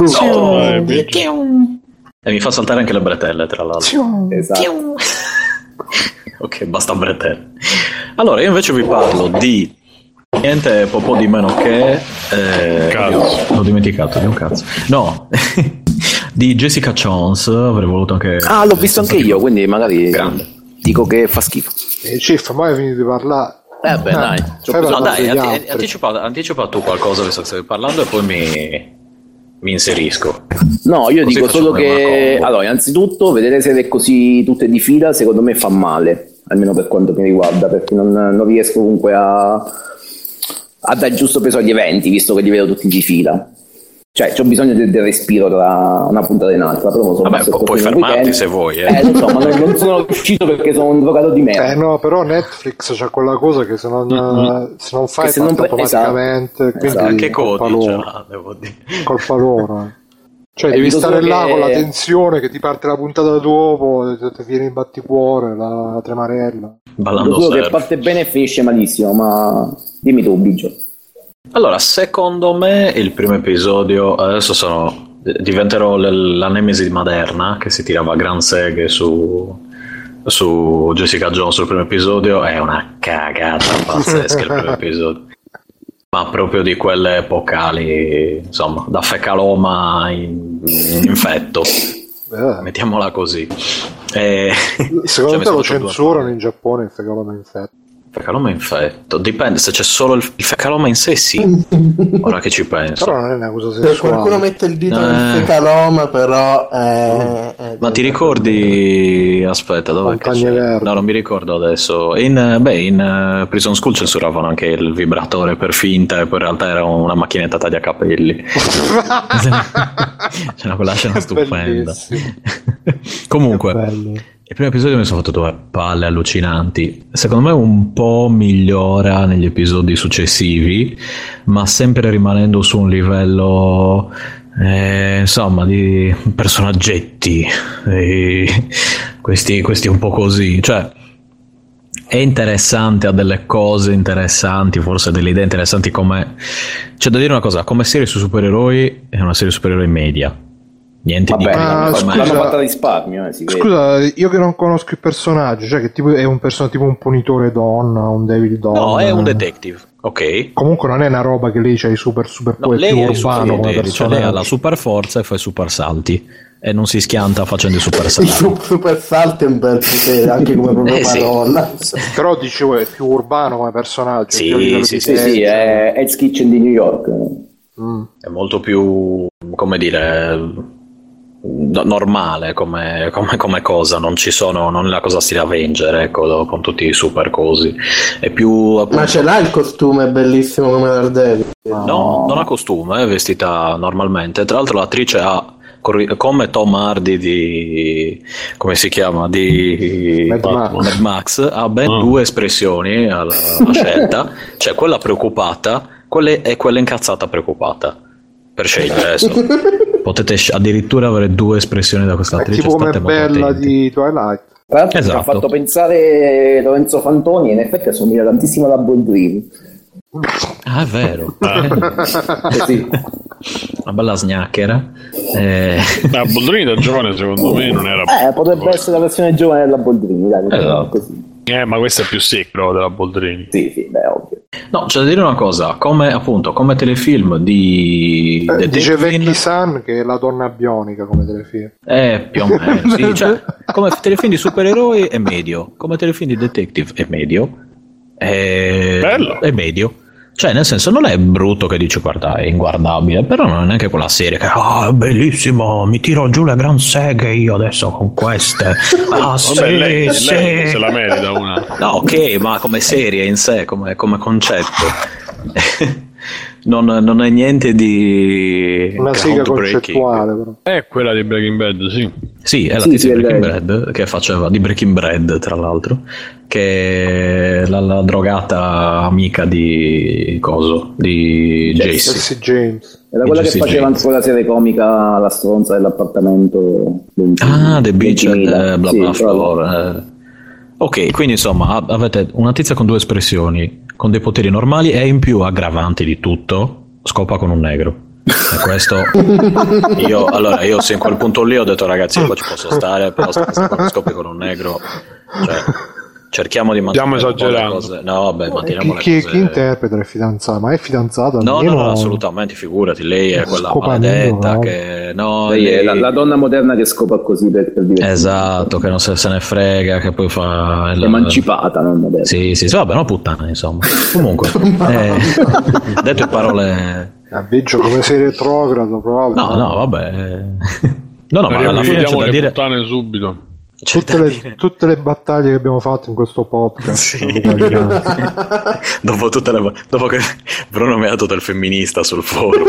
E mi fa saltare anche le bretelle, tra l'altro. Esatto. Ok, basta bretelle. Allora, io invece vi parlo di niente po' di meno che l'ho dimenticato di un cazzo. No, di Jessica Jones. Avrei voluto anche l'ho visto anche io, quindi magari dico che fa schifo. Ciff, mai finito di parlare. Dai. No, dai, anticipa tu qualcosa visto che stavi parlando e poi mi inserisco. No, io dico solo che allora, innanzitutto vedere serie così tutte di fila secondo me fa male, almeno per quanto mi riguarda, perché non riesco comunque a dare il giusto peso agli eventi, visto che li vedo tutti di fila. Cioè, c'ho bisogno del respiro tra una puntata e un'altra. Però puoi fermarti se vuoi. Lo so, ma non sono riuscito perché sono un drogato di merda. No, però Netflix c'ha quella cosa che se non fai parte automaticamente. Esatto. Anche codice, devo dire. Colpa loro. Cioè, devi stare là con la tensione che ti parte la puntata dopo, ti viene il batticuore, la tremarella. Ballando che parte bene e finisce malissimo, ma dimmi tu, Biggio. Allora, secondo me il primo episodio, adesso diventerò la nemesi materna che si tirava a gran seghe su Jessica Jones sul primo episodio, è una cagata pazzesca il primo episodio. ma proprio di quelle epocali, insomma, da fecaloma in fetto, mettiamola così. Secondo te lo censurano in Giappone il fecaloma infetto? Fecaloma infetto, dipende, se c'è solo il fecaloma in sé sì, ora che ci penso. Però non è una cosa sessuale. Qualcuno mette il dito nel fecaloma, però ma ti ricordi, aspetta, dov'è che c'è? No, non mi ricordo adesso. In Prison School censuravano anche il vibratore per finta, e poi in realtà era una macchinetta tagliacapelli. C'era quella scena stupenda. Comunque, il primo episodio mi sono fatto 2 palle allucinanti. Secondo me un po' migliora negli episodi successivi, ma sempre rimanendo su un livello insomma di personaggetti, questi un po' così, cioè è interessante, ha delle cose interessanti, forse delle idee interessanti, come c'è da dire una cosa, come serie su supereroi è una serie supereroi media. Niente. Vabbè, l'hanno fatta risparmio, scusa, io che non conosco il personaggio, cioè che tipo è un personaggio tipo un punitore donna, un devil donna? No, è un detective, ok. Comunque non è una roba che lei c'ha i super no, lei più urbano come personaggio. Cioè lei ha la super forza e fa i super salti e non si schianta facendo i super salti. Super salti è un bel potere anche come proprio parola. Però dicevo è più urbano come personaggio. Sì, è Hell's Kitchen di New York. È molto più, come dire, normale come cosa, non ci sono, non è la cosa stile Avenger, ecco, con tutti i super cosi, è più appunto... Ma ce l'ha il costume bellissimo come Daredevil? No, non ha costume, è vestita normalmente. Tra l'altro l'attrice ha, come Tom Hardy di, come si chiama, di Mad Max, ha ben 2 espressioni alla scelta, cioè quella preoccupata e quella incazzata preoccupata, per scegliere adesso. Potete addirittura avere 2 espressioni da questa attrice. È tipo come Bella di Twilight. Tra l'altro mi ha fatto pensare Lorenzo Fantoni, in effetti assomiglia tantissimo alla Boldrini. Ah, è vero. Sì. Una bella snacchera. La Boldrini da giovane secondo me non era... potrebbe essere la versione giovane della Boldrini, dai, così. Ma questa è più secco della Boldrini. Sì, beh, ovvio. No, c'è da dire una cosa, come telefilm di dice Vecchi San che è la donna bionica come telefilm. Più o meno, sì, cioè, come telefilm di supereroi è medio, come telefilm di detective è medio, bello. È medio. Cioè, nel senso, non è brutto che dici guarda, è inguardabile, però non è neanche quella serie che è bellissimo, mi tiro giù le gran seghe io adesso con queste. Lei se la merita una. No, ok, ma come serie in sé, come concetto. Non è niente di una sega concettuale, però. È quella di Breaking Bad, sì. Sì, è la tizia di Breaking Bad che faceva di Breaking Bad, tra l'altro, che è la drogata amica di Jesse James. Era quella che faceva anche la serie comica La stronza dell'appartamento. The Beach bla bla floor. Ok, quindi insomma avete una tizia con 2 espressioni, con dei poteri normali e in più aggravanti di tutto, scopa con un negro. E questo io se in quel punto lì ho detto ragazzi qua ci posso stare, però quando scopi con un negro, cioè cerchiamo di mantenere esagerando. Cose. No, vabbè, manteniamo le chi cose. Interpreta il fidanzato? Ma è fidanzata? No, assolutamente, figurati, lei è quella maledetta, no? Che lei è la donna moderna che scopa così per divertirsi. Esatto, che non se ne frega, che poi fa emancipata, non moderna. Sì, vabbè, no, puttana, insomma. Comunque, detto in parole, veggio come sei retrogrado proprio. No, vabbè. No, ma alla fine c'è da dire puttane subito. Tutte le battaglie che abbiamo fatto in questo podcast. Sì. dopo che Bruno mi ha dato del femminista sul forum.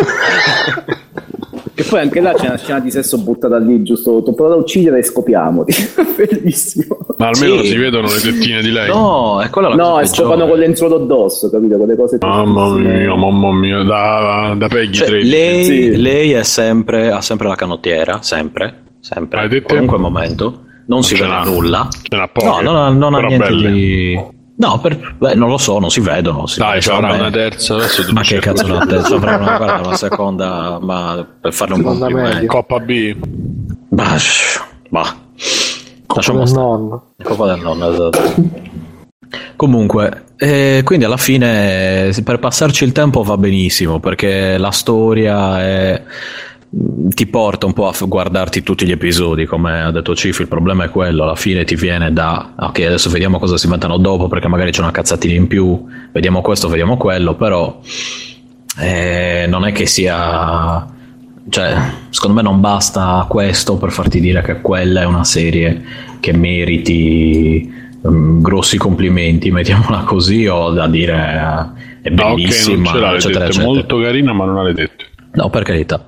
E poi anche là c'è una scena di sesso buttata lì giusto, t'ho provato a uccidere e scopiamo. Bellissimo. Ma almeno non si vedono le tettine di lei. No, è quella la cosa e scopano con l'entrodo addosso, capito? Quelle cose. Mamma mia, da Peggy, cioè, lei ha sempre la canottiera, sempre in qualunque momento. Non si vede nulla. Non ha niente belle. Di... No, non lo so, non si vedono. Dai, avrà una terza. Adesso ma che cazzo una terza? Avrà una seconda, ma per farne un po' più. Coppa B. Bah. Coppa del nonno. Coppa del nonno, esatto. Comunque, quindi alla fine per passarci il tempo va benissimo, perché la storia ti porta un po' a guardarti tutti gli episodi, come ha detto Cif. Il problema è quello, alla fine ti viene da ok, adesso vediamo cosa si inventano dopo, perché magari c'è una cazzatina in più, vediamo questo, vediamo quello, però non è che sia, cioè, secondo me non basta questo per farti dire che quella è una serie che meriti grossi complimenti, mettiamola così, o da dire è bellissima, okay, eccetera, eccetera. Molto carina, ma non l'hai detto. No, per carità.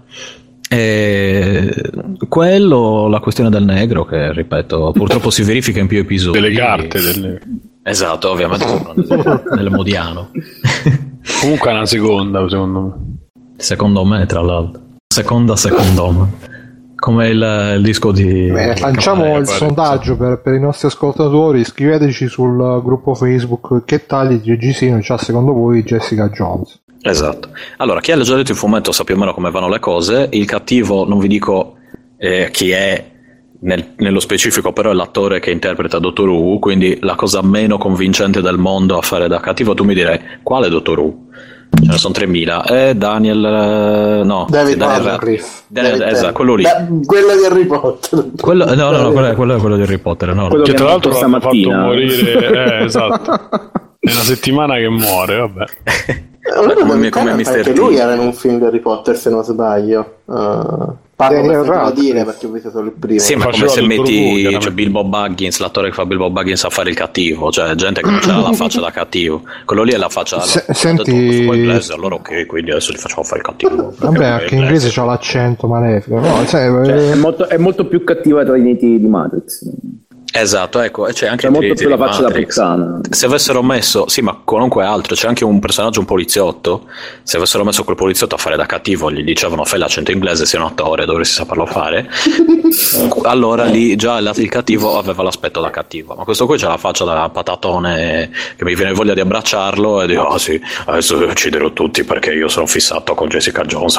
Quello, la questione del negro, che ripeto, purtroppo si verifica in più episodi. Delle carte del... Esatto, ovviamente nel Modiano. Comunque è una seconda, secondo me. Secondo me, tra l'altro. Secondo me. Come il disco di... lanciamo il sondaggio per i nostri ascoltatori. Scriveteci sul gruppo Facebook che tagli di reggiseno c'ha secondo voi Jessica Jones. Esatto. Allora, chi ha già letto il fumetto sa più o meno come vanno le cose. Il cattivo, non vi dico chi è nello specifico, però è l'attore che interpreta Dottor Who, quindi la cosa meno convincente del mondo a fare da cattivo. Tu mi direi, quale Dottor Who? Ce ne sono 3000. David Radcliffe. Esatto, quello lì. Quello di Harry Potter. Quello è quello di Harry Potter. No, che tra l'altro l'hanno fatto morire. Esatto. È una settimana che muore, vabbè. Come anche lui era in un film di Harry Potter, se non sbaglio. Parlo per dire, perché ho visto solo il primo. Sì, ma come se metti Bilbo Baggins, l'attore che fa Bilbo Baggins a fare il cattivo, cioè gente che non c'ha la faccia da cattivo, quello lì è la faccia senti inglese, allora ok, quindi adesso gli facciamo fare il cattivo. Vabbè, anche in inglese c'ha l'accento malefico, no? È molto più cattiva Trinity di Matrix. Esatto, ecco, e c'è anche molto più la faccia da puttana. Se avessero messo, sì, ma qualunque altro, c'è anche un personaggio, un poliziotto. Se avessero messo quel poliziotto a fare da cattivo, gli dicevano fai l'accento inglese, sei un attore, dovresti saperlo fare. Allora lì già il cattivo aveva l'aspetto da cattivo, ma questo qui c'ha la faccia da patatone che mi viene voglia di abbracciarlo e dico oh sì, adesso ucciderò tutti perché io sono fissato con Jessica Jones,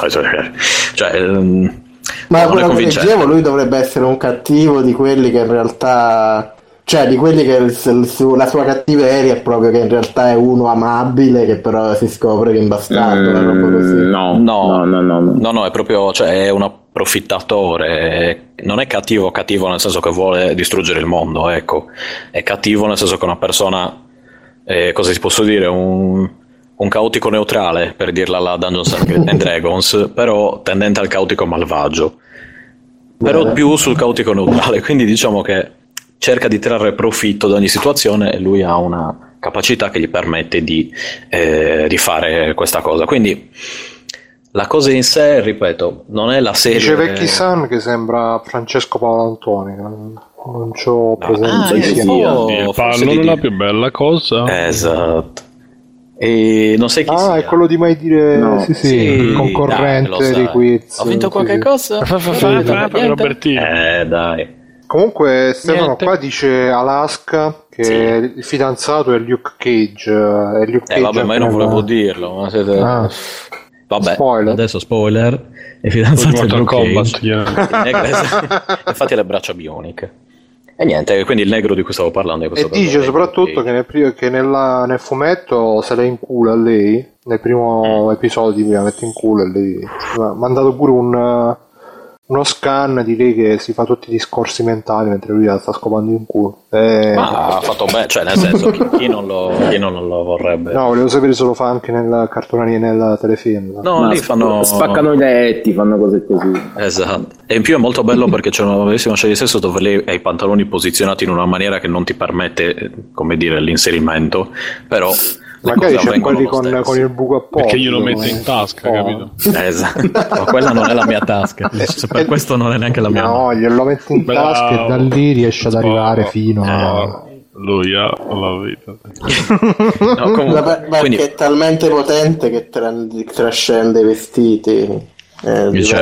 cioè ma quello che dicevo, lui dovrebbe essere un cattivo di quelli che in realtà, cioè di quelli che la sua cattiveria è proprio che in realtà è uno amabile che però si scopre che è imbastardo, una roba così. No, è proprio, cioè è un approfittatore, non è cattivo nel senso che vuole distruggere il mondo, ecco, è cattivo nel senso che è una persona, cosa si posso dire, un caotico neutrale, per dirla alla Dungeons and Dragons, però tendente al caotico malvagio, però più sul caotico neutrale, quindi diciamo che cerca di trarre profitto da ogni situazione e lui ha una capacità che gli permette di fare questa cosa. Quindi la cosa in sé, ripeto, non è la serie. Dice Vecchi San che sembra Francesco Paolo Antoni, non c'ho presenza il pallone è la più bella cosa. Esatto. E non sai chi sia. È quello di mai dire sì, il concorrente di quiz. Ho vinto qualche cosa? Robertino. Dai. Comunque Stefano qua dice Alaska che il fidanzato è Luke Cage. Vabbè, ma io non volevo dirlo. Ma siete... Vabbè, spoiler. Adesso spoiler. Il fidanzato è Luke Cage. Infatti ha le braccia bioniche. E niente, quindi il negro di cui stavo parlando è questo. E dice soprattutto che nel fumetto se la incula a lei, nel primo episodio mi la mette in culo e lei mi ha mandato pure uno scan di lei che si fa tutti i discorsi mentali mentre lui la sta scopando in culo. Ma ha fatto bene, cioè nel senso chi non lo vorrebbe. No, volevo sapere se lo fa anche nel cartone, nel telefilm. No, lì spaccano i letti, fanno cose così. Esatto. E in più è molto bello perché c'è una bellissima scena di sesso dove lei ha i pantaloni posizionati in una maniera che non ti permette, come dire, l'inserimento, però magari c'è quelli con il buco apposta perché glielo mette in tasca, capito? Esatto. Ma quella non è la mia tasca, per questo non è neanche la mia. No, glielo mette in tasca e da lì riesce ad arrivare fino a lui ha la vita. No, comunque, quindi è talmente potente che trascende i vestiti. Dice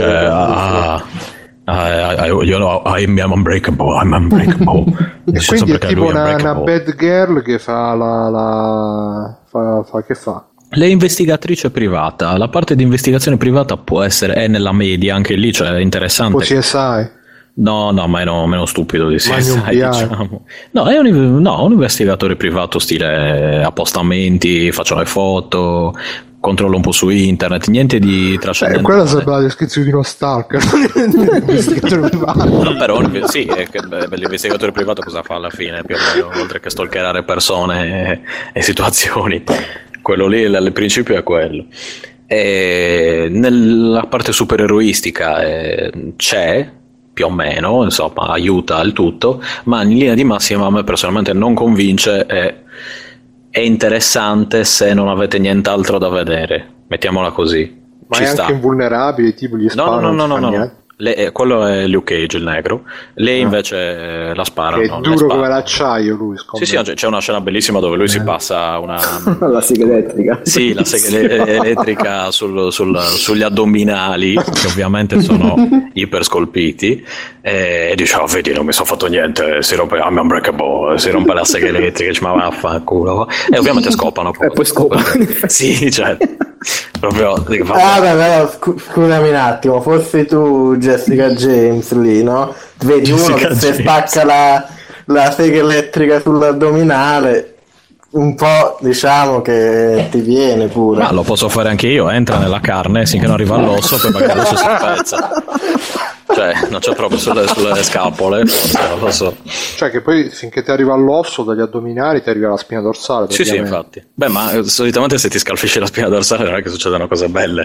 I'm unbreakable. E quindi è tipo una bad girl che fa che fa? Lei è investigatrice privata. La parte di investigazione privata può essere, è nella media, anche lì, cioè è interessante. Un po' CSI. No, meno stupido di CSI, diciamo. No, è un investigatore privato stile appostamenti, faccio le foto, controllo un po' su internet, niente di trascendentale. Quella sembra la descrizione di uno stalker. Investigatore privato. No, però sì, è che l'investigatore privato cosa fa alla fine, più o meno, oltre che stalkerare persone e situazioni. Quello lì, il principio è quello. E nella parte supereroistica c'è più o meno, insomma, aiuta il tutto, ma in linea di massima a me personalmente non convince. È interessante se non avete nient'altro da vedere, mettiamola così. Ma ci è sta. Anche invulnerabile, tipo gli sparano. No. Quello è Luke Cage, il negro. Lei invece la sparano. Che è duro come l'acciaio lui. Sì, c'è una scena bellissima dove lui si passa la sega elettrica. Sì, la sega elettrica sugli addominali, che ovviamente sono iperscolpiti, e dice: oh, vedi, non mi sono fatto niente, si rompe, I'm unbreakable, si rompe la sega elettrica, dice, ma vaffanculo. E ovviamente scopano. E poi scopano. Sì, cioè proprio scusami un attimo, fossi tu Jessica James lì, no? Vedi Jessica uno che si spacca la sega elettrica sull'addominale, un po' diciamo che ti viene pure. Ma lo posso fare anche io, entra nella carne finché non arriva all'osso, poi magari l'osso si spezza. Cioè, non c'è proprio sulle scapole, non lo so. Cioè, che poi finché ti arriva all'osso dagli addominali ti arriva la spina dorsale. Sì, infatti. Beh, ma solitamente se ti scalfisci la spina dorsale non è che succedono cose belle.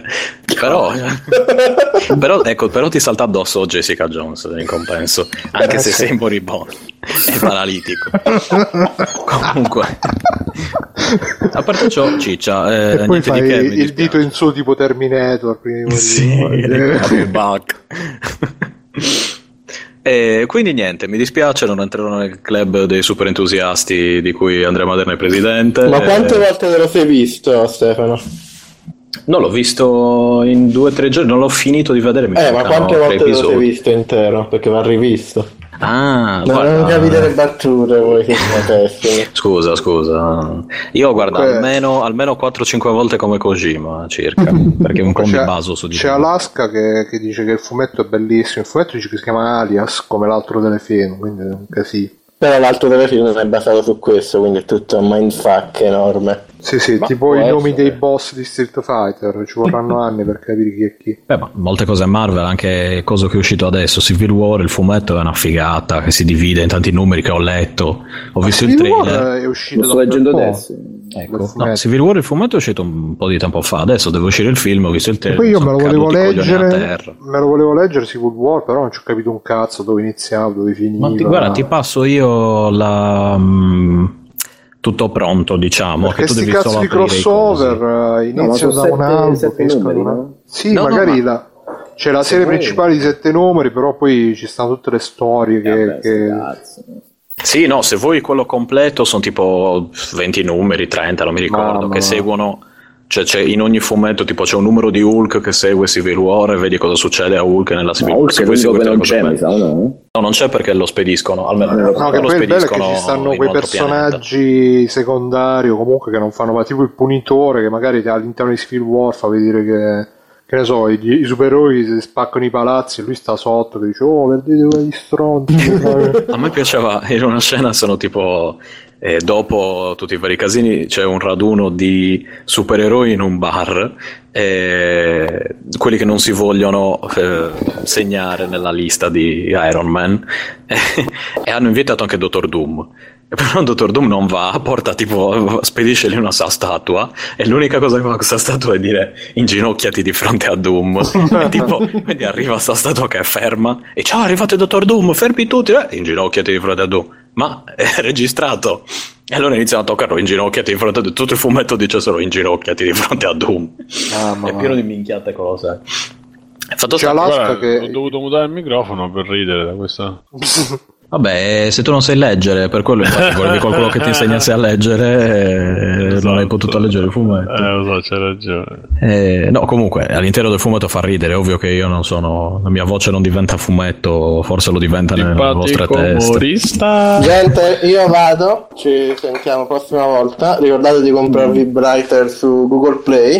Però ti salta addosso Jessica Jones in compenso, anche se sei moribondo e paralitico. Comunque, a parte ciò, ciccia. E poi fai il dito in su tipo Terminator prima di morire. Back. E quindi niente, mi dispiace, non entrerò nel club dei super entusiasti di cui Andrea Maderna è presidente. Ma quante volte te lo sei visto, Stefano? No, l'ho visto in 2 o 3 giorni, non l'ho finito di vedere. Ma quante volte te lo sei visto intero? Perché va rivisto. Non capite le battute voi che sono pessimi. Scusa. Io guardo almeno 4-5 volte come Kojima circa, perché un po' mi baso su di C'è Alaska che dice che il fumetto è bellissimo. Il fumetto dice che si chiama Alias come l'altro telefilm, quindi è un casino. Però l'altro telefilm non è basato su questo, quindi è tutto un mindfuck enorme. Sì, tipo i nomi dei boss di Street Fighter, ci vorranno anni per capire chi è chi. Ma molte cose Marvel, anche cosa che è uscito adesso, Civil War, il fumetto è una figata che si divide in tanti numeri che ho letto, ho visto il trailer. È uscito lo sto leggendo adesso. Ecco. No, Civil War il fumetto è uscito un po' di tempo fa, adesso deve uscire il film, ho visto il trailer. Poi io me lo volevo leggere Civil War, però non ci ho capito un cazzo dove iniziava, dove finiva. Ma guarda, ti passo io tutto pronto, diciamo. Perché che tu sti devi cazzo solo di crossover iniziano da un album, numeri, no? Sì, magari c'è la serie principale di 7 numeri, però poi ci stanno tutte le storie che... Sì, no, se vuoi quello completo sono tipo 20 numeri, 30, non mi ricordo, che seguono. Cioè c'è in ogni fumetto tipo c'è un numero di Hulk che segue Civil War e vedi cosa succede a Hulk nella Civil War. Hulk non c'è, mi sa, no? No, non c'è perché lo spediscono, almeno che lo poi il bello è che spediscono ci stanno quei personaggi pianeta. secondari o comunque che non fanno, ma tipo il punitore che magari all'interno di Civil War fa vedere che ne so, i supereroi si spaccano i palazzi e lui sta sotto che dice vedete quegli stronzi. A me piaceva, in una scena sono tipo dopo tutti i vari casini c'è un raduno di supereroi in un bar, quelli che non si vogliono segnare nella lista di Iron Man, e hanno invitato anche Dottor Doom. E però Dottor Doom non va, porta tipo, spedisce lì una sua statua e l'unica cosa che fa questa statua è dire inginocchiati di fronte a Doom. E tipo, quindi arriva sta statua che è ferma e ciao, arrivate Dottor Doom, fermi tutti, inginocchiati di fronte a Doom. Ma è registrato. E allora iniziano a toccarlo, inginocchiati di fronte a Doom. Tutto il fumetto dice solo inginocchiati di fronte a Doom. È pieno di minchiate cose. C'è Alaska che ho dovuto mutare il microfono per ridere da questa. Vabbè, se tu non sai leggere, per quello infatti volevi qualcuno che ti insegnasse a leggere, esatto. Non hai potuto leggere il fumetto. Lo so, c'hai ragione. No, comunque all'interno del fumetto fa ridere, è ovvio che io non sono, la mia voce non diventa fumetto, forse lo diventa nelle vostre teste. Umorista. Gente, io vado, ci sentiamo prossima volta. Ricordate di comprarvi Brighter su Google Play.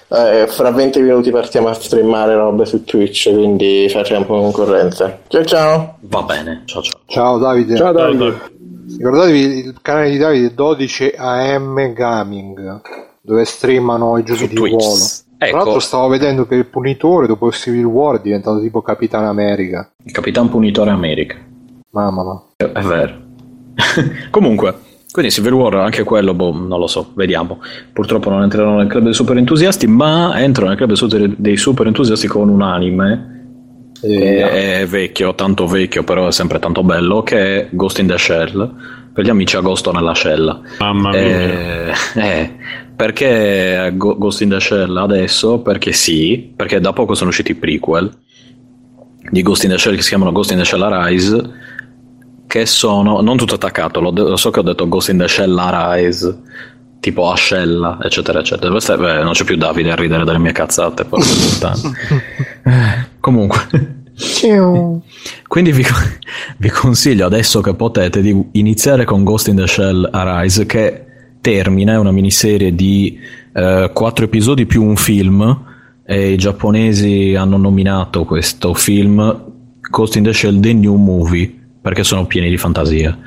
fra 20 minuti partiamo a streamare robe su Twitch, quindi facciamo un po' concorrenza. Ciao. Va bene, ciao. Ciao Davide. Ciao Davide. Ricordatevi il canale di Davide 12 AM Gaming, dove streamano i giochi di ruolo. Tra l'altro stavo vedendo che il punitore dopo Civil War è diventato tipo Capitan America. Il Capitan Punitore America. Mamma mia. È vero. Comunque, quindi Civil War, anche quello, non lo so, vediamo. Purtroppo non entrerò nel club dei super entusiasti, ma entro nel club dei super entusiasti con un anime è vecchio, tanto vecchio, però è sempre tanto bello, che è Ghost in the Shell, per gli amici Agosto nell'ascella. Mamma mia. Perché Ghost in the Shell adesso? Perché da poco sono usciti i prequel di Ghost in the Shell che si chiamano Ghost in the Shell Arise, che sono, non tutto attaccato, lo so che ho detto Ghost in the Shell Arise, tipo ascella, eccetera eccetera. Non c'è più Davide a ridere delle mie cazzate, porca puttana. Comunque quindi vi consiglio adesso che potete di iniziare con Ghost in the Shell Arise, che termina, è una miniserie di 4 episodi più un film, e i giapponesi hanno nominato questo film Ghost in the Shell The New Movie perché sono pieni di fantasia.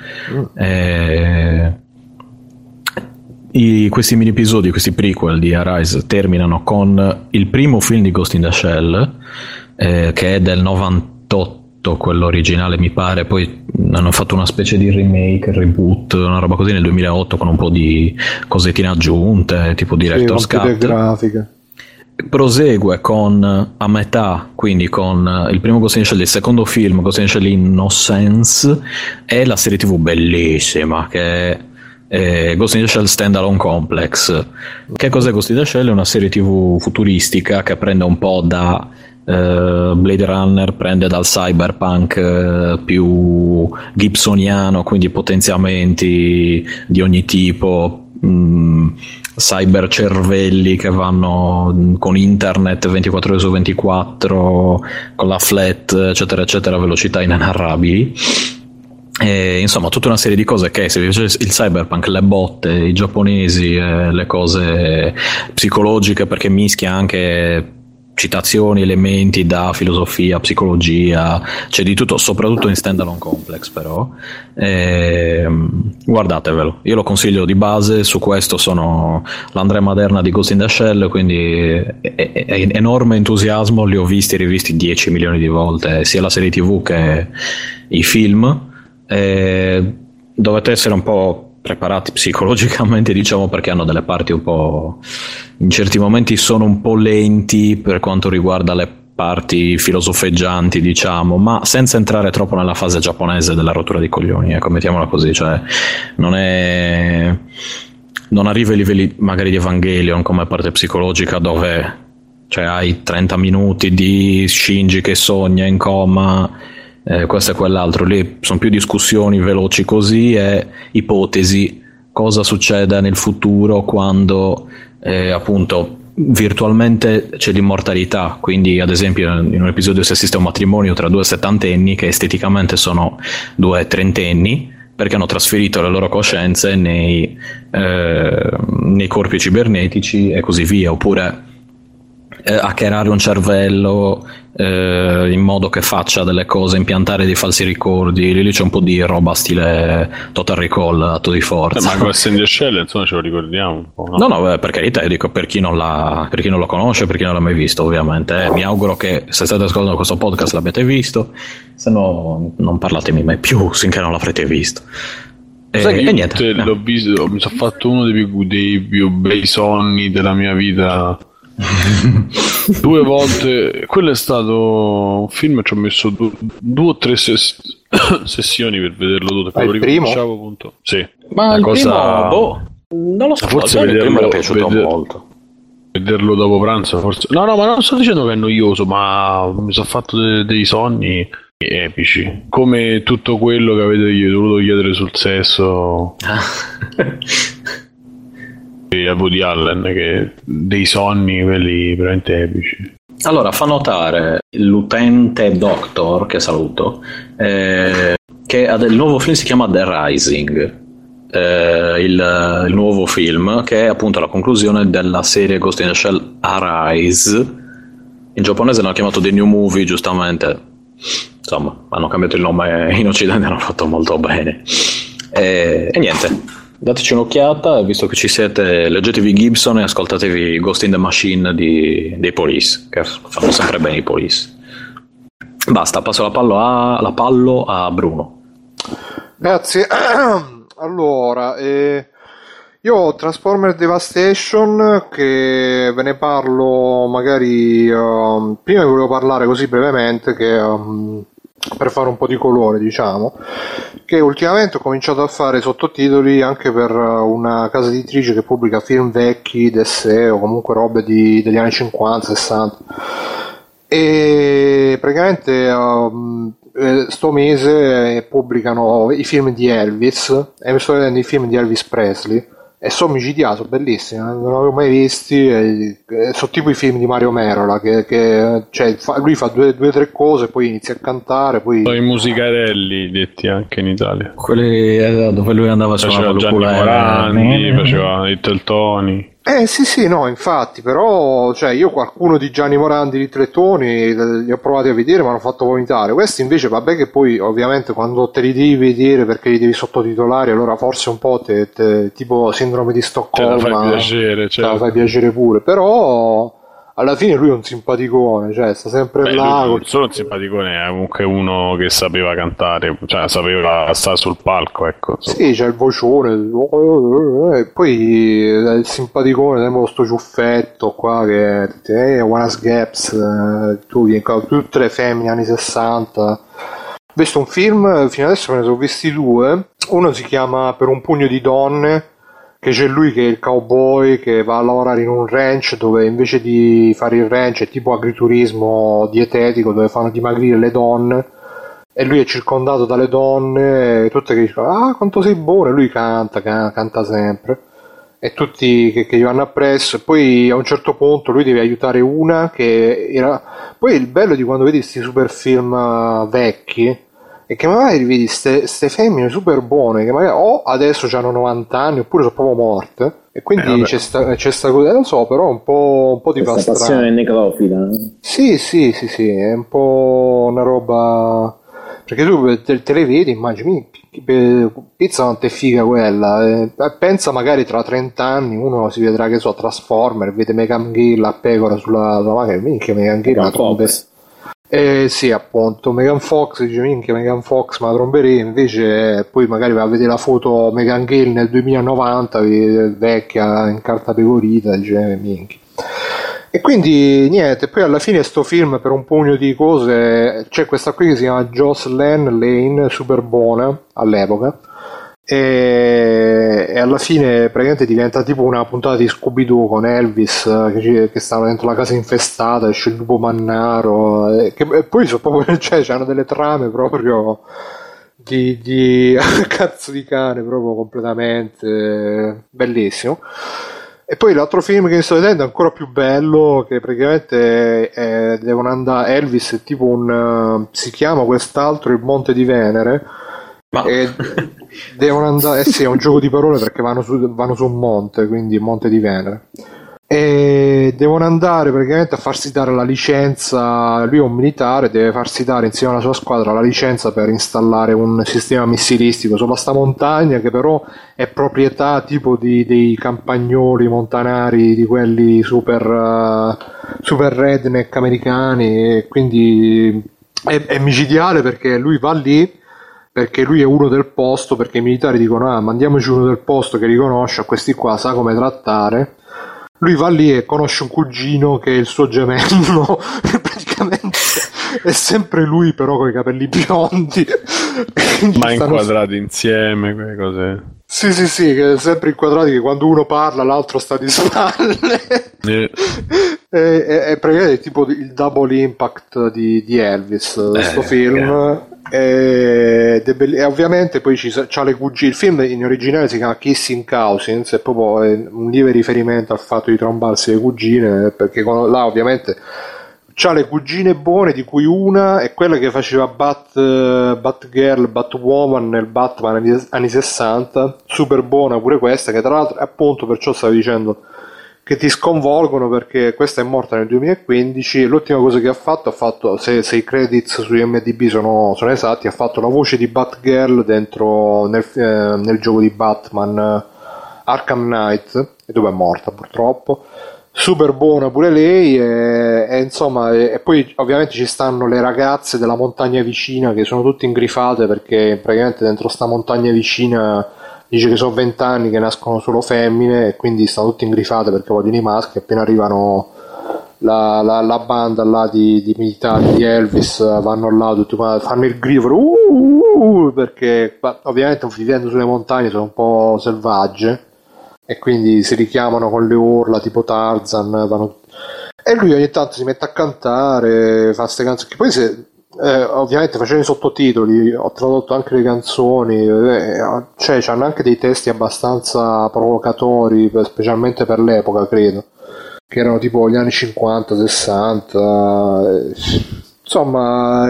Questi mini episodi, questi prequel di Arise terminano con il primo film di Ghost in the Shell, che è del 98, quello originale mi pare, poi hanno fatto una specie di remake, reboot, una roba così nel 2008 con un po' di cosettine aggiunte, tipo Director's Cut. Grafiche. Prosegue con a metà, quindi con il primo Ghost in the Shell, il secondo film Ghost in the Shell Innocence, e la serie TV bellissima che è Ghost in the Shell Standalone Complex. Che cos'è Ghost in the Shell? È una serie TV futuristica che prende un po' da Blade Runner, prende dal cyberpunk più gibsoniano, quindi potenziamenti di ogni tipo, cyber cervelli che vanno con internet 24 ore su 24, con la flat, eccetera eccetera, velocità inenarrabili. E, insomma, tutta una serie di cose che, se vi piace il cyberpunk, le botte, i giapponesi, le cose psicologiche, perché mischia anche citazioni, elementi da filosofia, psicologia, c'è di tutto, soprattutto in Standalone Complex, però guardatevelo, io lo consiglio di base. Su questo sono l'Andrea Maderna di Ghost in the Shell, quindi è enorme entusiasmo, li ho visti e rivisti 10 milioni di volte, sia la serie TV che i film. Dovete essere un po' preparati psicologicamente, diciamo, perché hanno delle parti un po', in certi momenti sono un po' lenti per quanto riguarda le parti filosofeggianti, diciamo, ma senza entrare troppo nella fase giapponese della rottura di coglioni, ecco, mettiamola così, cioè non arriva ai livelli magari di Evangelion come parte psicologica, dove cioè hai 30 minuti di Shinji che sogna in coma, questo e quell'altro. Lì sono più discussioni veloci così e ipotesi, cosa succede nel futuro quando appunto virtualmente c'è l'immortalità, quindi ad esempio in un episodio si assiste a un matrimonio tra due settantenni che esteticamente sono due trentenni, perché hanno trasferito le loro coscienze nei corpi cibernetici e così via, oppure hackerare un cervello in modo che faccia delle cose, impiantare dei falsi ricordi. Lì c'è un po' di roba stile Total Recall, atto di forza. Ma Ghost in the Shell, insomma, ce lo ricordiamo un po', no? No, per carità, io dico per chi non lo conosce, per chi non l'ha mai visto, ovviamente. Mi auguro che se state ascoltando questo podcast l'abbiate visto, se no non parlatemi mai più finché non l'avrete visto. E niente, l'ho visto, mi sono fatto uno dei più bei sogni della mia vita. 2 volte. Quello è stato un film, ci ho messo 2 o 3 sessioni per vederlo tutto. Il primo? Sì. Ma il primo, non lo so, forse il primo mi è piaciuto molto. Vederlo dopo pranzo forse. No, ma non sto dicendo che è noioso, ma mi sono fatto dei sogni epici, come tutto quello che avete dovuto chiedere sul sesso a Woody Allen, che dei sonni quelli veramente epici. Allora, fa notare l'utente Doctor, che saluto, che il nuovo film si chiama The Rising, il nuovo film, che è appunto la conclusione della serie Ghost in the Shell Arise. In giapponese l'hanno chiamato The New Movie, giustamente. Insomma, hanno cambiato il nome in Occidente, hanno fatto molto bene. E niente, dateci un'occhiata, visto che ci siete, leggetevi Gibson e ascoltatevi Ghost in the Machine dei Police, che fanno sempre bene i Police. Basta, passo la pallo a Bruno. Grazie. Allora, io ho Transformer Devastation, che ve ne parlo magari prima vi volevo parlare così brevemente che per fare un po' di colore, diciamo, che ultimamente ho cominciato a fare sottotitoli anche per una casa editrice che pubblica film vecchi d'essè o comunque robe degli anni 50, 60, e praticamente sto mese pubblicano i film di Elvis e mi sto vedendo i film di Elvis Presley e sono micidiato, bellissimi, non avevo mai visti, sono tipo i film di Mario Merola cioè, lui fa due o tre cose, poi inizia a cantare, poi i musicarelli detti anche in Italia, quelli dove lui andava a suonare faceva Gianni Morandi, faceva Little Tony. Sì, no, infatti, però, cioè, io qualcuno di Gianni Morandi, di Tretoni, li ho provati a vedere, ma hanno fatto vomitare. Questi invece, vabbè, che poi, ovviamente, quando te li devi vedere perché li devi sottotitolare, allora forse un po' tipo sindrome di Stoccolma, te la fai piacere, te la fai piacere pure, però alla fine lui è un simpaticone, cioè sta sempre là. Non solo un simpaticone, è comunque uno che sapeva cantare, cioè sapeva stare sul palco, ecco. Sì, c'è il vocione, e poi il simpaticone, sembra sto ciuffetto qua che Wallace Gaps, tutte le femmine anni 60. Ho visto un film, fino adesso me ne sono visti due, uno si chiama Per un pugno di donne, che c'è lui che è il cowboy che va a lavorare in un ranch dove invece di fare il ranch è tipo agriturismo dietetico dove fanno dimagrire le donne e lui è circondato dalle donne tutte che dicono ah quanto sei buono, e lui canta sempre e tutti che gli vanno appresso, e poi a un certo punto lui deve aiutare una che era, poi il bello di quando vedi questi super film vecchi e che magari vedi ste femmine super buone che magari o adesso hanno 90 anni oppure sono proprio morte e quindi c'è sta cosa, non so, però un po' ti fa strano. Passione necrofila. Sì, è un po' una roba, perché tu te le vedi, immagini pizza quanto è figa quella, pensa magari tra 30 anni uno si vedrà che so Transformer, vede Megan Gill a pecora sulla macchina, minchia Megan Gill sì, appunto, Megan Fox dice minchia Megan Fox ma tromberei, invece poi magari va a vedere la foto Megan Gale nel 2090 vecchia in carta pecorita, dice minchia. E quindi niente, poi alla fine sto film Per un pugno di cose, c'è questa qui che si chiama Jocelyn Lane, super buona all'epoca, e alla fine praticamente diventa tipo una puntata di Scooby-Doo con Elvis che stanno dentro la casa infestata, esce il lupo mannaro, e poi sono proprio, cioè c'hanno delle trame proprio di cazzo di cane, proprio completamente bellissimo. E poi l'altro film che mi sto vedendo è ancora più bello, che praticamente devono andare, Elvis è tipo si chiama quest'altro Il Monte di Venere, e devono andare, sì, è un gioco di parole perché vanno su un monte, quindi Monte di Venere, e devono andare praticamente a farsi dare la licenza, lui è un militare, deve farsi dare insieme alla sua squadra la licenza per installare un sistema missilistico sopra sta montagna, che però è proprietà tipo dei campagnoli montanari, di quelli super redneck americani, e quindi è micidiale perché lui va lì perché lui è uno del posto, perché i militari dicono mandiamoci uno del posto che riconosce a questi qua, sa come trattare. Lui va lì e conosce un cugino che è il suo gemello, praticamente è sempre lui però con i capelli biondi ma inquadrati insieme quelle cose. Sì, che è sempre inquadrati, che quando uno parla l'altro sta di spalle. È praticamente tipo il double impact di Elvis, questo film. E ovviamente poi c'ha le cugine. Il film in originale si chiama Kissing Cousins, è proprio un lieve riferimento al fatto di trombarsi le cugine, perché là ovviamente c'ha le cugine buone, di cui una è quella che faceva Batgirl, Batwoman nel Batman anni 60, super buona pure questa, che tra l'altro appunto perciò stavo dicendo che ti sconvolgono, perché questa è morta nel 2015. L'ultima cosa che ha fatto se i credits su IMDb sono esatti, ha fatto la voce di Batgirl dentro nel gioco di Batman Arkham Knight, e dove è morta purtroppo. Super buona pure lei, e insomma, e poi ovviamente ci stanno le ragazze della montagna vicina che sono tutte ingrifate, perché praticamente dentro sta montagna vicina dice che sono 20 anni che nascono solo femmine, e quindi stanno tutte ingrifate perché vogliono i maschi. Appena arrivano la banda là di militari di Elvis, vanno là tutti quanti, fanno il grifo perché ovviamente vivendo sulle montagne sono un po' selvagge, e quindi si richiamano con le urla tipo Tarzan, e lui ogni tanto si mette a cantare, fa queste canzoni che poi ovviamente facendo i sottotitoli ho tradotto anche le canzoni, cioè c'hanno anche dei testi abbastanza provocatori, specialmente per l'epoca, credo che erano tipo gli anni 50, 60, insomma,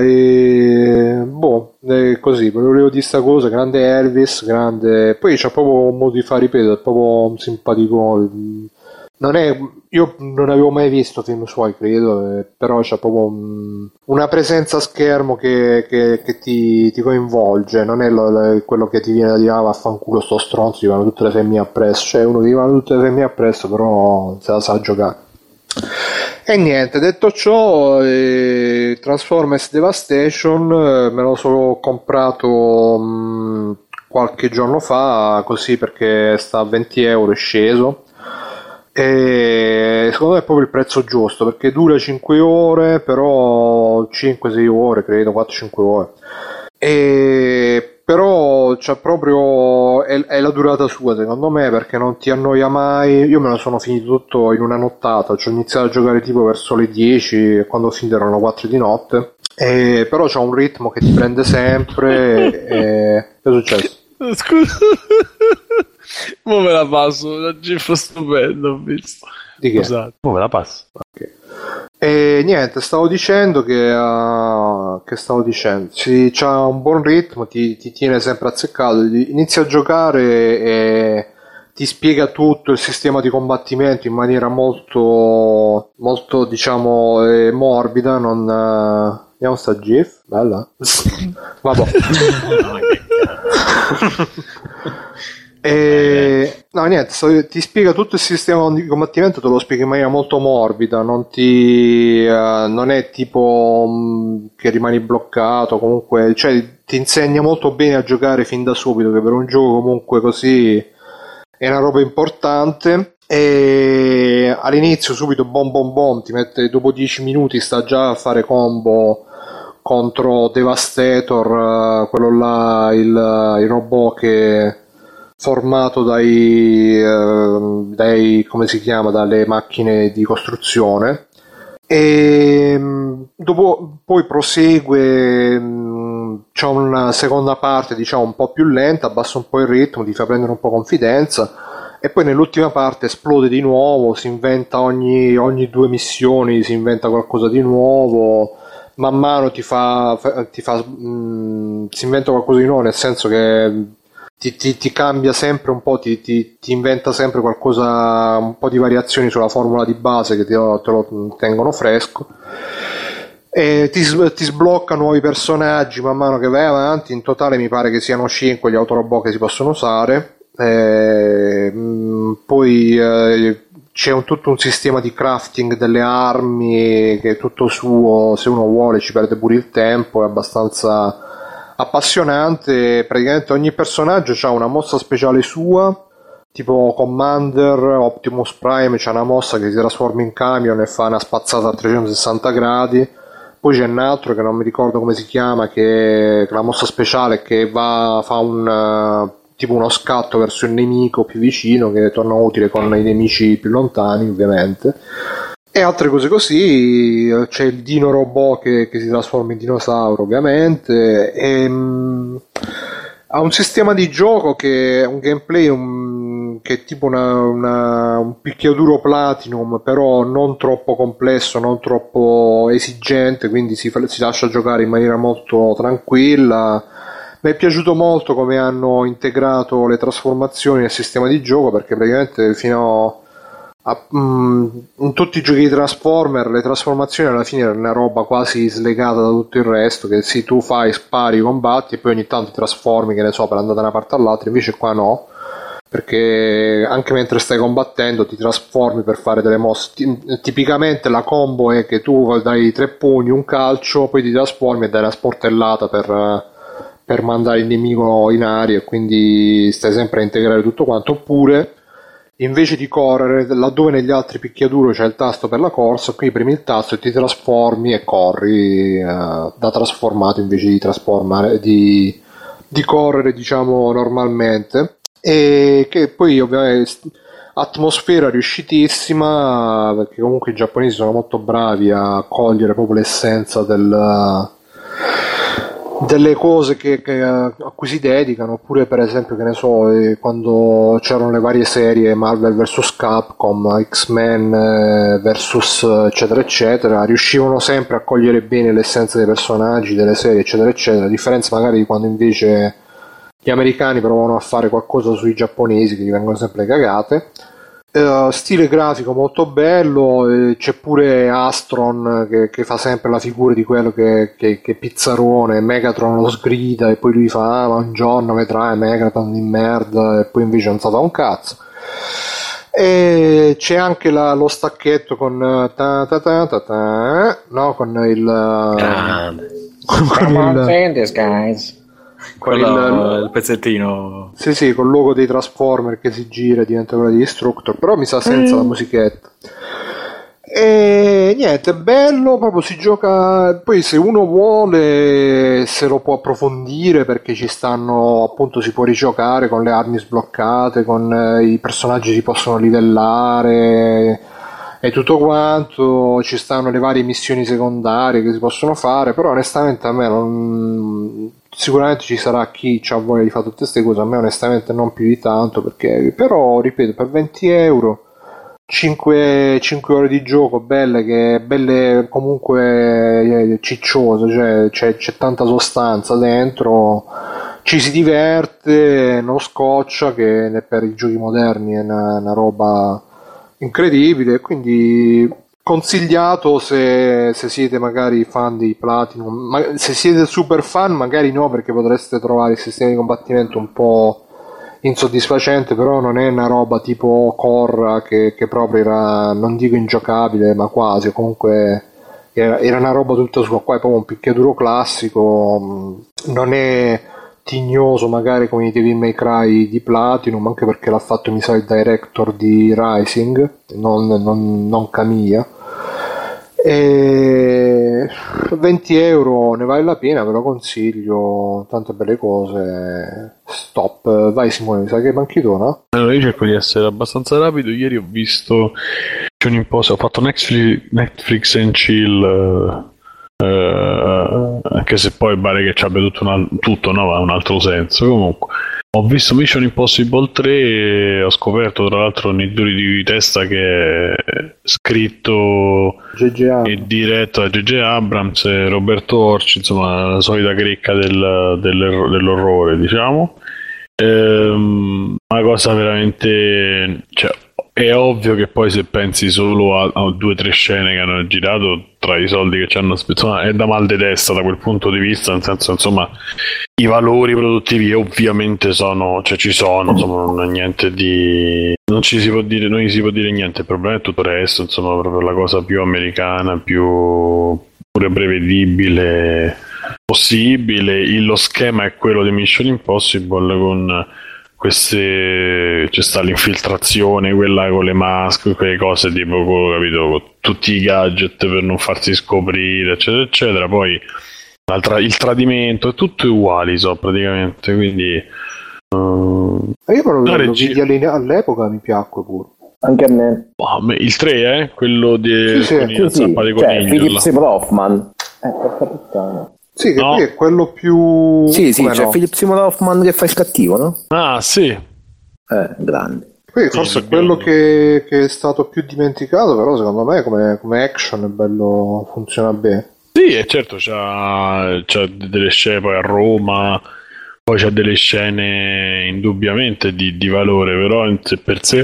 così, volevo dire sta cosa. Grande Elvis, grande, poi c'ha proprio un modo di fare, ripeto, è proprio simpatico. Io non avevo mai visto film suoi, credo, però c'ha proprio una presenza a schermo che ti coinvolge. Non è quello che ti viene da dire vaffanculo sto stronzo, gli vanno tutte le femmine appresso. Cioè uno che gli vanno tutte le femmine appresso, però se la sa giocare. E niente, detto ciò, Transformers Devastation me lo sono comprato qualche giorno fa, così, perché sta a 20 euro, è sceso, e secondo me è proprio il prezzo giusto, perché dura 5 ore, però 5-6 ore, credo, 4-5 ore, però c'è proprio è la durata sua, secondo me, perché non ti annoia mai. Io me lo sono finito tutto in una nottata, ho iniziato a giocare tipo verso le 10, e quando ho finito erano 4 di notte, però c'ha un ritmo che ti prende sempre. Che è successo? Scusa, mo me la passo, una gif stupenda ho visto. Di che? Scusate, mo me la passo. Okay. E niente, stavo dicendo sì, c'ha un buon ritmo, ti tiene sempre azzeccato, inizi a giocare e ti spiega tutto il sistema di combattimento in maniera molto, molto, diciamo, morbida. Vediamo sta gif, bella. Vabbè. No, niente, ti spiega tutto il sistema di combattimento, te lo spiega in maniera molto morbida, non è tipo che rimani bloccato, comunque, cioè ti insegna molto bene a giocare fin da subito, che per un gioco comunque così è una roba importante. E all'inizio subito bom ti mette, dopo 10 minuti sta già a fare combo contro Devastator, quello là, il robot che formato dai come si chiama, dalle macchine di costruzione, e dopo poi prosegue. C'è una seconda parte, diciamo, un po' più lenta, abbassa un po' il ritmo, ti fa prendere un po' confidenza, e poi nell'ultima parte esplode di nuovo, si inventa ogni 2 missioni, si inventa qualcosa di nuovo, man mano si inventa qualcosa di nuovo, nel senso che ti cambia sempre un po', ti inventa sempre qualcosa, un po' di variazioni sulla formula di base che te lo tengono fresco, e ti sblocca nuovi personaggi man mano che vai avanti. In totale mi pare che siano 5 gli autorobot che si possono usare. Poi c'è tutto un sistema di crafting delle armi che è tutto suo, se uno vuole ci perde pure il tempo, è abbastanza appassionante. Praticamente ogni personaggio ha una mossa speciale sua, tipo Commander, Optimus Prime c'ha una mossa che si trasforma in camion e fa una spazzata a 360 gradi. Poi c'è un altro che non mi ricordo come si chiama, che è la mossa speciale che fa tipo uno scatto verso il nemico più vicino, che torna utile con i nemici più lontani, ovviamente, e altre cose così. C'è il dino robot che si trasforma in dinosauro, ovviamente, e ha un sistema di gioco che è un gameplay che è tipo un picchiaduro Platinum, però non troppo complesso, non troppo esigente, quindi si lascia giocare in maniera molto tranquilla. Mi è piaciuto molto come hanno integrato le trasformazioni nel sistema di gioco, perché praticamente fino in tutti i giochi di Transformer le trasformazioni alla fine erano una roba quasi slegata da tutto il resto, che sì, tu fai, spari, combatti e poi ogni tanto ti trasformi, che ne so, per andare da una parte all'altra. Invece qua no, perché anche mentre stai combattendo ti trasformi per fare delle mosse. Tipicamente la combo è che tu dai 3 pugni, un calcio, poi ti trasformi e dai una sportellata per mandare il nemico in aria, e quindi stai sempre a integrare tutto quanto. Oppure invece di correre, laddove negli altri picchiaduro c'è il tasto per la corsa, qui premi il tasto e ti trasformi e corri da trasformato, invece di trasformare di correre, diciamo, normalmente. E che poi ovviamente atmosfera riuscitissima, perché comunque i giapponesi sono molto bravi a cogliere proprio l'essenza delle cose a cui si dedicano. Oppure, per esempio, che ne so, quando c'erano le varie serie Marvel vs Capcom, X-Men vs eccetera eccetera, riuscivano sempre a cogliere bene l'essenza dei personaggi, delle serie eccetera eccetera, a differenza magari di quando invece gli americani provano a fare qualcosa sui giapponesi, che gli vengono sempre cagate. Stile grafico molto bello, c'è pure Astron che fa sempre la figura di quello che è pizzarone, Megatron lo sgrida e poi lui fa ma un giorno vedrai Megatron di merda, e poi invece non sa da un cazzo. E c'è anche lo stacchetto con no, con il pezzettino, sì, col logo dei Transformer che si gira e diventa quello di Destructor, però mi sa senza la musichetta. E niente, bello, proprio si gioca. Poi se uno vuole se lo può approfondire, perché ci stanno, appunto, si può rigiocare con le armi sbloccate, con i personaggi si possono livellare e tutto quanto. Ci stanno le varie missioni secondarie che si possono fare, però onestamente a me non... Sicuramente ci sarà chi ha voglia di fare tutte queste cose, a me onestamente non più di tanto, perché però, ripeto, per 20 euro 5 ore di gioco belle comunque cicciose, cioè c'è tanta sostanza dentro, ci si diverte, non scoccia, che per i giochi moderni è una roba incredibile. Quindi consigliato se siete magari fan di Platinum, ma se siete super fan magari no, perché potreste trovare il sistema di combattimento un po' insoddisfacente, però non è una roba tipo Korra che proprio era, non dico ingiocabile, ma quasi, comunque era una roba tutta sua. Qua è proprio un picchiaduro classico, non è tignoso magari come i Devil May Cry di Platinum, anche perché l'ha fatto, mi sa, il director di Rising, non Kamiya. E 20 euro ne vale la pena, ve lo consiglio, tante belle cose. Stop. Vai Simone, mi sa che manchi tu, no? Allora io cerco di essere abbastanza rapido. Ieri ho visto ho fatto Netflix and Chill, anche se poi pare che ci abbia tutto no, ha un altro senso. Comunque ho visto Mission Impossible 3 e ho scoperto tra l'altro nei duri di testa che è scritto e diretto da J.J. Abrams e Roberto Orci, insomma la solita cricca dell'orrore, diciamo. Una cosa veramente, cioè, è ovvio che poi se pensi solo a 2 o 3 scene che hanno girato, tra i soldi che ci hanno speso, è da mal di testa da quel punto di vista, nel senso, insomma, i valori produttivi ovviamente ci sono, insomma, non è niente di... non si può dire niente, il problema è tutto il resto, insomma, proprio la cosa più americana, più pure prevedibile possibile. Lo schema è quello di Mission Impossible, con c'è sta l'infiltrazione, quella con le maske, quelle cose tipo, capito, con tutti i gadget per non farsi scoprire, eccetera eccetera. Poi il tradimento, è tutto uguali, praticamente, quindi io però lo vidi all'epoca, mi piacque pure. Anche a me. Il 3 quello di zappa di coniglio, Philip Seymour Hoffman. Porca puttana. Sì, che poi è quello più... Sì, c'è Philip Seymour Hoffman che fa il cattivo, no? Ah, sì. Grande. Poi forse è quello che è stato più dimenticato, però secondo me come action è bello, funziona bene. Sì, e certo c'ha delle scene poi a Roma, poi c'ha delle scene indubbiamente di valore, però in sé per sé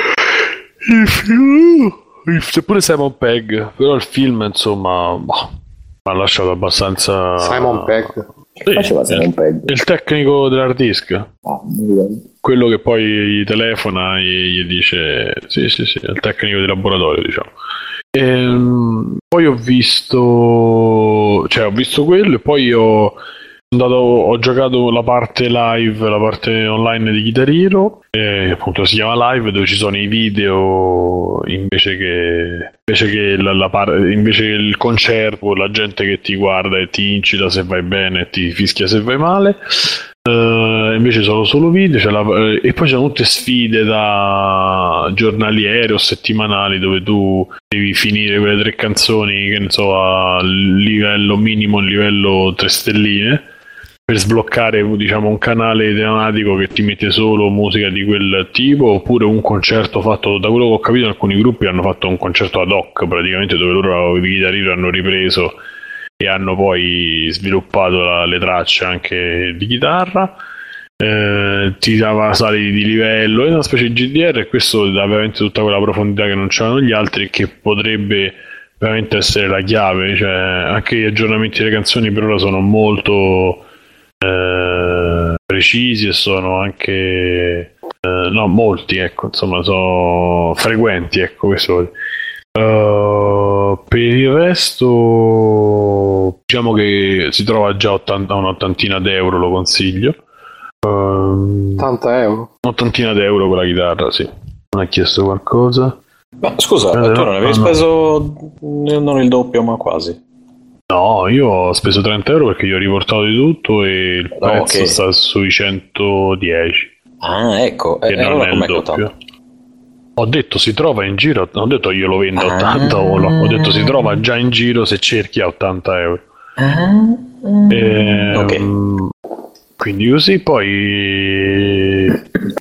seppure Simon Pegg, però il film insomma mi ha lasciato abbastanza. Simon Pegg? Che faceva Simon Pegg? Il tecnico dell'hard disk. Non ricordo. Quello che poi gli telefona e gli dice sì, il tecnico di laboratorio, diciamo. Poi ho visto quello e poi ho giocato la parte live, la parte online di Guitar Hero, appunto si chiama live, dove ci sono i video invece che il concerto, la gente che ti guarda e ti incita se vai bene e ti fischia se vai male. Invece sono solo video, e poi c'è tutte sfide da giornaliere o settimanali dove tu devi finire quelle 3 canzoni, che ne so, a livello minimo, livello 3 stelline, per sbloccare, diciamo, un canale tematico che ti mette solo musica di quel tipo, oppure un concerto fatto, da quello che ho capito, alcuni gruppi hanno fatto un concerto ad hoc praticamente, dove loro di Guitar Hero hanno ripreso e hanno poi sviluppato le tracce anche di chitarra. Ti dava sali di livello, è una specie di GDR, e questo dà veramente tutta quella profondità che non c'erano gli altri, che potrebbe veramente essere la chiave. Cioè, anche gli aggiornamenti delle canzoni per ora sono molto precisi, e sono anche molti, ecco, insomma, sono frequenti, ecco, questo. Per il resto diciamo che si trova già un'ottantina d'euro, lo consiglio. 80 euro? Un'ottantina d'euro con la chitarra, sì. Non ha chiesto qualcosa? Ma scusa, tu non avevi speso non il doppio, ma quasi? No, io ho speso 30 euro perché gli ho riportato di tutto e il prezzo sta sui 110. Ah, ecco, che non è il doppio. Ho detto si trova in giro, non ho detto io lo vendo a 80 euro, ho detto si trova già in giro se cerchi a 80 euro. Ok. Quindi così, poi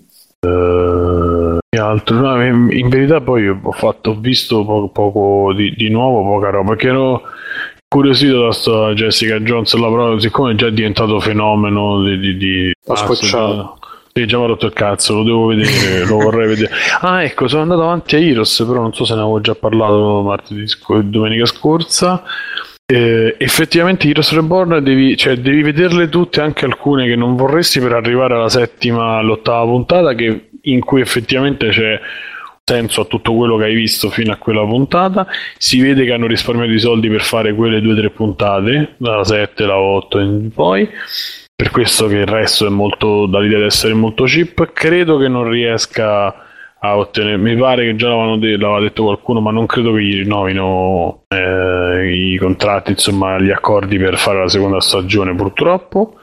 che altro? No, in verità poi ho visto poco di nuovo, poca roba, perché ero curiosito da sta Jessica Jones, però siccome è già diventato fenomeno di scocciato. Sì, già mi ha rotto il cazzo, lo devo vedere, lo vorrei vedere. Ah, ecco, sono andato avanti a Heroes, però non so se ne avevo già parlato domenica scorsa. Effettivamente Heroes Reborn devi vederle tutte, anche alcune che non vorresti, per arrivare all'ottava puntata, in cui effettivamente c'è senso a tutto quello che hai visto fino a quella puntata. Si vede che hanno risparmiato i soldi per fare quelle 2-3 puntate, dalla 7, la 8 in poi. Per questo che il resto è molto, dà l'idea di essere molto cheap. Credo che non riesca a ottenere, mi pare che già l'aveva detto qualcuno, ma non credo che gli rinnovino i contratti, insomma gli accordi per fare la seconda stagione, purtroppo.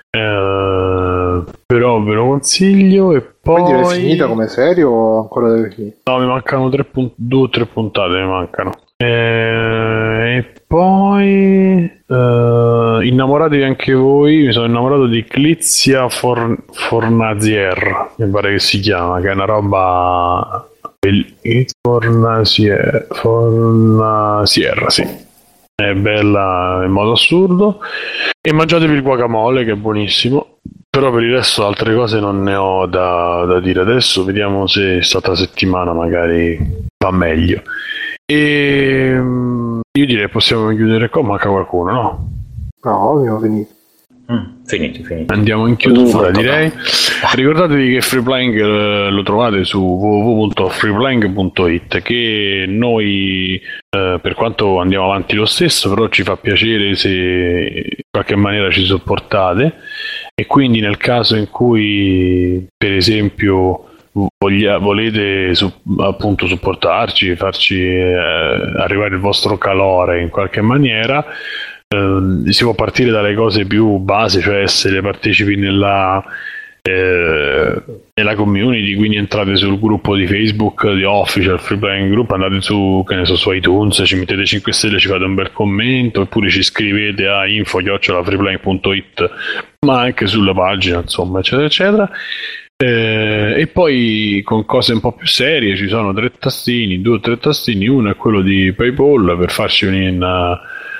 Però ve lo consiglio. E poi quindi è finita come serie o ancora deve finire? No, mi mancano 2 o 3 puntate, mi mancano. E poi innamoratevi anche voi. Mi sono innamorato di Clizia Fornazier, mi pare che si chiama, che è una roba Fornazier, sì, è bella in modo assurdo. E mangiatevi il guacamole, che è buonissimo. Però per il resto altre cose non ne ho da dire adesso. Vediamo se stata settimana magari va meglio. E io direi possiamo chiudere qua. Manca qualcuno, no? No, abbiamo finito. Finiti. Andiamo in chiusura, direi. Ricordatevi che Freeplaying lo trovate su www.freeplaying.it, che noi per quanto andiamo avanti lo stesso, però ci fa piacere se in qualche maniera ci supportate, e quindi nel caso in cui per esempio volete appunto supportarci, farci arrivare il vostro calore in qualche maniera, si può partire dalle cose più base, cioè essere partecipi nella community, quindi entrate sul gruppo di Facebook di Official Freeplaying Group, andate su iTunes, ci mettete 5 stelle, ci fate un bel commento, oppure ci scrivete a info@freeplaying.it, ma anche sulla pagina, insomma, eccetera eccetera. E poi con cose un po' più serie ci sono 2 o 3 tastini. Uno è quello di PayPal per farci un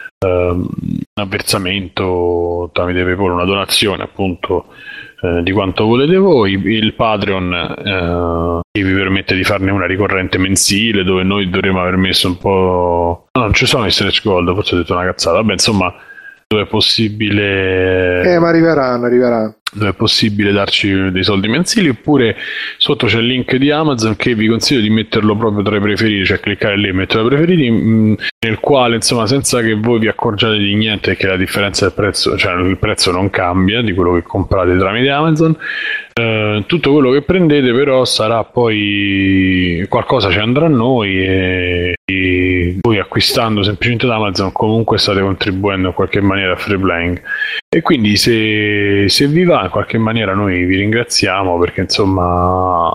avversamento tramite PayPal, una donazione appunto di quanto volete voi. Il Patreon che vi permette di farne una ricorrente mensile, dove noi dovremmo aver messo un po'... No, non ci sono i stretch gold, forse ho detto una cazzata. Vabbè, insomma, dove è possibile... ma arriveranno. Dove è possibile darci dei soldi mensili, oppure sotto c'è il link di Amazon che vi consiglio di metterlo proprio tra i preferiti, cioè cliccare lì e metterlo tra i preferiti, nel quale insomma senza che voi vi accorgiate di niente, perché la differenza del prezzo, cioè il prezzo non cambia di quello che comprate tramite Amazon, tutto quello che prendete però sarà poi qualcosa ci andrà a noi, e voi acquistando semplicemente da Amazon comunque state contribuendo in qualche maniera a Free Playing, e quindi se vi va in qualche maniera noi vi ringraziamo, perché insomma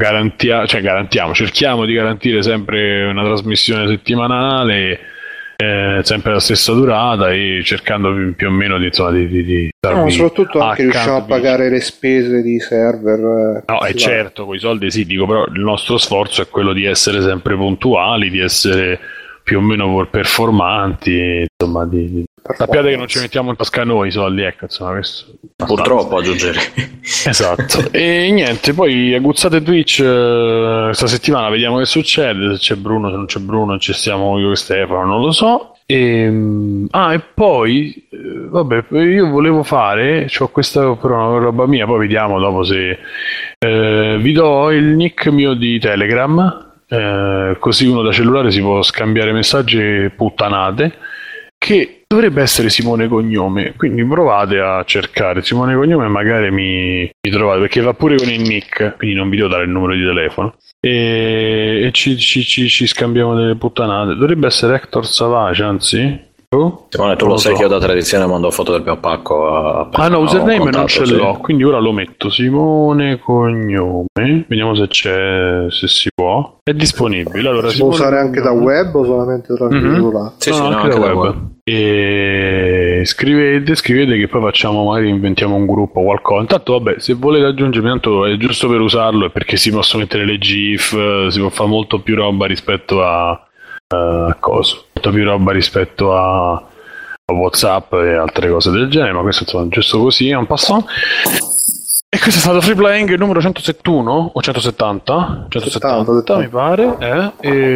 cerchiamo di garantire sempre una trasmissione settimanale, sempre la stessa durata, e cercando più o meno di soprattutto anche riusciamo a pagare le spese di server. No, è certo, con i soldi sì, dico, però il nostro sforzo è quello di essere sempre puntuali, di essere più o meno performanti, insomma, sappiate che non ci mettiamo in tasca noi i soldi, ecco, insomma, questo purtroppo aggiungerei. Esatto. E niente, poi aguzzate Twitch questa settimana, vediamo che succede, se c'è Bruno, se non c'è Bruno, ci stiamo io e Stefano, non lo so. E poi vabbè, io volevo fare, c'ho questa però una roba mia, poi vediamo dopo se vi do il nick mio di Telegram, così uno da cellulare si può scambiare messaggi puttanate, che dovrebbe essere Simone Cognome, quindi provate a cercare Simone Cognome e magari mi trovate, perché va pure con il nick, quindi non vi devo dare il numero di telefono, e ci scambiamo delle puttanate. Dovrebbe essere Hector Savage, anzi Simone, tu lo sai che io da tradizione mando foto del mio pacco no, username non ce l'ho, quindi ora lo metto Simone Cognome, vediamo se si può, è disponibile. Allora, si può usare anche da web o solamente da cellulare? Sì, anche da web. E scrivete che poi magari inventiamo un gruppo o qualcosa. Intanto vabbè, se volete aggiungermi, tanto è giusto per usarlo, è perché si possono mettere le GIF, si può fare molto più roba rispetto a molto più roba rispetto a WhatsApp e altre cose del genere, ma questo insomma giusto così è un passo. E questo è stato Free Playing numero 171 o 170 mi pare,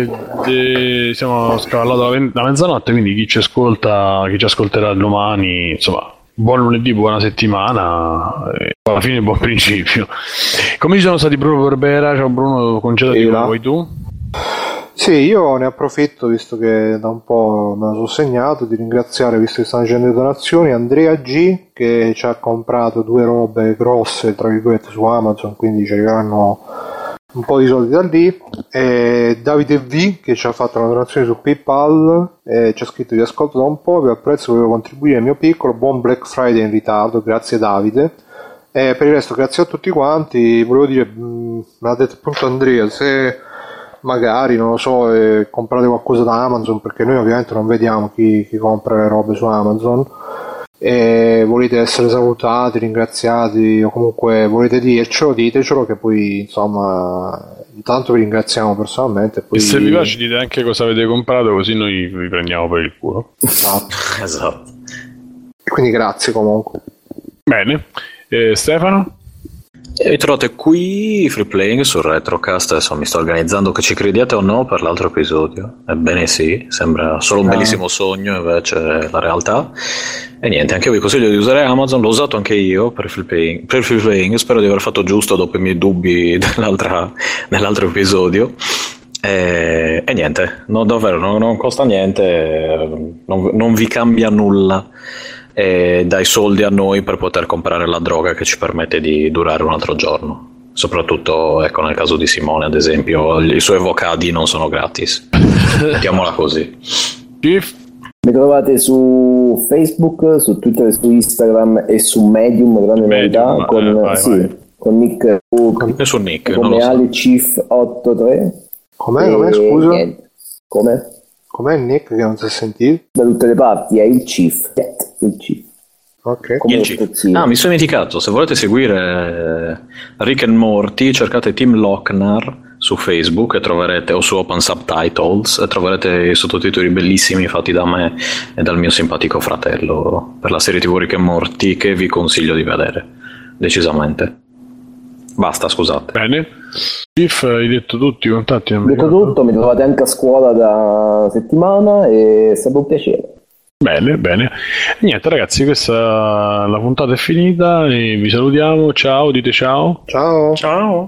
e siamo scavallati la mezzanotte, quindi chi ci ascolterà domani, insomma, buon lunedì, buona settimana, alla fine buon principio. Come ci sono stati Bruno Berbera? Ciao Bruno, concedati come vuoi tu. Sì, io ne approfitto, visto che da un po' me la sono segnato, di ringraziare, visto che stanno facendo le donazioni, Andrea G, che ci ha comprato 2 robe grosse, tra virgolette, su Amazon, quindi ci arriveranno un po' di soldi da lì, e Davide V, che ci ha fatto una donazione su PayPal, e ci ha scritto: vi ascolto da un po', vi apprezzo, volevo contribuire al mio piccolo, buon Black Friday in ritardo, grazie Davide. E per il resto grazie a tutti quanti. Volevo dire, me l'ha detto appunto Andrea, se magari, non lo so, comprate qualcosa da Amazon, perché noi ovviamente non vediamo chi compra le robe su Amazon, e volete essere salutati, ringraziati, o comunque volete dircelo, ditecelo, che poi insomma intanto vi ringraziamo personalmente, poi... E se vi va ci dite anche cosa avete comprato, così noi vi prendiamo per il culo. Esatto. E quindi grazie comunque. Bene, Stefano? E trovate qui Free Playing sul Retrocast. Adesso mi sto organizzando, che ci crediate o no, per l'altro episodio. Ebbene sì, sembra solo un bellissimo sogno, invece è la realtà. E niente, anche vi consiglio di usare Amazon, l'ho usato anche io per Free Playing, spero di aver fatto giusto dopo i miei dubbi nell'altro episodio. E niente, no, davvero non costa niente, non vi cambia nulla. E dai soldi a noi per poter comprare la droga che ci permette di durare un altro giorno, soprattutto ecco nel caso di Simone ad esempio i suoi avvocati non sono gratis. Mettiamola così. Mi trovate su Facebook, su Twitter, su Instagram e su Medium, grande novità, con Nick su Nick come AliChief83. Com'è scusa? Niente. Com'è il nick che non si è sentito? Da tutte le parti è il Chief. Ok. Mi sono dimenticato, se volete seguire Rick and Morty cercate Team Lochnar su Facebook e troverete, o su Open Subtitles, e troverete i sottotitoli bellissimi fatti da me e dal mio simpatico fratello per la serie TV Rick and Morty, che vi consiglio di vedere decisamente. Basta, scusate. Bene. Chief, hai detto tutti i contatti? Ho detto tutto, mi trovate anche a scuola da settimana e è stato un piacere. Bene. Niente ragazzi, questa la puntata è finita e vi salutiamo. Ciao, dite ciao. Ciao. Ciao.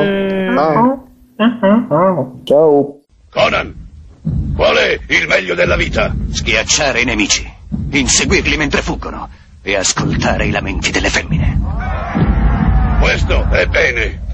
Ciao. Conan, qual è il meglio della vita? Schiacciare i nemici, inseguirli mentre fuggono e ascoltare i lamenti delle femmine. Questo è bene.